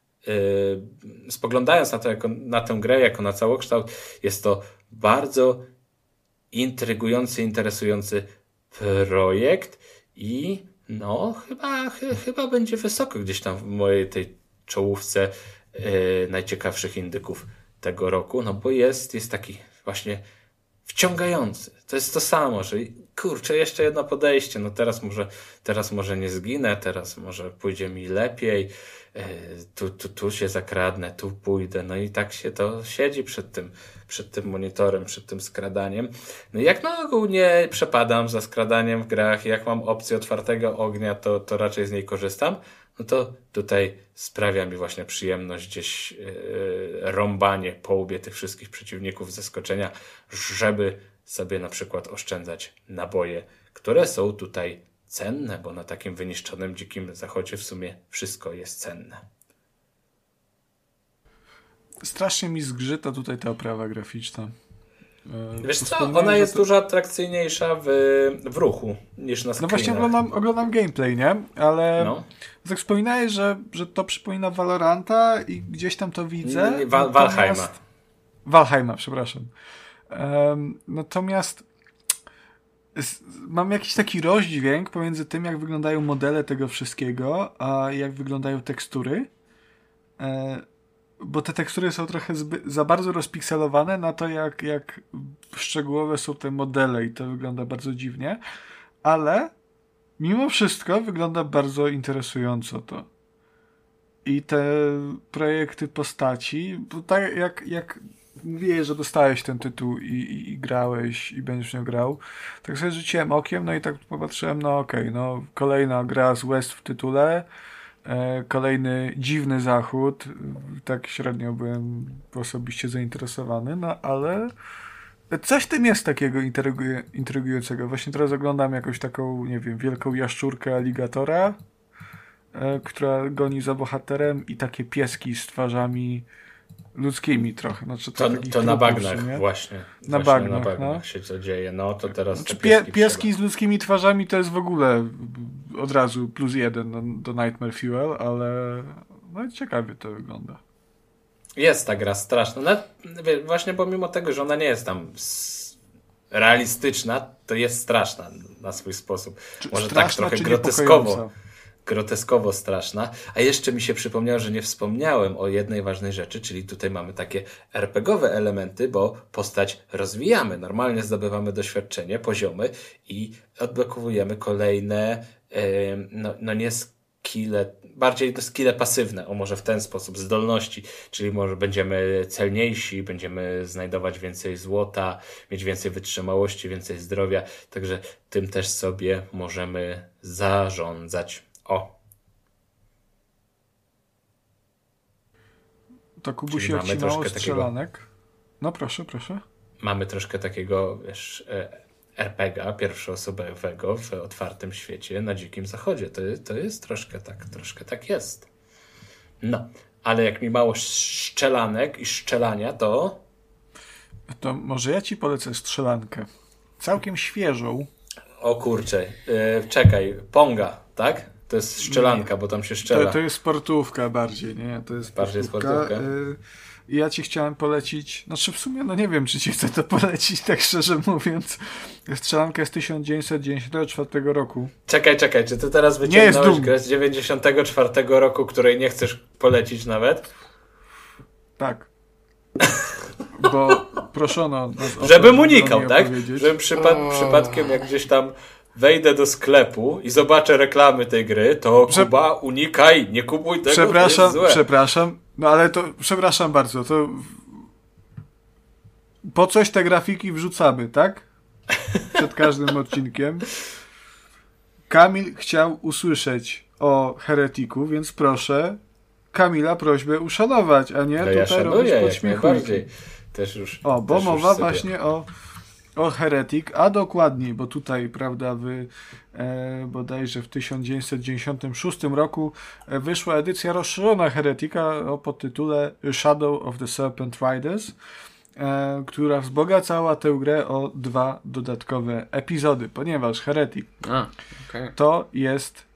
Yy, spoglądając na, to jako, na tę grę jako na całokształt, jest to bardzo intrygujący, interesujący projekt i no chyba, ch- chyba będzie wysoko gdzieś tam w mojej tej czołówce yy, najciekawszych indyków tego roku, no bo jest, jest taki właśnie wciągający. To jest to samo, że kurczę, jeszcze jedno podejście, no teraz może, teraz może nie zginę, teraz może pójdzie mi lepiej, tu, tu, tu się zakradnę, tu pójdę, no i tak się to siedzi przed tym, przed tym monitorem, przed tym skradaniem. No i jak na ogół nie przepadam za skradaniem w grach, jak mam opcję otwartego ognia, to, to raczej z niej korzystam, no to tutaj sprawia mi właśnie przyjemność gdzieś yy, rąbanie po łbie tych wszystkich przeciwników z zaskoczenia, żeby sobie na przykład oszczędzać naboje, które są tutaj cenne, bo na takim wyniszczonym dzikim zachodzie w sumie wszystko jest cenne. Strasznie mi zgrzyta tutaj ta oprawa graficzna. E, Wiesz co, ona jest to... dużo atrakcyjniejsza w, w ruchu niż na screenach. No właśnie oglądam, oglądam gameplay, nie? Ale no. Tak wspominałeś, że, że to przypomina Valoranta i gdzieś tam to widzę. Nie, nie, Val- Valheima. Valheima, przepraszam. Um, natomiast z, mam jakiś taki rozdźwięk pomiędzy tym, jak wyglądają modele tego wszystkiego, a jak wyglądają tekstury. E, bo te tekstury są trochę zby, za bardzo rozpikselowane na to, jak, jak szczegółowe są te modele i to wygląda bardzo dziwnie. Ale mimo wszystko wygląda bardzo interesująco to. I te projekty postaci, bo tak jak, jak mówiłeś, że dostałeś ten tytuł i, i, i grałeś i będziesz w nią grał, tak sobie rzuciłem okiem, no i tak popatrzyłem, no okej, okay, no kolejna gra z West w tytule, e, kolejny dziwny zachód, tak średnio byłem osobiście zainteresowany, no ale coś w tym jest takiego intrygu- intrygującego. Właśnie teraz oglądam jakąś taką, nie wiem, wielką jaszczurkę aligatora, e, która goni za bohaterem i takie pieski z twarzami ludzkimi trochę. Znaczy, to to to na bagnach właśnie. Na właśnie bagnach, na bagnach no. się co dzieje. No to teraz znaczy, te pieski, pie, pieski z ludzkimi twarzami to jest w ogóle od razu plus jeden do, do Nightmare Fuel, ale no ciekawie to wygląda. Jest ta gra straszna. No, właśnie pomimo tego, że ona nie jest tam realistyczna, to jest straszna na swój sposób. Czy Może straszna, tak trochę czy groteskowo. groteskowo straszna. A jeszcze mi się przypomniało, że nie wspomniałem o jednej ważnej rzeczy, czyli tutaj mamy takie er pe gie owe elementy, bo postać rozwijamy. Normalnie zdobywamy doświadczenie, poziomy i odblokowujemy kolejne yy, no, no nie skille, bardziej skille pasywne, o może w ten sposób, zdolności, czyli może będziemy celniejsi, będziemy znajdować więcej złota, mieć więcej wytrzymałości, więcej zdrowia, także tym też sobie możemy zarządzać. O. To Kubuś się odcinało strzelanek. Takiego, no proszę, proszę. Mamy troszkę takiego, wiesz, er pe gie a pierwszoosobowego w otwartym świecie na Dzikim Zachodzie. To, to jest troszkę tak, troszkę tak jest. No, ale jak mi mało strzelanek i strzelania, to... To może ja ci polecę strzelankę. Całkiem świeżą. O kurczę, yy, czekaj, Ponga, tak? To jest strzelanka, nie, bo tam się strzela. To, to jest sportówka bardziej, nie? To jest bardziej sportówka. sportówka. Yy, ja ci chciałem polecić, znaczy w sumie, no nie wiem, czy ci chcę to polecić, tak szczerze mówiąc. Strzelanka z tysiąc dziewięćset dziewięćdziesiątego czwartego roku. Czekaj, czekaj, czy ty teraz wyciągnąłeś grę z dziewięćdziesiątego czwartego roku, której nie chcesz polecić nawet? Tak. Bo proszono nas żebym unikał, tak? Żebym przypad- przypadkiem jak gdzieś tam wejdę do sklepu i zobaczę reklamy tej gry, to Prze- Kuba, unikaj, nie kupuj tego, przepraszam, to jest złe. Przepraszam, no ale to, przepraszam bardzo, to po coś te grafiki wrzucamy, tak? Przed każdym odcinkiem. Kamil chciał usłyszeć o Heretiku, więc proszę Kamila prośbę uszanować, a nie no tutaj ja szanuję, robić podśmiechujki. Też już, o, bo też mowa już właśnie o O Heretic, a dokładniej, bo tutaj, prawda, wy, e, bodajże w tysiąc dziewięćset dziewięćdziesiątym szóstym roku e, wyszła edycja rozszerzona Heretica o podtytule Shadow of the Serpent Riders, e, która wzbogacała tę grę o dwa dodatkowe epizody, ponieważ Heretic a, okay. to jest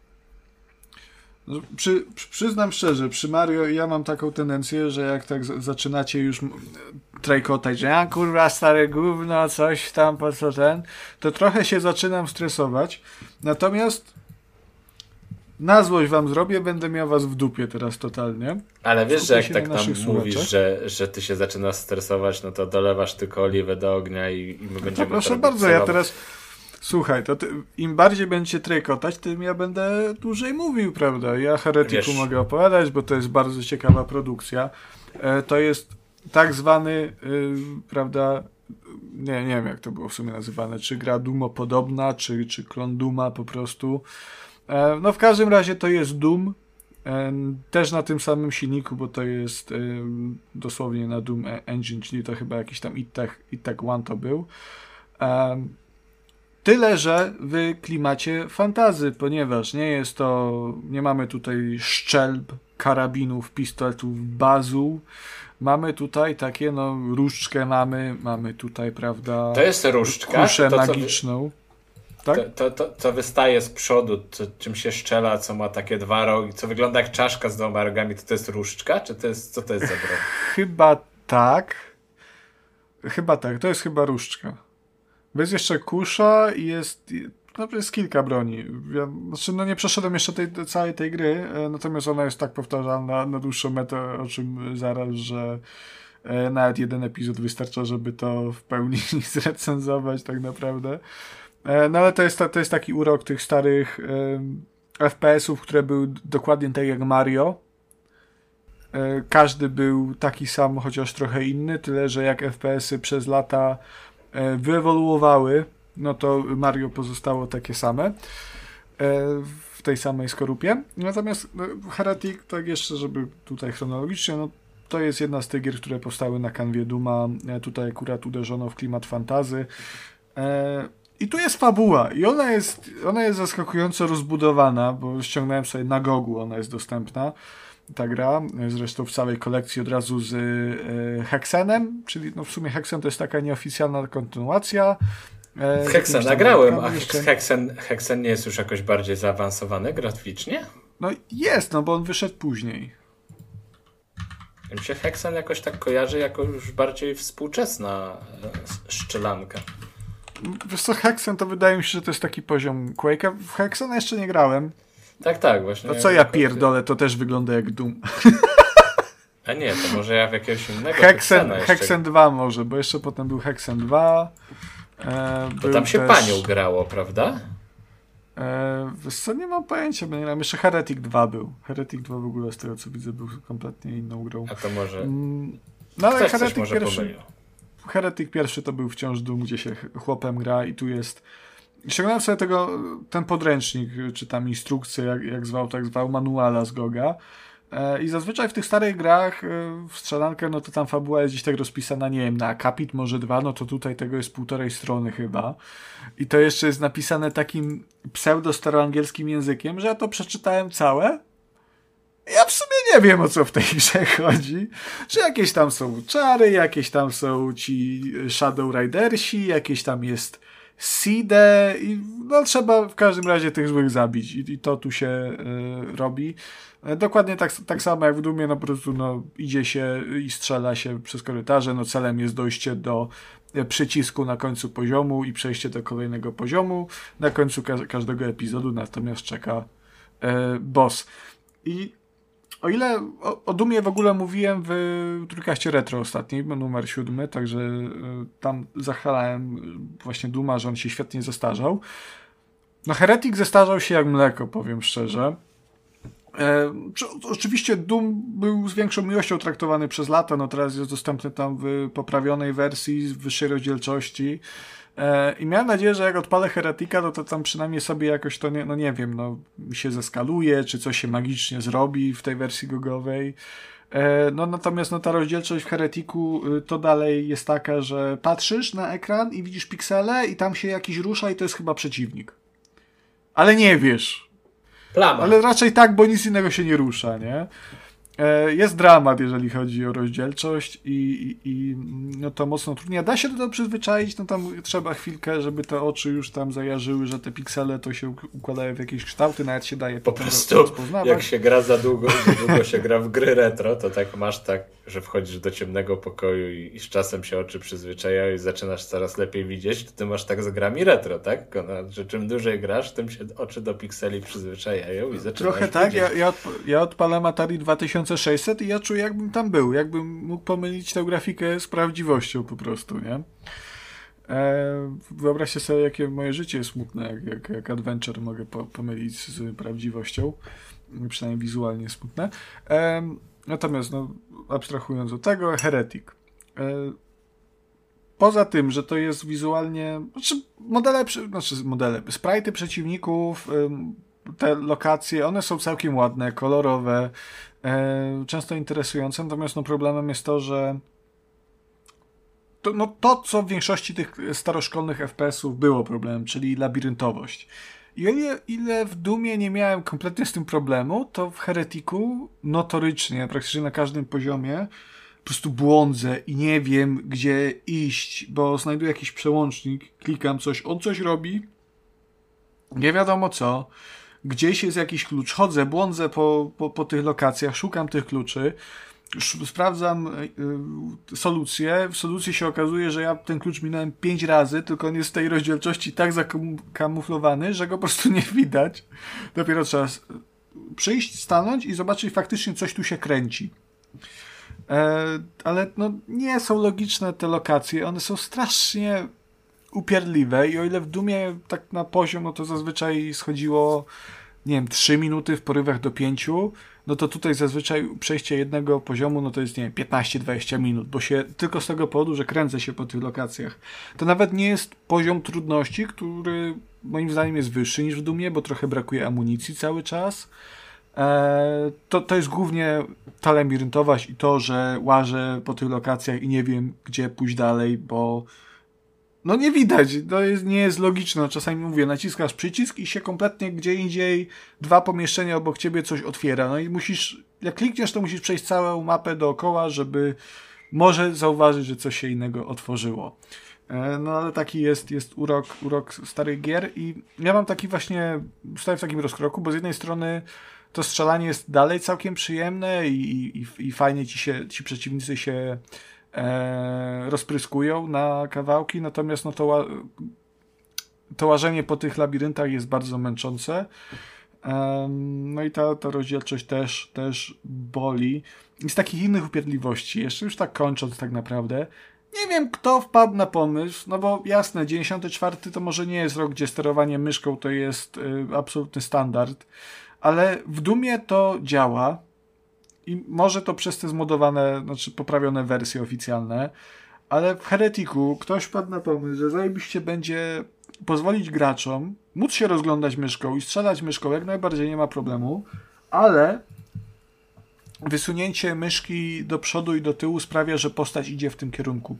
Przy, przy, przyznam szczerze, przy Mario ja mam taką tendencję, że jak tak z, zaczynacie już trajkotać, że a kurwa stare gówno, coś tam, po co ten, to trochę się zaczynam stresować. Natomiast na złość wam zrobię, będę miał was w dupie teraz totalnie. Ale wiesz, że jak tak tam mówisz, że, że ty się zaczynasz stresować, no to dolewasz tylko oliwę do ognia i, i my będziemy no, proszę to robić bardzo, ja teraz Słuchaj, to ty, im bardziej będziecie trajkotać, tym ja będę dłużej mówił, prawda? Ja Heretiku Wiesz. mogę opowiadać, bo to jest bardzo ciekawa produkcja. E, to jest tak zwany, y, prawda, nie, nie wiem jak to było w sumie nazywane, czy gra Dumo-podobna, czy, czy klon Duma po prostu. E, no w każdym razie to jest Doom, e, też na tym samym silniku, bo to jest e, dosłownie na Doom Engine, czyli to chyba jakiś tam Itek Itek One to był. E, tyle, że w klimacie fantazy, ponieważ nie jest to, nie mamy tutaj szczelb, karabinów, pistoletów, bazu. Mamy tutaj takie, no, różdżkę mamy, mamy tutaj, prawda, To jest różdżka? kuszę To, co wy- magiczną. Tak? To, to, to, to wystaje z przodu, to, czym się strzela, co ma takie dwa rogi, co wygląda jak czaszka z dwoma rogami, to to jest różdżka? Czy to jest, co to jest za broń? Chyba tak. Chyba tak, to jest chyba różdżka. Bo jest jeszcze kusza i jest, no, jest kilka broni. Ja, znaczy, no nie przeszedłem jeszcze tej, całej tej gry, e, natomiast ona jest tak powtarzalna na dłuższą metę, o czym zaraz, że e, nawet jeden epizod wystarcza, żeby to w pełni zrecenzować tak naprawdę. E, no ale to jest, to jest taki urok tych starych e, F P S-ów, które były dokładnie tak jak Mario. E, każdy był taki sam, chociaż trochę inny, tyle że jak F P S-y przez lata e, wyewoluowały, no to Mario pozostało takie same e, w tej samej skorupie. Natomiast no, Heretic, tak jeszcze, żeby tutaj chronologicznie, no to jest jedna z tych gier, które powstały na kanwie Duma. E, tutaj akurat uderzono w klimat fantazy. E, I tu jest fabuła i ona jest, ona jest zaskakująco rozbudowana, bo ściągnąłem sobie na Gogu, ona jest dostępna, ta gra, zresztą w całej kolekcji od razu z e, Hexenem, czyli no w sumie Hexen to jest taka nieoficjalna kontynuacja. E, W Hexena tam grałem, a tam jeszcze- Hexen, Hexen nie jest już jakoś bardziej zaawansowany graficznie? No jest, no bo on wyszedł później. Mi się Hexen jakoś tak kojarzy jako już bardziej współczesna e, szczelanka. Wiesz co, Hexen to wydaje mi się, że to jest taki poziom Quake'a. W Hexena jeszcze nie grałem. Tak, tak, właśnie. To co ja pierdolę, to też wygląda jak Doom. A nie, to może ja w jakiegoś innego Hexen, Hexena jeszcze... Hexen dwa może, bo jeszcze potem był Hexen dwa. E, To był tam się też, panią grało, prawda? E, wiesz co, nie mam pojęcia, bo nie wiem, jeszcze Heretic dwa był. Heretic dwa w ogóle z tego co widzę był kompletnie inną grą. A to może... Mm, No ale Ktoś coś Heretic może pierwszy, pomylił. Heretic pierwszy to był wciąż Doom, gdzie się chłopem gra i tu jest... Ściągnąłem sobie tego, ten podręcznik, czy tam instrukcję, jak, jak zwał, tak zwał, manuala z Goga. E, I zazwyczaj w tych starych grach, e, w strzelankę, no to tam fabuła jest gdzieś tak rozpisana, nie wiem, na akapit może dwa, no to tutaj tego jest półtorej strony chyba. I to jeszcze jest napisane takim pseudo-staroangielskim językiem, że ja to przeczytałem całe. Ja w sumie nie wiem, o co w tej grze chodzi. Że jakieś tam są czary, jakieś tam są ci Shadow Ridersi, jakieś tam jest Seedę i no trzeba w każdym razie tych złych zabić i, i to tu się y, robi. E, Dokładnie tak, tak samo jak w Doomie, no po prostu no, idzie się i strzela się przez korytarze, no celem jest dojście do e, przycisku na końcu poziomu i przejście do kolejnego poziomu. Na końcu ka- każdego epizodu natomiast czeka e, boss. I o ile o, o Doomie w ogóle mówiłem w Trójkaście Retro ostatnim, numer siódmy, także y, tam zachwalałem y, właśnie Dooma, że on się świetnie zestarzał. No Heretic zestarzał się jak mleko, powiem szczerze. E, czy, oczywiście Doom był z większą miłością traktowany przez lata, no teraz jest dostępny tam w poprawionej wersji, w wyższej rozdzielczości. E, I miałem nadzieję, że jak odpalę Heretica, no to tam przynajmniej sobie jakoś to, nie, no nie wiem, no się zeskaluje, czy coś się magicznie zrobi w tej wersji gogowej. E, no natomiast no ta rozdzielczość w Heretiku y, to dalej jest taka, że patrzysz na ekran i widzisz piksele i tam się jakiś rusza i to jest chyba przeciwnik. Ale nie wiesz. Plama. Ale raczej tak, bo nic innego się nie rusza, nie? E, Jest dramat, jeżeli chodzi o rozdzielczość i, i, i no to mocno trudnie. Da się do tego przyzwyczaić, no tam trzeba chwilkę, żeby te oczy już tam zajarzyły, że te piksele to się układają w jakieś kształty, nawet się daje Po potem prostu rozpoznawać. jak się gra za długo, za długo się gra w gry retro, to tak masz tak, że wchodzisz do ciemnego pokoju i, i z czasem się oczy przyzwyczajają i zaczynasz coraz lepiej widzieć, to ty masz tak z grami retro, tak? No, że czym dłużej grasz, tym się oczy do pikseli przyzwyczajają i zaczynasz Trochę tak, widzieć. ja, ja, odp- ja odpalam Atari dwa tysiące sześćset i ja czuję, jakbym tam był, jakbym mógł pomylić tę grafikę z prawdziwością po prostu, nie? E, wyobraźcie sobie, jakie moje życie jest smutne, jak, jak, jak adventure mogę po, pomylić z prawdziwością. Przynajmniej wizualnie smutne. E, natomiast, no, abstrahując od tego, Heretic. E, poza tym, że to jest wizualnie, znaczy modele, znaczy modele, sprite'y przeciwników, te lokacje, one są całkiem ładne, kolorowe, często interesujące, natomiast no, problemem jest to, że to, no, to, co w większości tych staroszkolnych F P S ów było problemem, czyli labiryntowość. I o ile, ile w Doomie nie miałem kompletnie z tym problemu, to w Hereticu notorycznie, praktycznie na każdym poziomie po prostu błądzę i nie wiem, gdzie iść, bo znajduję jakiś przełącznik, klikam coś, on coś robi, nie wiadomo co, gdzieś jest jakiś klucz, chodzę, błądzę po, po, po tych lokacjach, szukam tych kluczy, sz- sprawdzam y, solucję, w solucji się okazuje, że ja ten klucz minąłem pięć razy, tylko on jest w tej rozdzielczości tak zakamuflowany, że go po prostu nie widać. Dopiero trzeba przyjść, stanąć i zobaczyć, faktycznie coś tu się kręci. E, ale no, nie są logiczne te lokacje, one są strasznie upierdliwe i o ile w Doomie tak na poziom, no to zazwyczaj schodziło, nie wiem, trzy minuty w porywach do pięciu, no to tutaj zazwyczaj przejście jednego poziomu, no to jest, nie wiem, piętnaście dwadzieścia minut, bo się tylko z tego powodu, że kręcę się po tych lokacjach. To nawet nie jest poziom trudności, który moim zdaniem jest wyższy niż w Doomie, bo trochę brakuje amunicji cały czas. Eee, to, to jest głównie ta labiryntowość i to, że łażę po tych lokacjach i nie wiem, gdzie pójść dalej, bo no nie widać, to jest, nie jest logiczne. Czasami mówię, naciskasz przycisk i się kompletnie gdzie indziej dwa pomieszczenia obok ciebie coś otwiera. No i musisz, jak klikniesz, to musisz przejść całą mapę dookoła, żeby może zauważyć, że coś się innego otworzyło. Eee, no ale taki jest, jest urok, urok starych gier i ja mam taki właśnie, stoję w takim rozkroku, bo z jednej strony to strzelanie jest dalej całkiem przyjemne i, i, i fajnie ci się, ci przeciwnicy się e, rozpryskują na kawałki, natomiast no to, ła, to łażenie po tych labiryntach jest bardzo męczące. E, no i ta, ta rozdzielczość też, też boli. I z takich innych upierdliwości, jeszcze już tak kończąc tak naprawdę, nie wiem, kto wpadł na pomysł, no bo jasne, dziewięćdziesiąty czwarty to może nie jest rok, gdzie sterowanie myszką to jest y, absolutny standard, ale w Doomie to działa i może to przez te zmodowane, znaczy poprawione wersje oficjalne, ale w Hereticu ktoś wpadł na pomysł, że zajebiście będzie pozwolić graczom móc się rozglądać myszką i strzelać myszką, jak najbardziej nie ma problemu, ale wysunięcie myszki do przodu i do tyłu sprawia, że postać idzie w tym kierunku.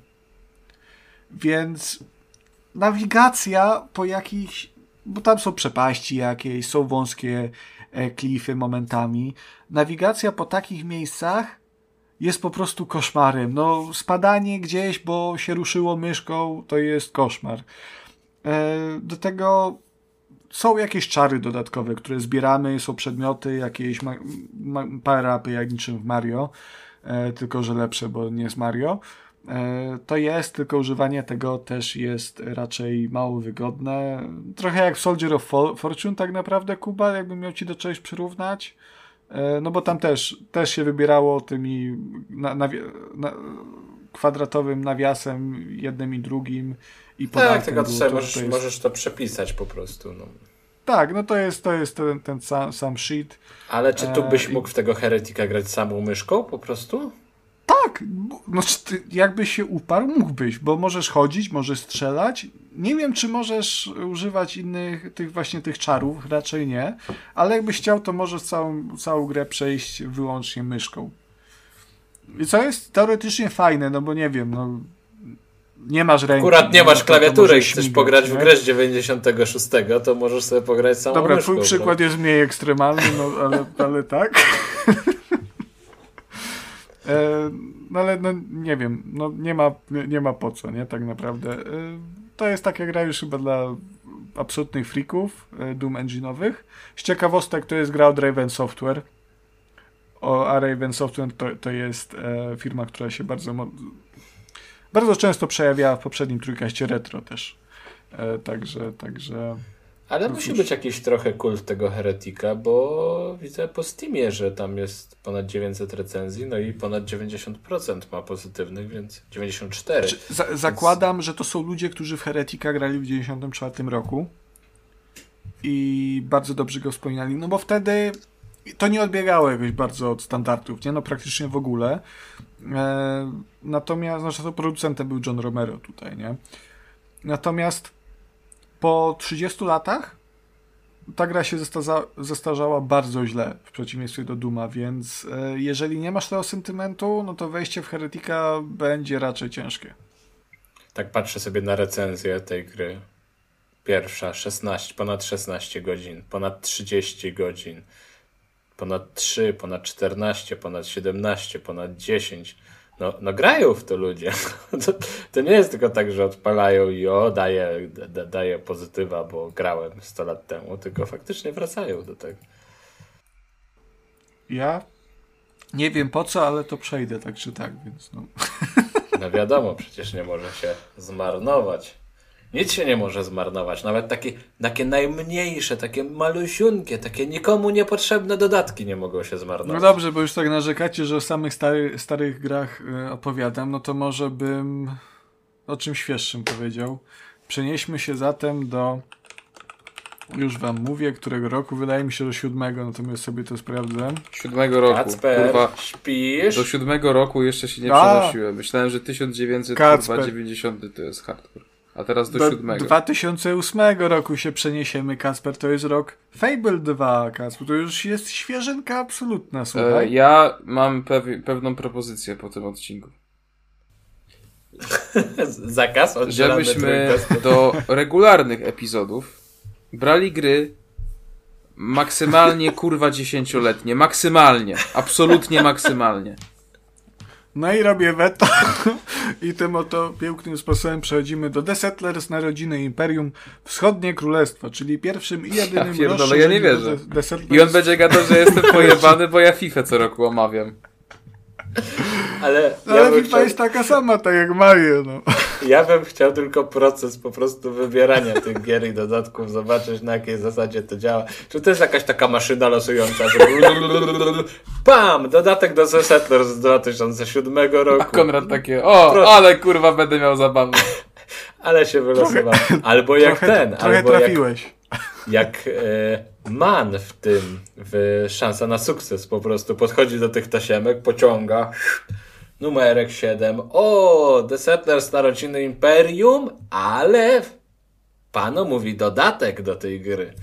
Więc nawigacja po jakichś, bo tam są przepaści jakieś, są wąskie e, klify momentami. Nawigacja po takich miejscach jest po prostu koszmarem. No, spadanie gdzieś, bo się ruszyło myszką, to jest koszmar. E, do tego są jakieś czary dodatkowe, które zbieramy, są przedmioty, jakieś ma- ma- power-upy, jak niczym w Mario, e, tylko że lepsze, bo nie jest Mario. E, to jest, tylko używanie tego też jest raczej mało wygodne. Trochę jak w Soldier of Fortune tak naprawdę, Kuba, jakbym miał ci do czegoś przyrównać. E, no bo tam też, też się wybierało tymi na, nawi- na, kwadratowym nawiasem jednym i drugim. I tak, tylko było, to, to, możesz, to jest... możesz to przepisać po prostu. No. Tak, no to jest, to jest ten, ten sam, sam sheet. Ale czy tu byś e, mógł w tego Heretika grać samą myszką po prostu? Tak, no ty, jakbyś się uparł, mógłbyś, bo możesz chodzić, możesz strzelać. Nie wiem, czy możesz używać innych, tych właśnie tych czarów, raczej nie, ale jakbyś chciał, to możesz całą, całą grę przejść wyłącznie myszką. I co jest teoretycznie fajne, no bo nie wiem, no nie masz ręki. Akurat nie masz no, klawiatury i chcesz śmigać, pograć nie? w grę z dziewięćdziesiątego szóstego, to możesz sobie pograć samą Dobra, myszką. twój przykład no. jest mniej ekstremalny, no ale, ale tak. e, no ale no nie wiem, no nie ma, nie, nie ma po co, nie, tak naprawdę. E, to jest taka gra już chyba dla absolutnych freaków e, Doom Engine'owych. Z ciekawostek to jest gra od Raven Software. O, a Raven Software to, to jest e, firma, która się bardzo mo- bardzo często przejawiała w poprzednim trójkaście retro też. E, także, także... Ale No musi cóż. być jakiś trochę kult tego heretika, bo widzę po Steamie, że tam jest ponad dziewięćset recenzji, no i ponad dziewięćdziesiąt procent ma pozytywnych, więc dziewięćdziesiąt cztery procent. Czy, za, zakładam, że to są ludzie, którzy w Heretika grali w dziewięćdziesiątym czwartym roku i bardzo dobrze go wspominali, no bo wtedy to nie odbiegało jakoś bardzo od standardów, nie? No praktycznie w ogóle. E, natomiast, znaczy to producentem był John Romero tutaj, nie? Natomiast po trzydziestu latach ta gra się zestarza, zestarzała bardzo źle w przeciwieństwie do Duma, więc e, jeżeli nie masz tego sentymentu, no to wejście w Heretika będzie raczej ciężkie. Tak patrzę sobie na recenzję tej gry. Pierwsza, szesnaście, ponad szesnaście godzin, ponad trzydzieści godzin, ponad trzy, ponad czternaście, ponad siedemnaście, ponad dziesięć. No, no grają w to ludzie. To, to nie jest tylko tak, że odpalają i o, daję, da, daję pozytywa, bo grałem sto lat temu, tylko faktycznie wracają do tego. Ja nie wiem po co, ale to przejdę tak czy tak, więc no. No wiadomo, przecież nie może się zmarnować. Nic się nie może zmarnować. Nawet takie, takie najmniejsze, takie malusiunkie, takie nikomu niepotrzebne dodatki nie mogą się No zmarnować. dobrze, bo już tak narzekacie, że o samych stary, starych grach y, opowiadam, no to może bym o czymś świeższym powiedział. Przenieśmy się zatem do, już wam mówię, którego roku, wydaje mi się do siódmego, natomiast sobie to sprawdzę. Siódmego roku. Kacper, Kurwa, śpisz? do siódmego roku jeszcze się nie A! przenosiłem. Myślałem, że tysiąc dziewięćset Kacper. dziewięćdziesiąty to jest hardcore. A teraz do, Do siódmego. dwa tysiące ósmego roku się przeniesiemy, Kacper, to jest rok Fable dwa, Kacper, to już jest świeżynka absolutna, słuchaj. E, ja mam pew- pewną propozycję po tym odcinku. Zakaz oddzielany Żebyśmy trójkąt. do regularnych epizodów brali gry maksymalnie kurwa dziesięcioletnie. Maksymalnie. Absolutnie maksymalnie. No i robię weto i tym oto pięknym sposobem przechodzimy do The Settlers, Narodziny Imperium, Wschodnie Królestwo, czyli pierwszym i jedynym Ja pierdolę, rozszerzeniem ja nie wierzę. do The, The Settlers. I on będzie gadał, że jestem pojebany, bo ja FIFA co roku omawiam. Ale, No, ja, ale bym FIFA chciał, jest taka sama, tak jak Mario, no. ja bym chciał tylko proces po prostu wybierania tych gier i dodatków, zobaczyć na jakiej zasadzie to działa. Czy to jest jakaś taka maszyna losująca, że pam! Dodatek do The Settlers z dwa tysiące siódmego roku. A Konrad takie, o, Proszę. ale kurwa będę miał zabawę. Ale się wylosował. Albo jak trochę, ten, trochę albo jak, trafiłeś. jak e, Man w tym, w Szansa na sukces po prostu podchodzi do tych tasiemek, pociąga numerek siedem. O, The Settlers Narodziny Imperium, ale panu mówi dodatek do tej gry.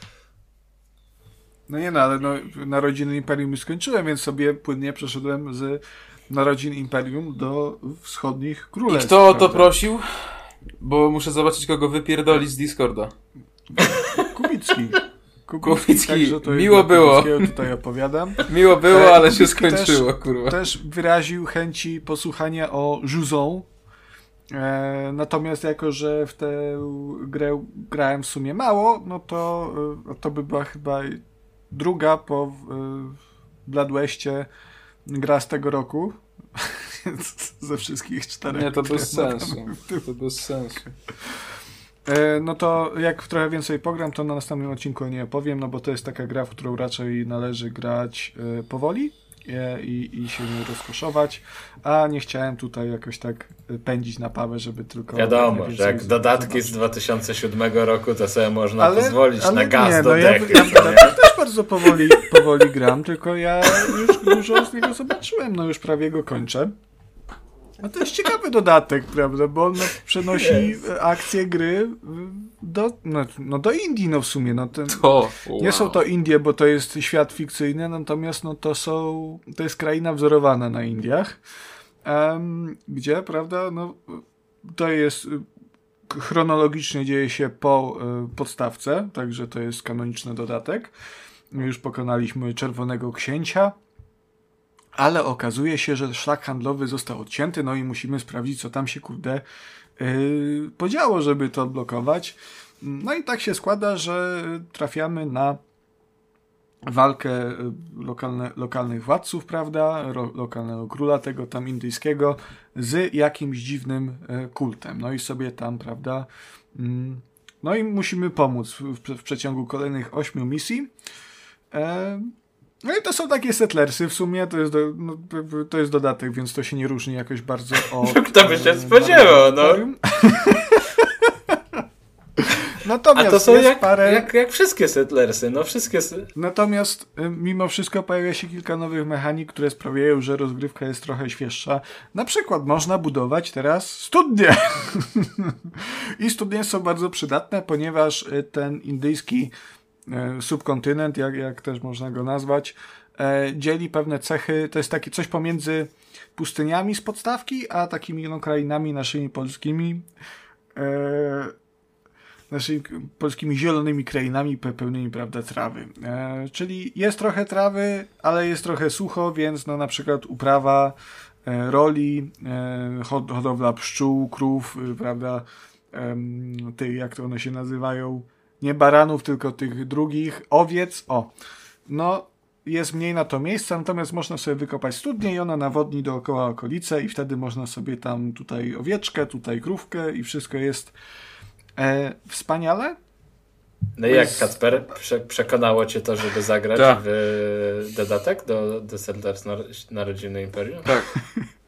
No nie no, ale no, Narodziny Imperium już skończyłem, więc sobie płynnie przeszedłem z Narodzin Imperium do Wschodnich I Królestw. kto o to prawda? prosił? Bo muszę zobaczyć, kogo wypierdoli z Discorda. Kubicki. Kubicki, także to jest miło dla było. Kubickiego tutaj opowiadam. Miło było, E, ale się Kubicki skończyło, też, kurwa. Też wyraził chęci posłuchania o Juzon. E, natomiast jako, że w tę grę grałem w sumie mało, no to e, to by była chyba druga po e, Blood Westie gra z tego roku. Ze wszystkich czterech. Nie, to które bez mamy sensu. w tym. To bez sensu. E, No to jak trochę więcej pogram, to na następnym odcinku nie opowiem, no bo to jest taka gra, w którą raczej należy grać e, powoli e, i, i się nie rozkoszować, a nie chciałem tutaj jakoś tak e, pędzić na pałę, żeby tylko... Wiadomo, jak że jak z- dodatki z zobaczyć. dwa tysiące siódmego roku, to sobie można Ale- pozwolić ale na gaz nie, do no ja, dechy. ja, ja, ja też bardzo powoli, powoli gram, tylko ja już dużo z niego zobaczyłem, no już prawie go kończę. A to jest ciekawy dodatek, prawda, bo on no, przenosi Jest. akcję gry y, do, no, no do Indii, no w sumie. No ten, To, Nie wow. są to Indie, bo to jest świat fikcyjny, natomiast no to są, to jest kraina wzorowana na Indiach, em, gdzie, prawda, no to jest, y, chronologicznie dzieje się po y, podstawce, także to jest kanoniczny dodatek. Już pokonaliśmy Czerwonego Księcia, ale okazuje się, że szlak handlowy został odcięty, no i musimy sprawdzić, co tam się, kurde, yy, podziało, żeby to odblokować. No i tak się składa, że trafiamy na walkę y, lokalne, lokalnych władców, prawda, Ro, lokalnego króla tego tam indyjskiego z jakimś dziwnym y, kultem. No i sobie tam, prawda, mm, No i musimy pomóc w, w przeciągu kolejnych ośmiu misji. E, no i to są takie settlersy w sumie, to jest, do, no, to jest dodatek, więc to się nie różni jakoś bardzo od... Kto by się spodziewał, no. Natomiast A to są jest jak, parę... jak, jak wszystkie settlersy, no wszystkie... Natomiast y, mimo wszystko pojawia się kilka nowych mechanik, które sprawiają, że rozgrywka jest trochę świeższa. Na przykład można budować teraz studnie. I studnie są bardzo przydatne, ponieważ y, ten indyjski y, subkontynent, jak, jak też można go nazwać, y, dzieli pewne cechy. To jest takie coś pomiędzy pustyniami z podstawki, a takimi no, krainami naszymi polskimi. Y, naszymi polskimi zielonymi krainami pełnymi, prawda, trawy. E, czyli jest trochę trawy, ale jest trochę sucho, więc no, na przykład uprawa e, roli, e, hod- hodowla pszczół, krów, e, prawda, e, tych, jak to one się nazywają, nie baranów, tylko tych drugich, owiec, o, no jest mniej na to miejsca, natomiast można sobie wykopać studnię i ona nawodni dookoła okolice i wtedy można sobie tam tutaj owieczkę, tutaj krówkę i wszystko jest E, wspaniale. No i jak, Kacper? Prze- przekonało cię to, żeby zagrać Tak. w dodatek do The Settlers Nar- Narodziny Imperium? Tak.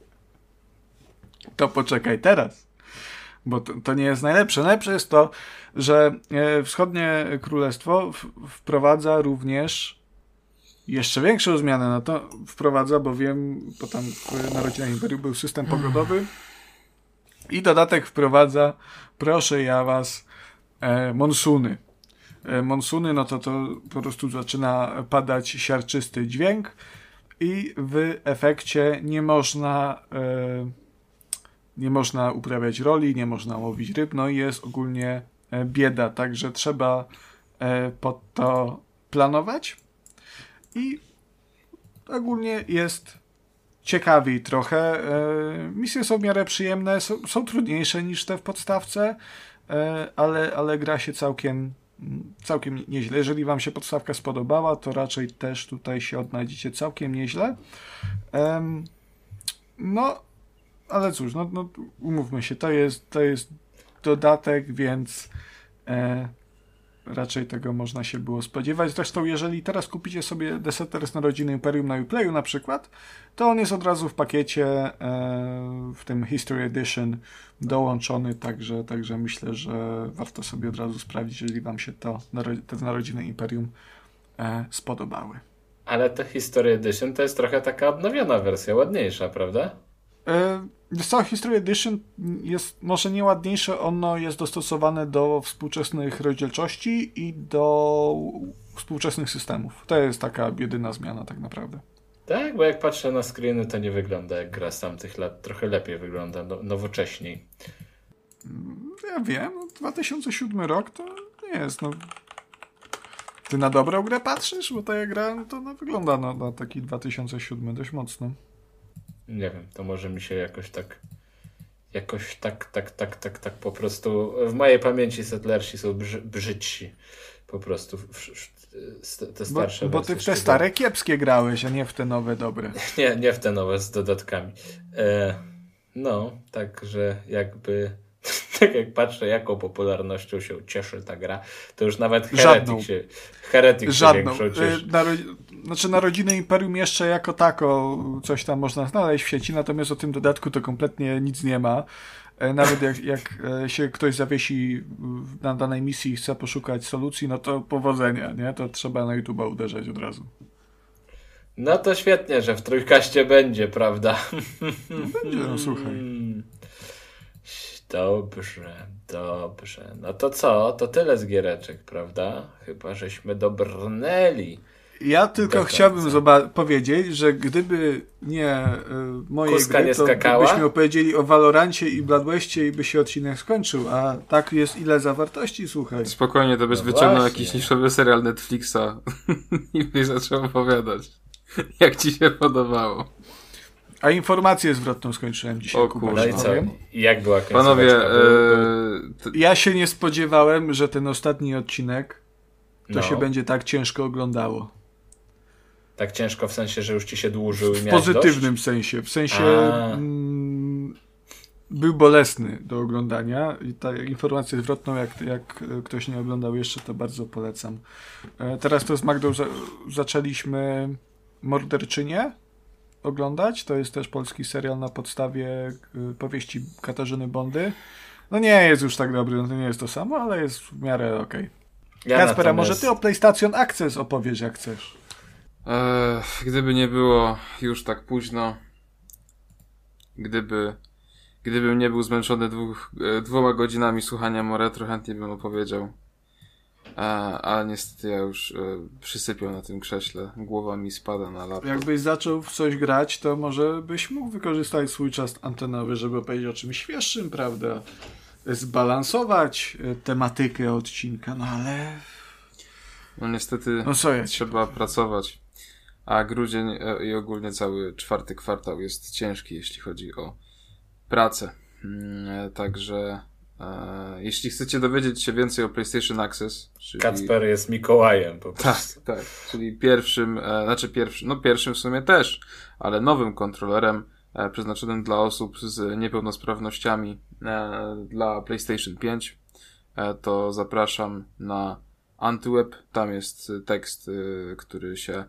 To poczekaj teraz. Bo to, to nie jest najlepsze. Najlepsze jest to, że e, Wschodnie Królestwo w, wprowadza również jeszcze większą zmianę. No to wprowadza, bo wiem, bo tam w Narodzinach Imperium był system pogodowy i dodatek wprowadza, proszę ja was, e, monsuny. E, monsuny, no to to po prostu zaczyna padać siarczysty dźwięk i w efekcie nie można e, nie można uprawiać roli, nie można łowić ryb, no i jest ogólnie e, bieda, także trzeba e, pod to planować i ogólnie jest ciekawiej trochę. Misje są w miarę przyjemne, są, są trudniejsze niż te w podstawce, ale, ale gra się całkiem całkiem nieźle. Jeżeli wam się podstawka spodobała, to raczej też tutaj się odnajdziecie całkiem nieźle. No, ale cóż, no, no umówmy się, to jest, to jest dodatek, więc e, raczej tego można się było spodziewać. Zresztą jeżeli teraz kupicie sobie The Settlers Narodziny Imperium na Uplayu na przykład, to on jest od razu w pakiecie e, w tym History Edition dołączony, także, także myślę, że warto sobie od razu sprawdzić, jeżeli wam się to te Narodziny Imperium e, spodobały. Ale to History Edition to jest trochę taka odnowiona wersja, ładniejsza, prawda? Cała History Edition jest może nie ładniejsze, ono jest dostosowane do współczesnych rozdzielczości i do współczesnych systemów. To jest taka jedyna zmiana tak naprawdę. Tak, bo jak patrzę na screeny, to nie wygląda jak gra z tamtych lat. Trochę lepiej wygląda, no, nowocześniej. Ja wiem, no, dwa tysiące siódmy rok to nie jest, no... Ty na dobrą grę patrzysz? Bo ta ja gra, no, to no, wygląda na, na taki dwa tysiące siódmy dość mocno. Nie wiem, to może mi się jakoś tak jakoś tak, tak, tak, tak, tak po prostu w mojej pamięci Settlersi są brzy, brzydsi. Po prostu w, w, w, te starsze Bo, bo ty w te stare kiepskie grałeś, a nie w te nowe dobre. Nie, nie w te nowe z dodatkami. E, no, także jakby tak jak patrzę, jaką popularnością się cieszy ta gra, to już nawet Heretic się, Heretic się większą cieszy. Naro- znaczy Narodziny Imperium jeszcze jako tako coś tam można znaleźć w sieci, natomiast o tym dodatku to kompletnie nic nie ma. Nawet jak, jak się ktoś zawiesi na danej misji i chce poszukać solucji, no to powodzenia, nie? To trzeba na YouTube'a uderzać od razu. No to świetnie, że w Trójkaście będzie, prawda? Będzie, no słuchaj. Dobrze, dobrze. No to co? To tyle z giereczek, prawda? Chyba żeśmy dobrnęli. Ja tylko chciałbym zoba- powiedzieć, że gdyby nie y, moje Kuska gry, nie to skakała? byśmy opowiedzieli o Valorancie i Bloodwastie i by się odcinek skończył, a tak jest ile zawartości, słuchaj. Spokojnie, to byś No wyciągnął właśnie. jakiś niszowy serial Netflixa i byś zaczął opowiadać, jak ci się podobało. A informację zwrotną skończyłem dzisiaj. O Kuba, kurde. No i co? powiem. I jak była końcóweczka? Panowie, Był- był- e, t- Ja się nie spodziewałem, że ten ostatni odcinek to No. się będzie tak ciężko oglądało. Tak ciężko w sensie, że już ci się dłużył i W miałeś pozytywnym dość? sensie. W sensie A. mm, był bolesny do oglądania i ta informację zwrotną, jak, jak ktoś nie oglądał jeszcze, to bardzo polecam. E, teraz to z Magdą za, zaczęliśmy Morderczynię oglądać. To jest też polski serial na podstawie y, powieści Katarzyny Bondy. No nie jest już tak dobry, no to nie jest to samo, ale jest w miarę okej. Okay. Ja Kacper, natomiast... może ty o PlayStation Access opowiesz, jak chcesz. Eee, gdyby nie było już tak późno, gdyby gdybym nie był zmęczony dwóch, e, dwoma godzinami słuchania Moretro, chętnie bym opowiedział. E, ale niestety ja już e, przysypiam na tym krześle, głowa mi spada na laptop. Jakbyś zaczął w coś grać, to może byś mógł wykorzystać swój czas antenowy, żeby opowiedzieć o czymś świeższym, prawda? Zbalansować tematykę odcinka, no ale... No niestety no co ja trzeba pracować. A grudzień e, i ogólnie cały czwarty kwartał jest ciężki, jeśli chodzi o pracę. E, także e, jeśli chcecie dowiedzieć się więcej o PlayStation Access, czyli... Kacper jest Mikołajem po prostu. Tak, tak, czyli pierwszym, e, znaczy pierwszym, no pierwszym w sumie też, ale nowym kontrolerem e, przeznaczonym dla osób z niepełnosprawnościami e, dla PlayStation pięć, e, to zapraszam na Antyweb. Tam jest tekst, e, który się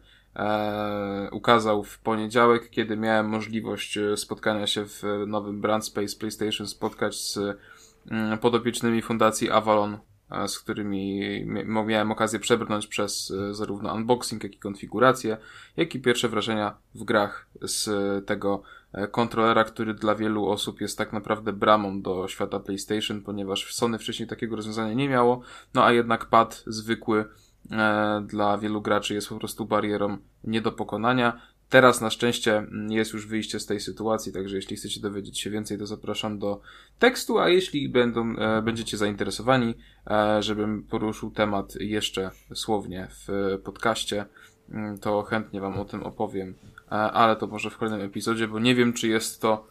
e, ukazał w poniedziałek, kiedy miałem możliwość spotkania się w nowym Brand Space PlayStation, spotkać z mm, podopiecznymi fundacji Avalon, z którymi miałem okazję przebrnąć przez zarówno unboxing, jak i konfigurację, jak i pierwsze wrażenia w grach z tego kontrolera, który dla wielu osób jest tak naprawdę bramą do świata PlayStation, ponieważ Sony wcześniej takiego rozwiązania nie miało, no a jednak pad zwykły e, dla wielu graczy jest po prostu barierą nie do pokonania. Teraz na szczęście jest już wyjście z tej sytuacji, także jeśli chcecie dowiedzieć się więcej, to zapraszam do tekstu, a jeśli będą, e, będziecie zainteresowani, e, żebym poruszył temat jeszcze słownie w podcaście, m, to chętnie wam o tym opowiem, e, ale to może w kolejnym epizodzie, bo nie wiem, czy jest to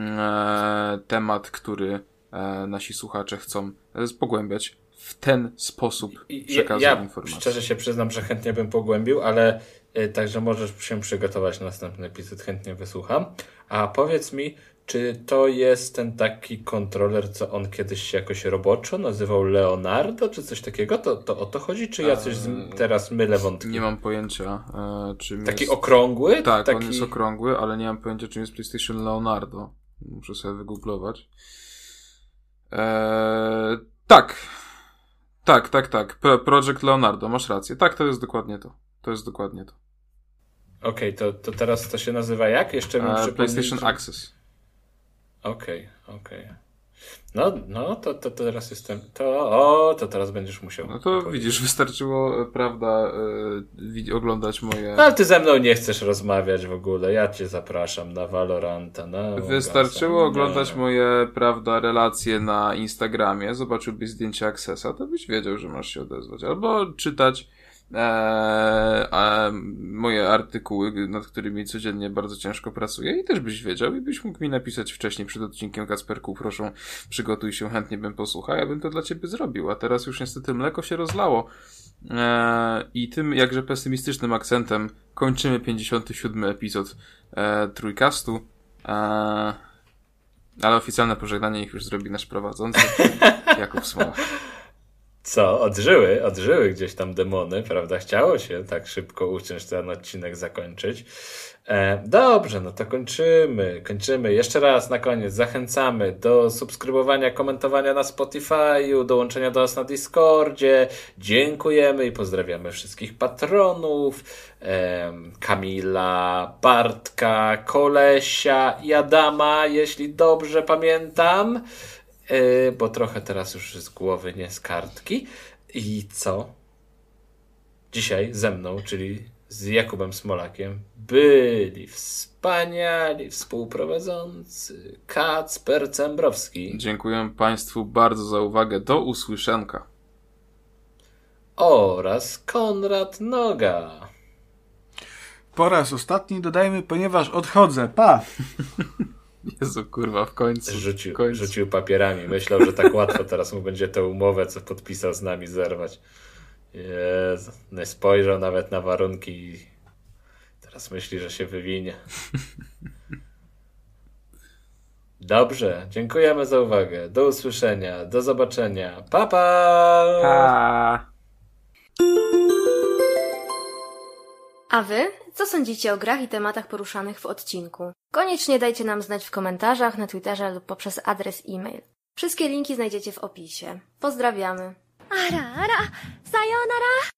e, temat, który e, nasi słuchacze chcą e, pogłębiać w ten sposób przekazu ja, ja informacji. Szczerze się przyznam, że chętnie bym pogłębił, ale y, także możesz się przygotować na następny epizod, chętnie wysłucham. A powiedz mi, czy to jest ten taki kontroler, co on kiedyś się jakoś roboczo nazywał Leonardo, czy coś takiego? To, to o to chodzi? Czy ja coś z, teraz mylę wątki? Nie mam pojęcia, e, czym Taki jest... okrągły? Tak, taki... on jest okrągły, ale nie mam pojęcia, czym jest PlayStation Leonardo. Muszę sobie wygooglować. Eee, tak. Tak, tak, tak. Pro- Project Leonardo, masz rację. Tak, to jest dokładnie to. To jest dokładnie to. Okej, okay, to, to teraz to się nazywa jak? Jeszcze mi Eee, przypomnieć, PlayStation że... Access. Okej, okay, okej. Okay. No, no to, to, to teraz jestem... To, o, to teraz będziesz musiał... No to powiedzieć. widzisz, wystarczyło, prawda, yy, oglądać moje... Ale ty ze mną nie chcesz rozmawiać w ogóle. Ja cię zapraszam na Valoranta, na... Wystarczyło Gasa. oglądać no. moje, prawda, relacje na Instagramie, zobaczyłbyś zdjęcie Accessa, to byś wiedział, że masz się odezwać. Albo czytać e, e, moje artykuły, nad którymi codziennie bardzo ciężko pracuję i też byś wiedział i byś mógł mi napisać wcześniej przed odcinkiem: Kacperku, proszę, przygotuj się, chętnie bym posłuchał, ja bym to dla ciebie zrobił, a teraz już niestety mleko się rozlało. E, I tym jakże pesymistycznym akcentem kończymy pięćdziesiąty siódmy epizod e, Trójkastu. E, ale oficjalne pożegnanie ich już zrobi nasz prowadzący Jakub Smoła. Co? Odżyły, odżyły gdzieś tam demony, prawda? Chciało się tak szybko uciąć ten odcinek, zakończyć. E, dobrze, no to kończymy, kończymy. Jeszcze raz na koniec zachęcamy do subskrybowania, komentowania na Spotify'u, dołączenia do nas na Discordzie. Dziękujemy i pozdrawiamy wszystkich patronów. E, Kamila, Bartka, Kolesia i Adama, jeśli dobrze pamiętam. Yy, bo trochę teraz już z głowy, nie z kartki. I co? Dzisiaj ze mną, czyli z Jakubem Smolakiem, byli wspaniali współprowadzący Kacper Cembrowski. Dziękuję Państwu bardzo za uwagę. Do usłyszenia. Oraz Konrad Noga. Po raz ostatni dodajmy, ponieważ odchodzę. Pa! Jezu, kurwa, w końcu. Rzucił, w końcu. rzucił papierami. Myślał, że tak łatwo teraz mu będzie tę umowę, co podpisał z nami, zerwać. Jezu, nie spojrzał nawet na warunki i teraz myśli, że się wywinie. Dobrze, dziękujemy za uwagę. Do usłyszenia, do zobaczenia. Pa, pa! A... A wy? Co sądzicie o grach i tematach poruszanych w odcinku? Koniecznie dajcie nam znać w komentarzach, na Twitterze lub poprzez adres e-mail. Wszystkie linki znajdziecie w opisie. Pozdrawiamy. Ara, ara, sayonara.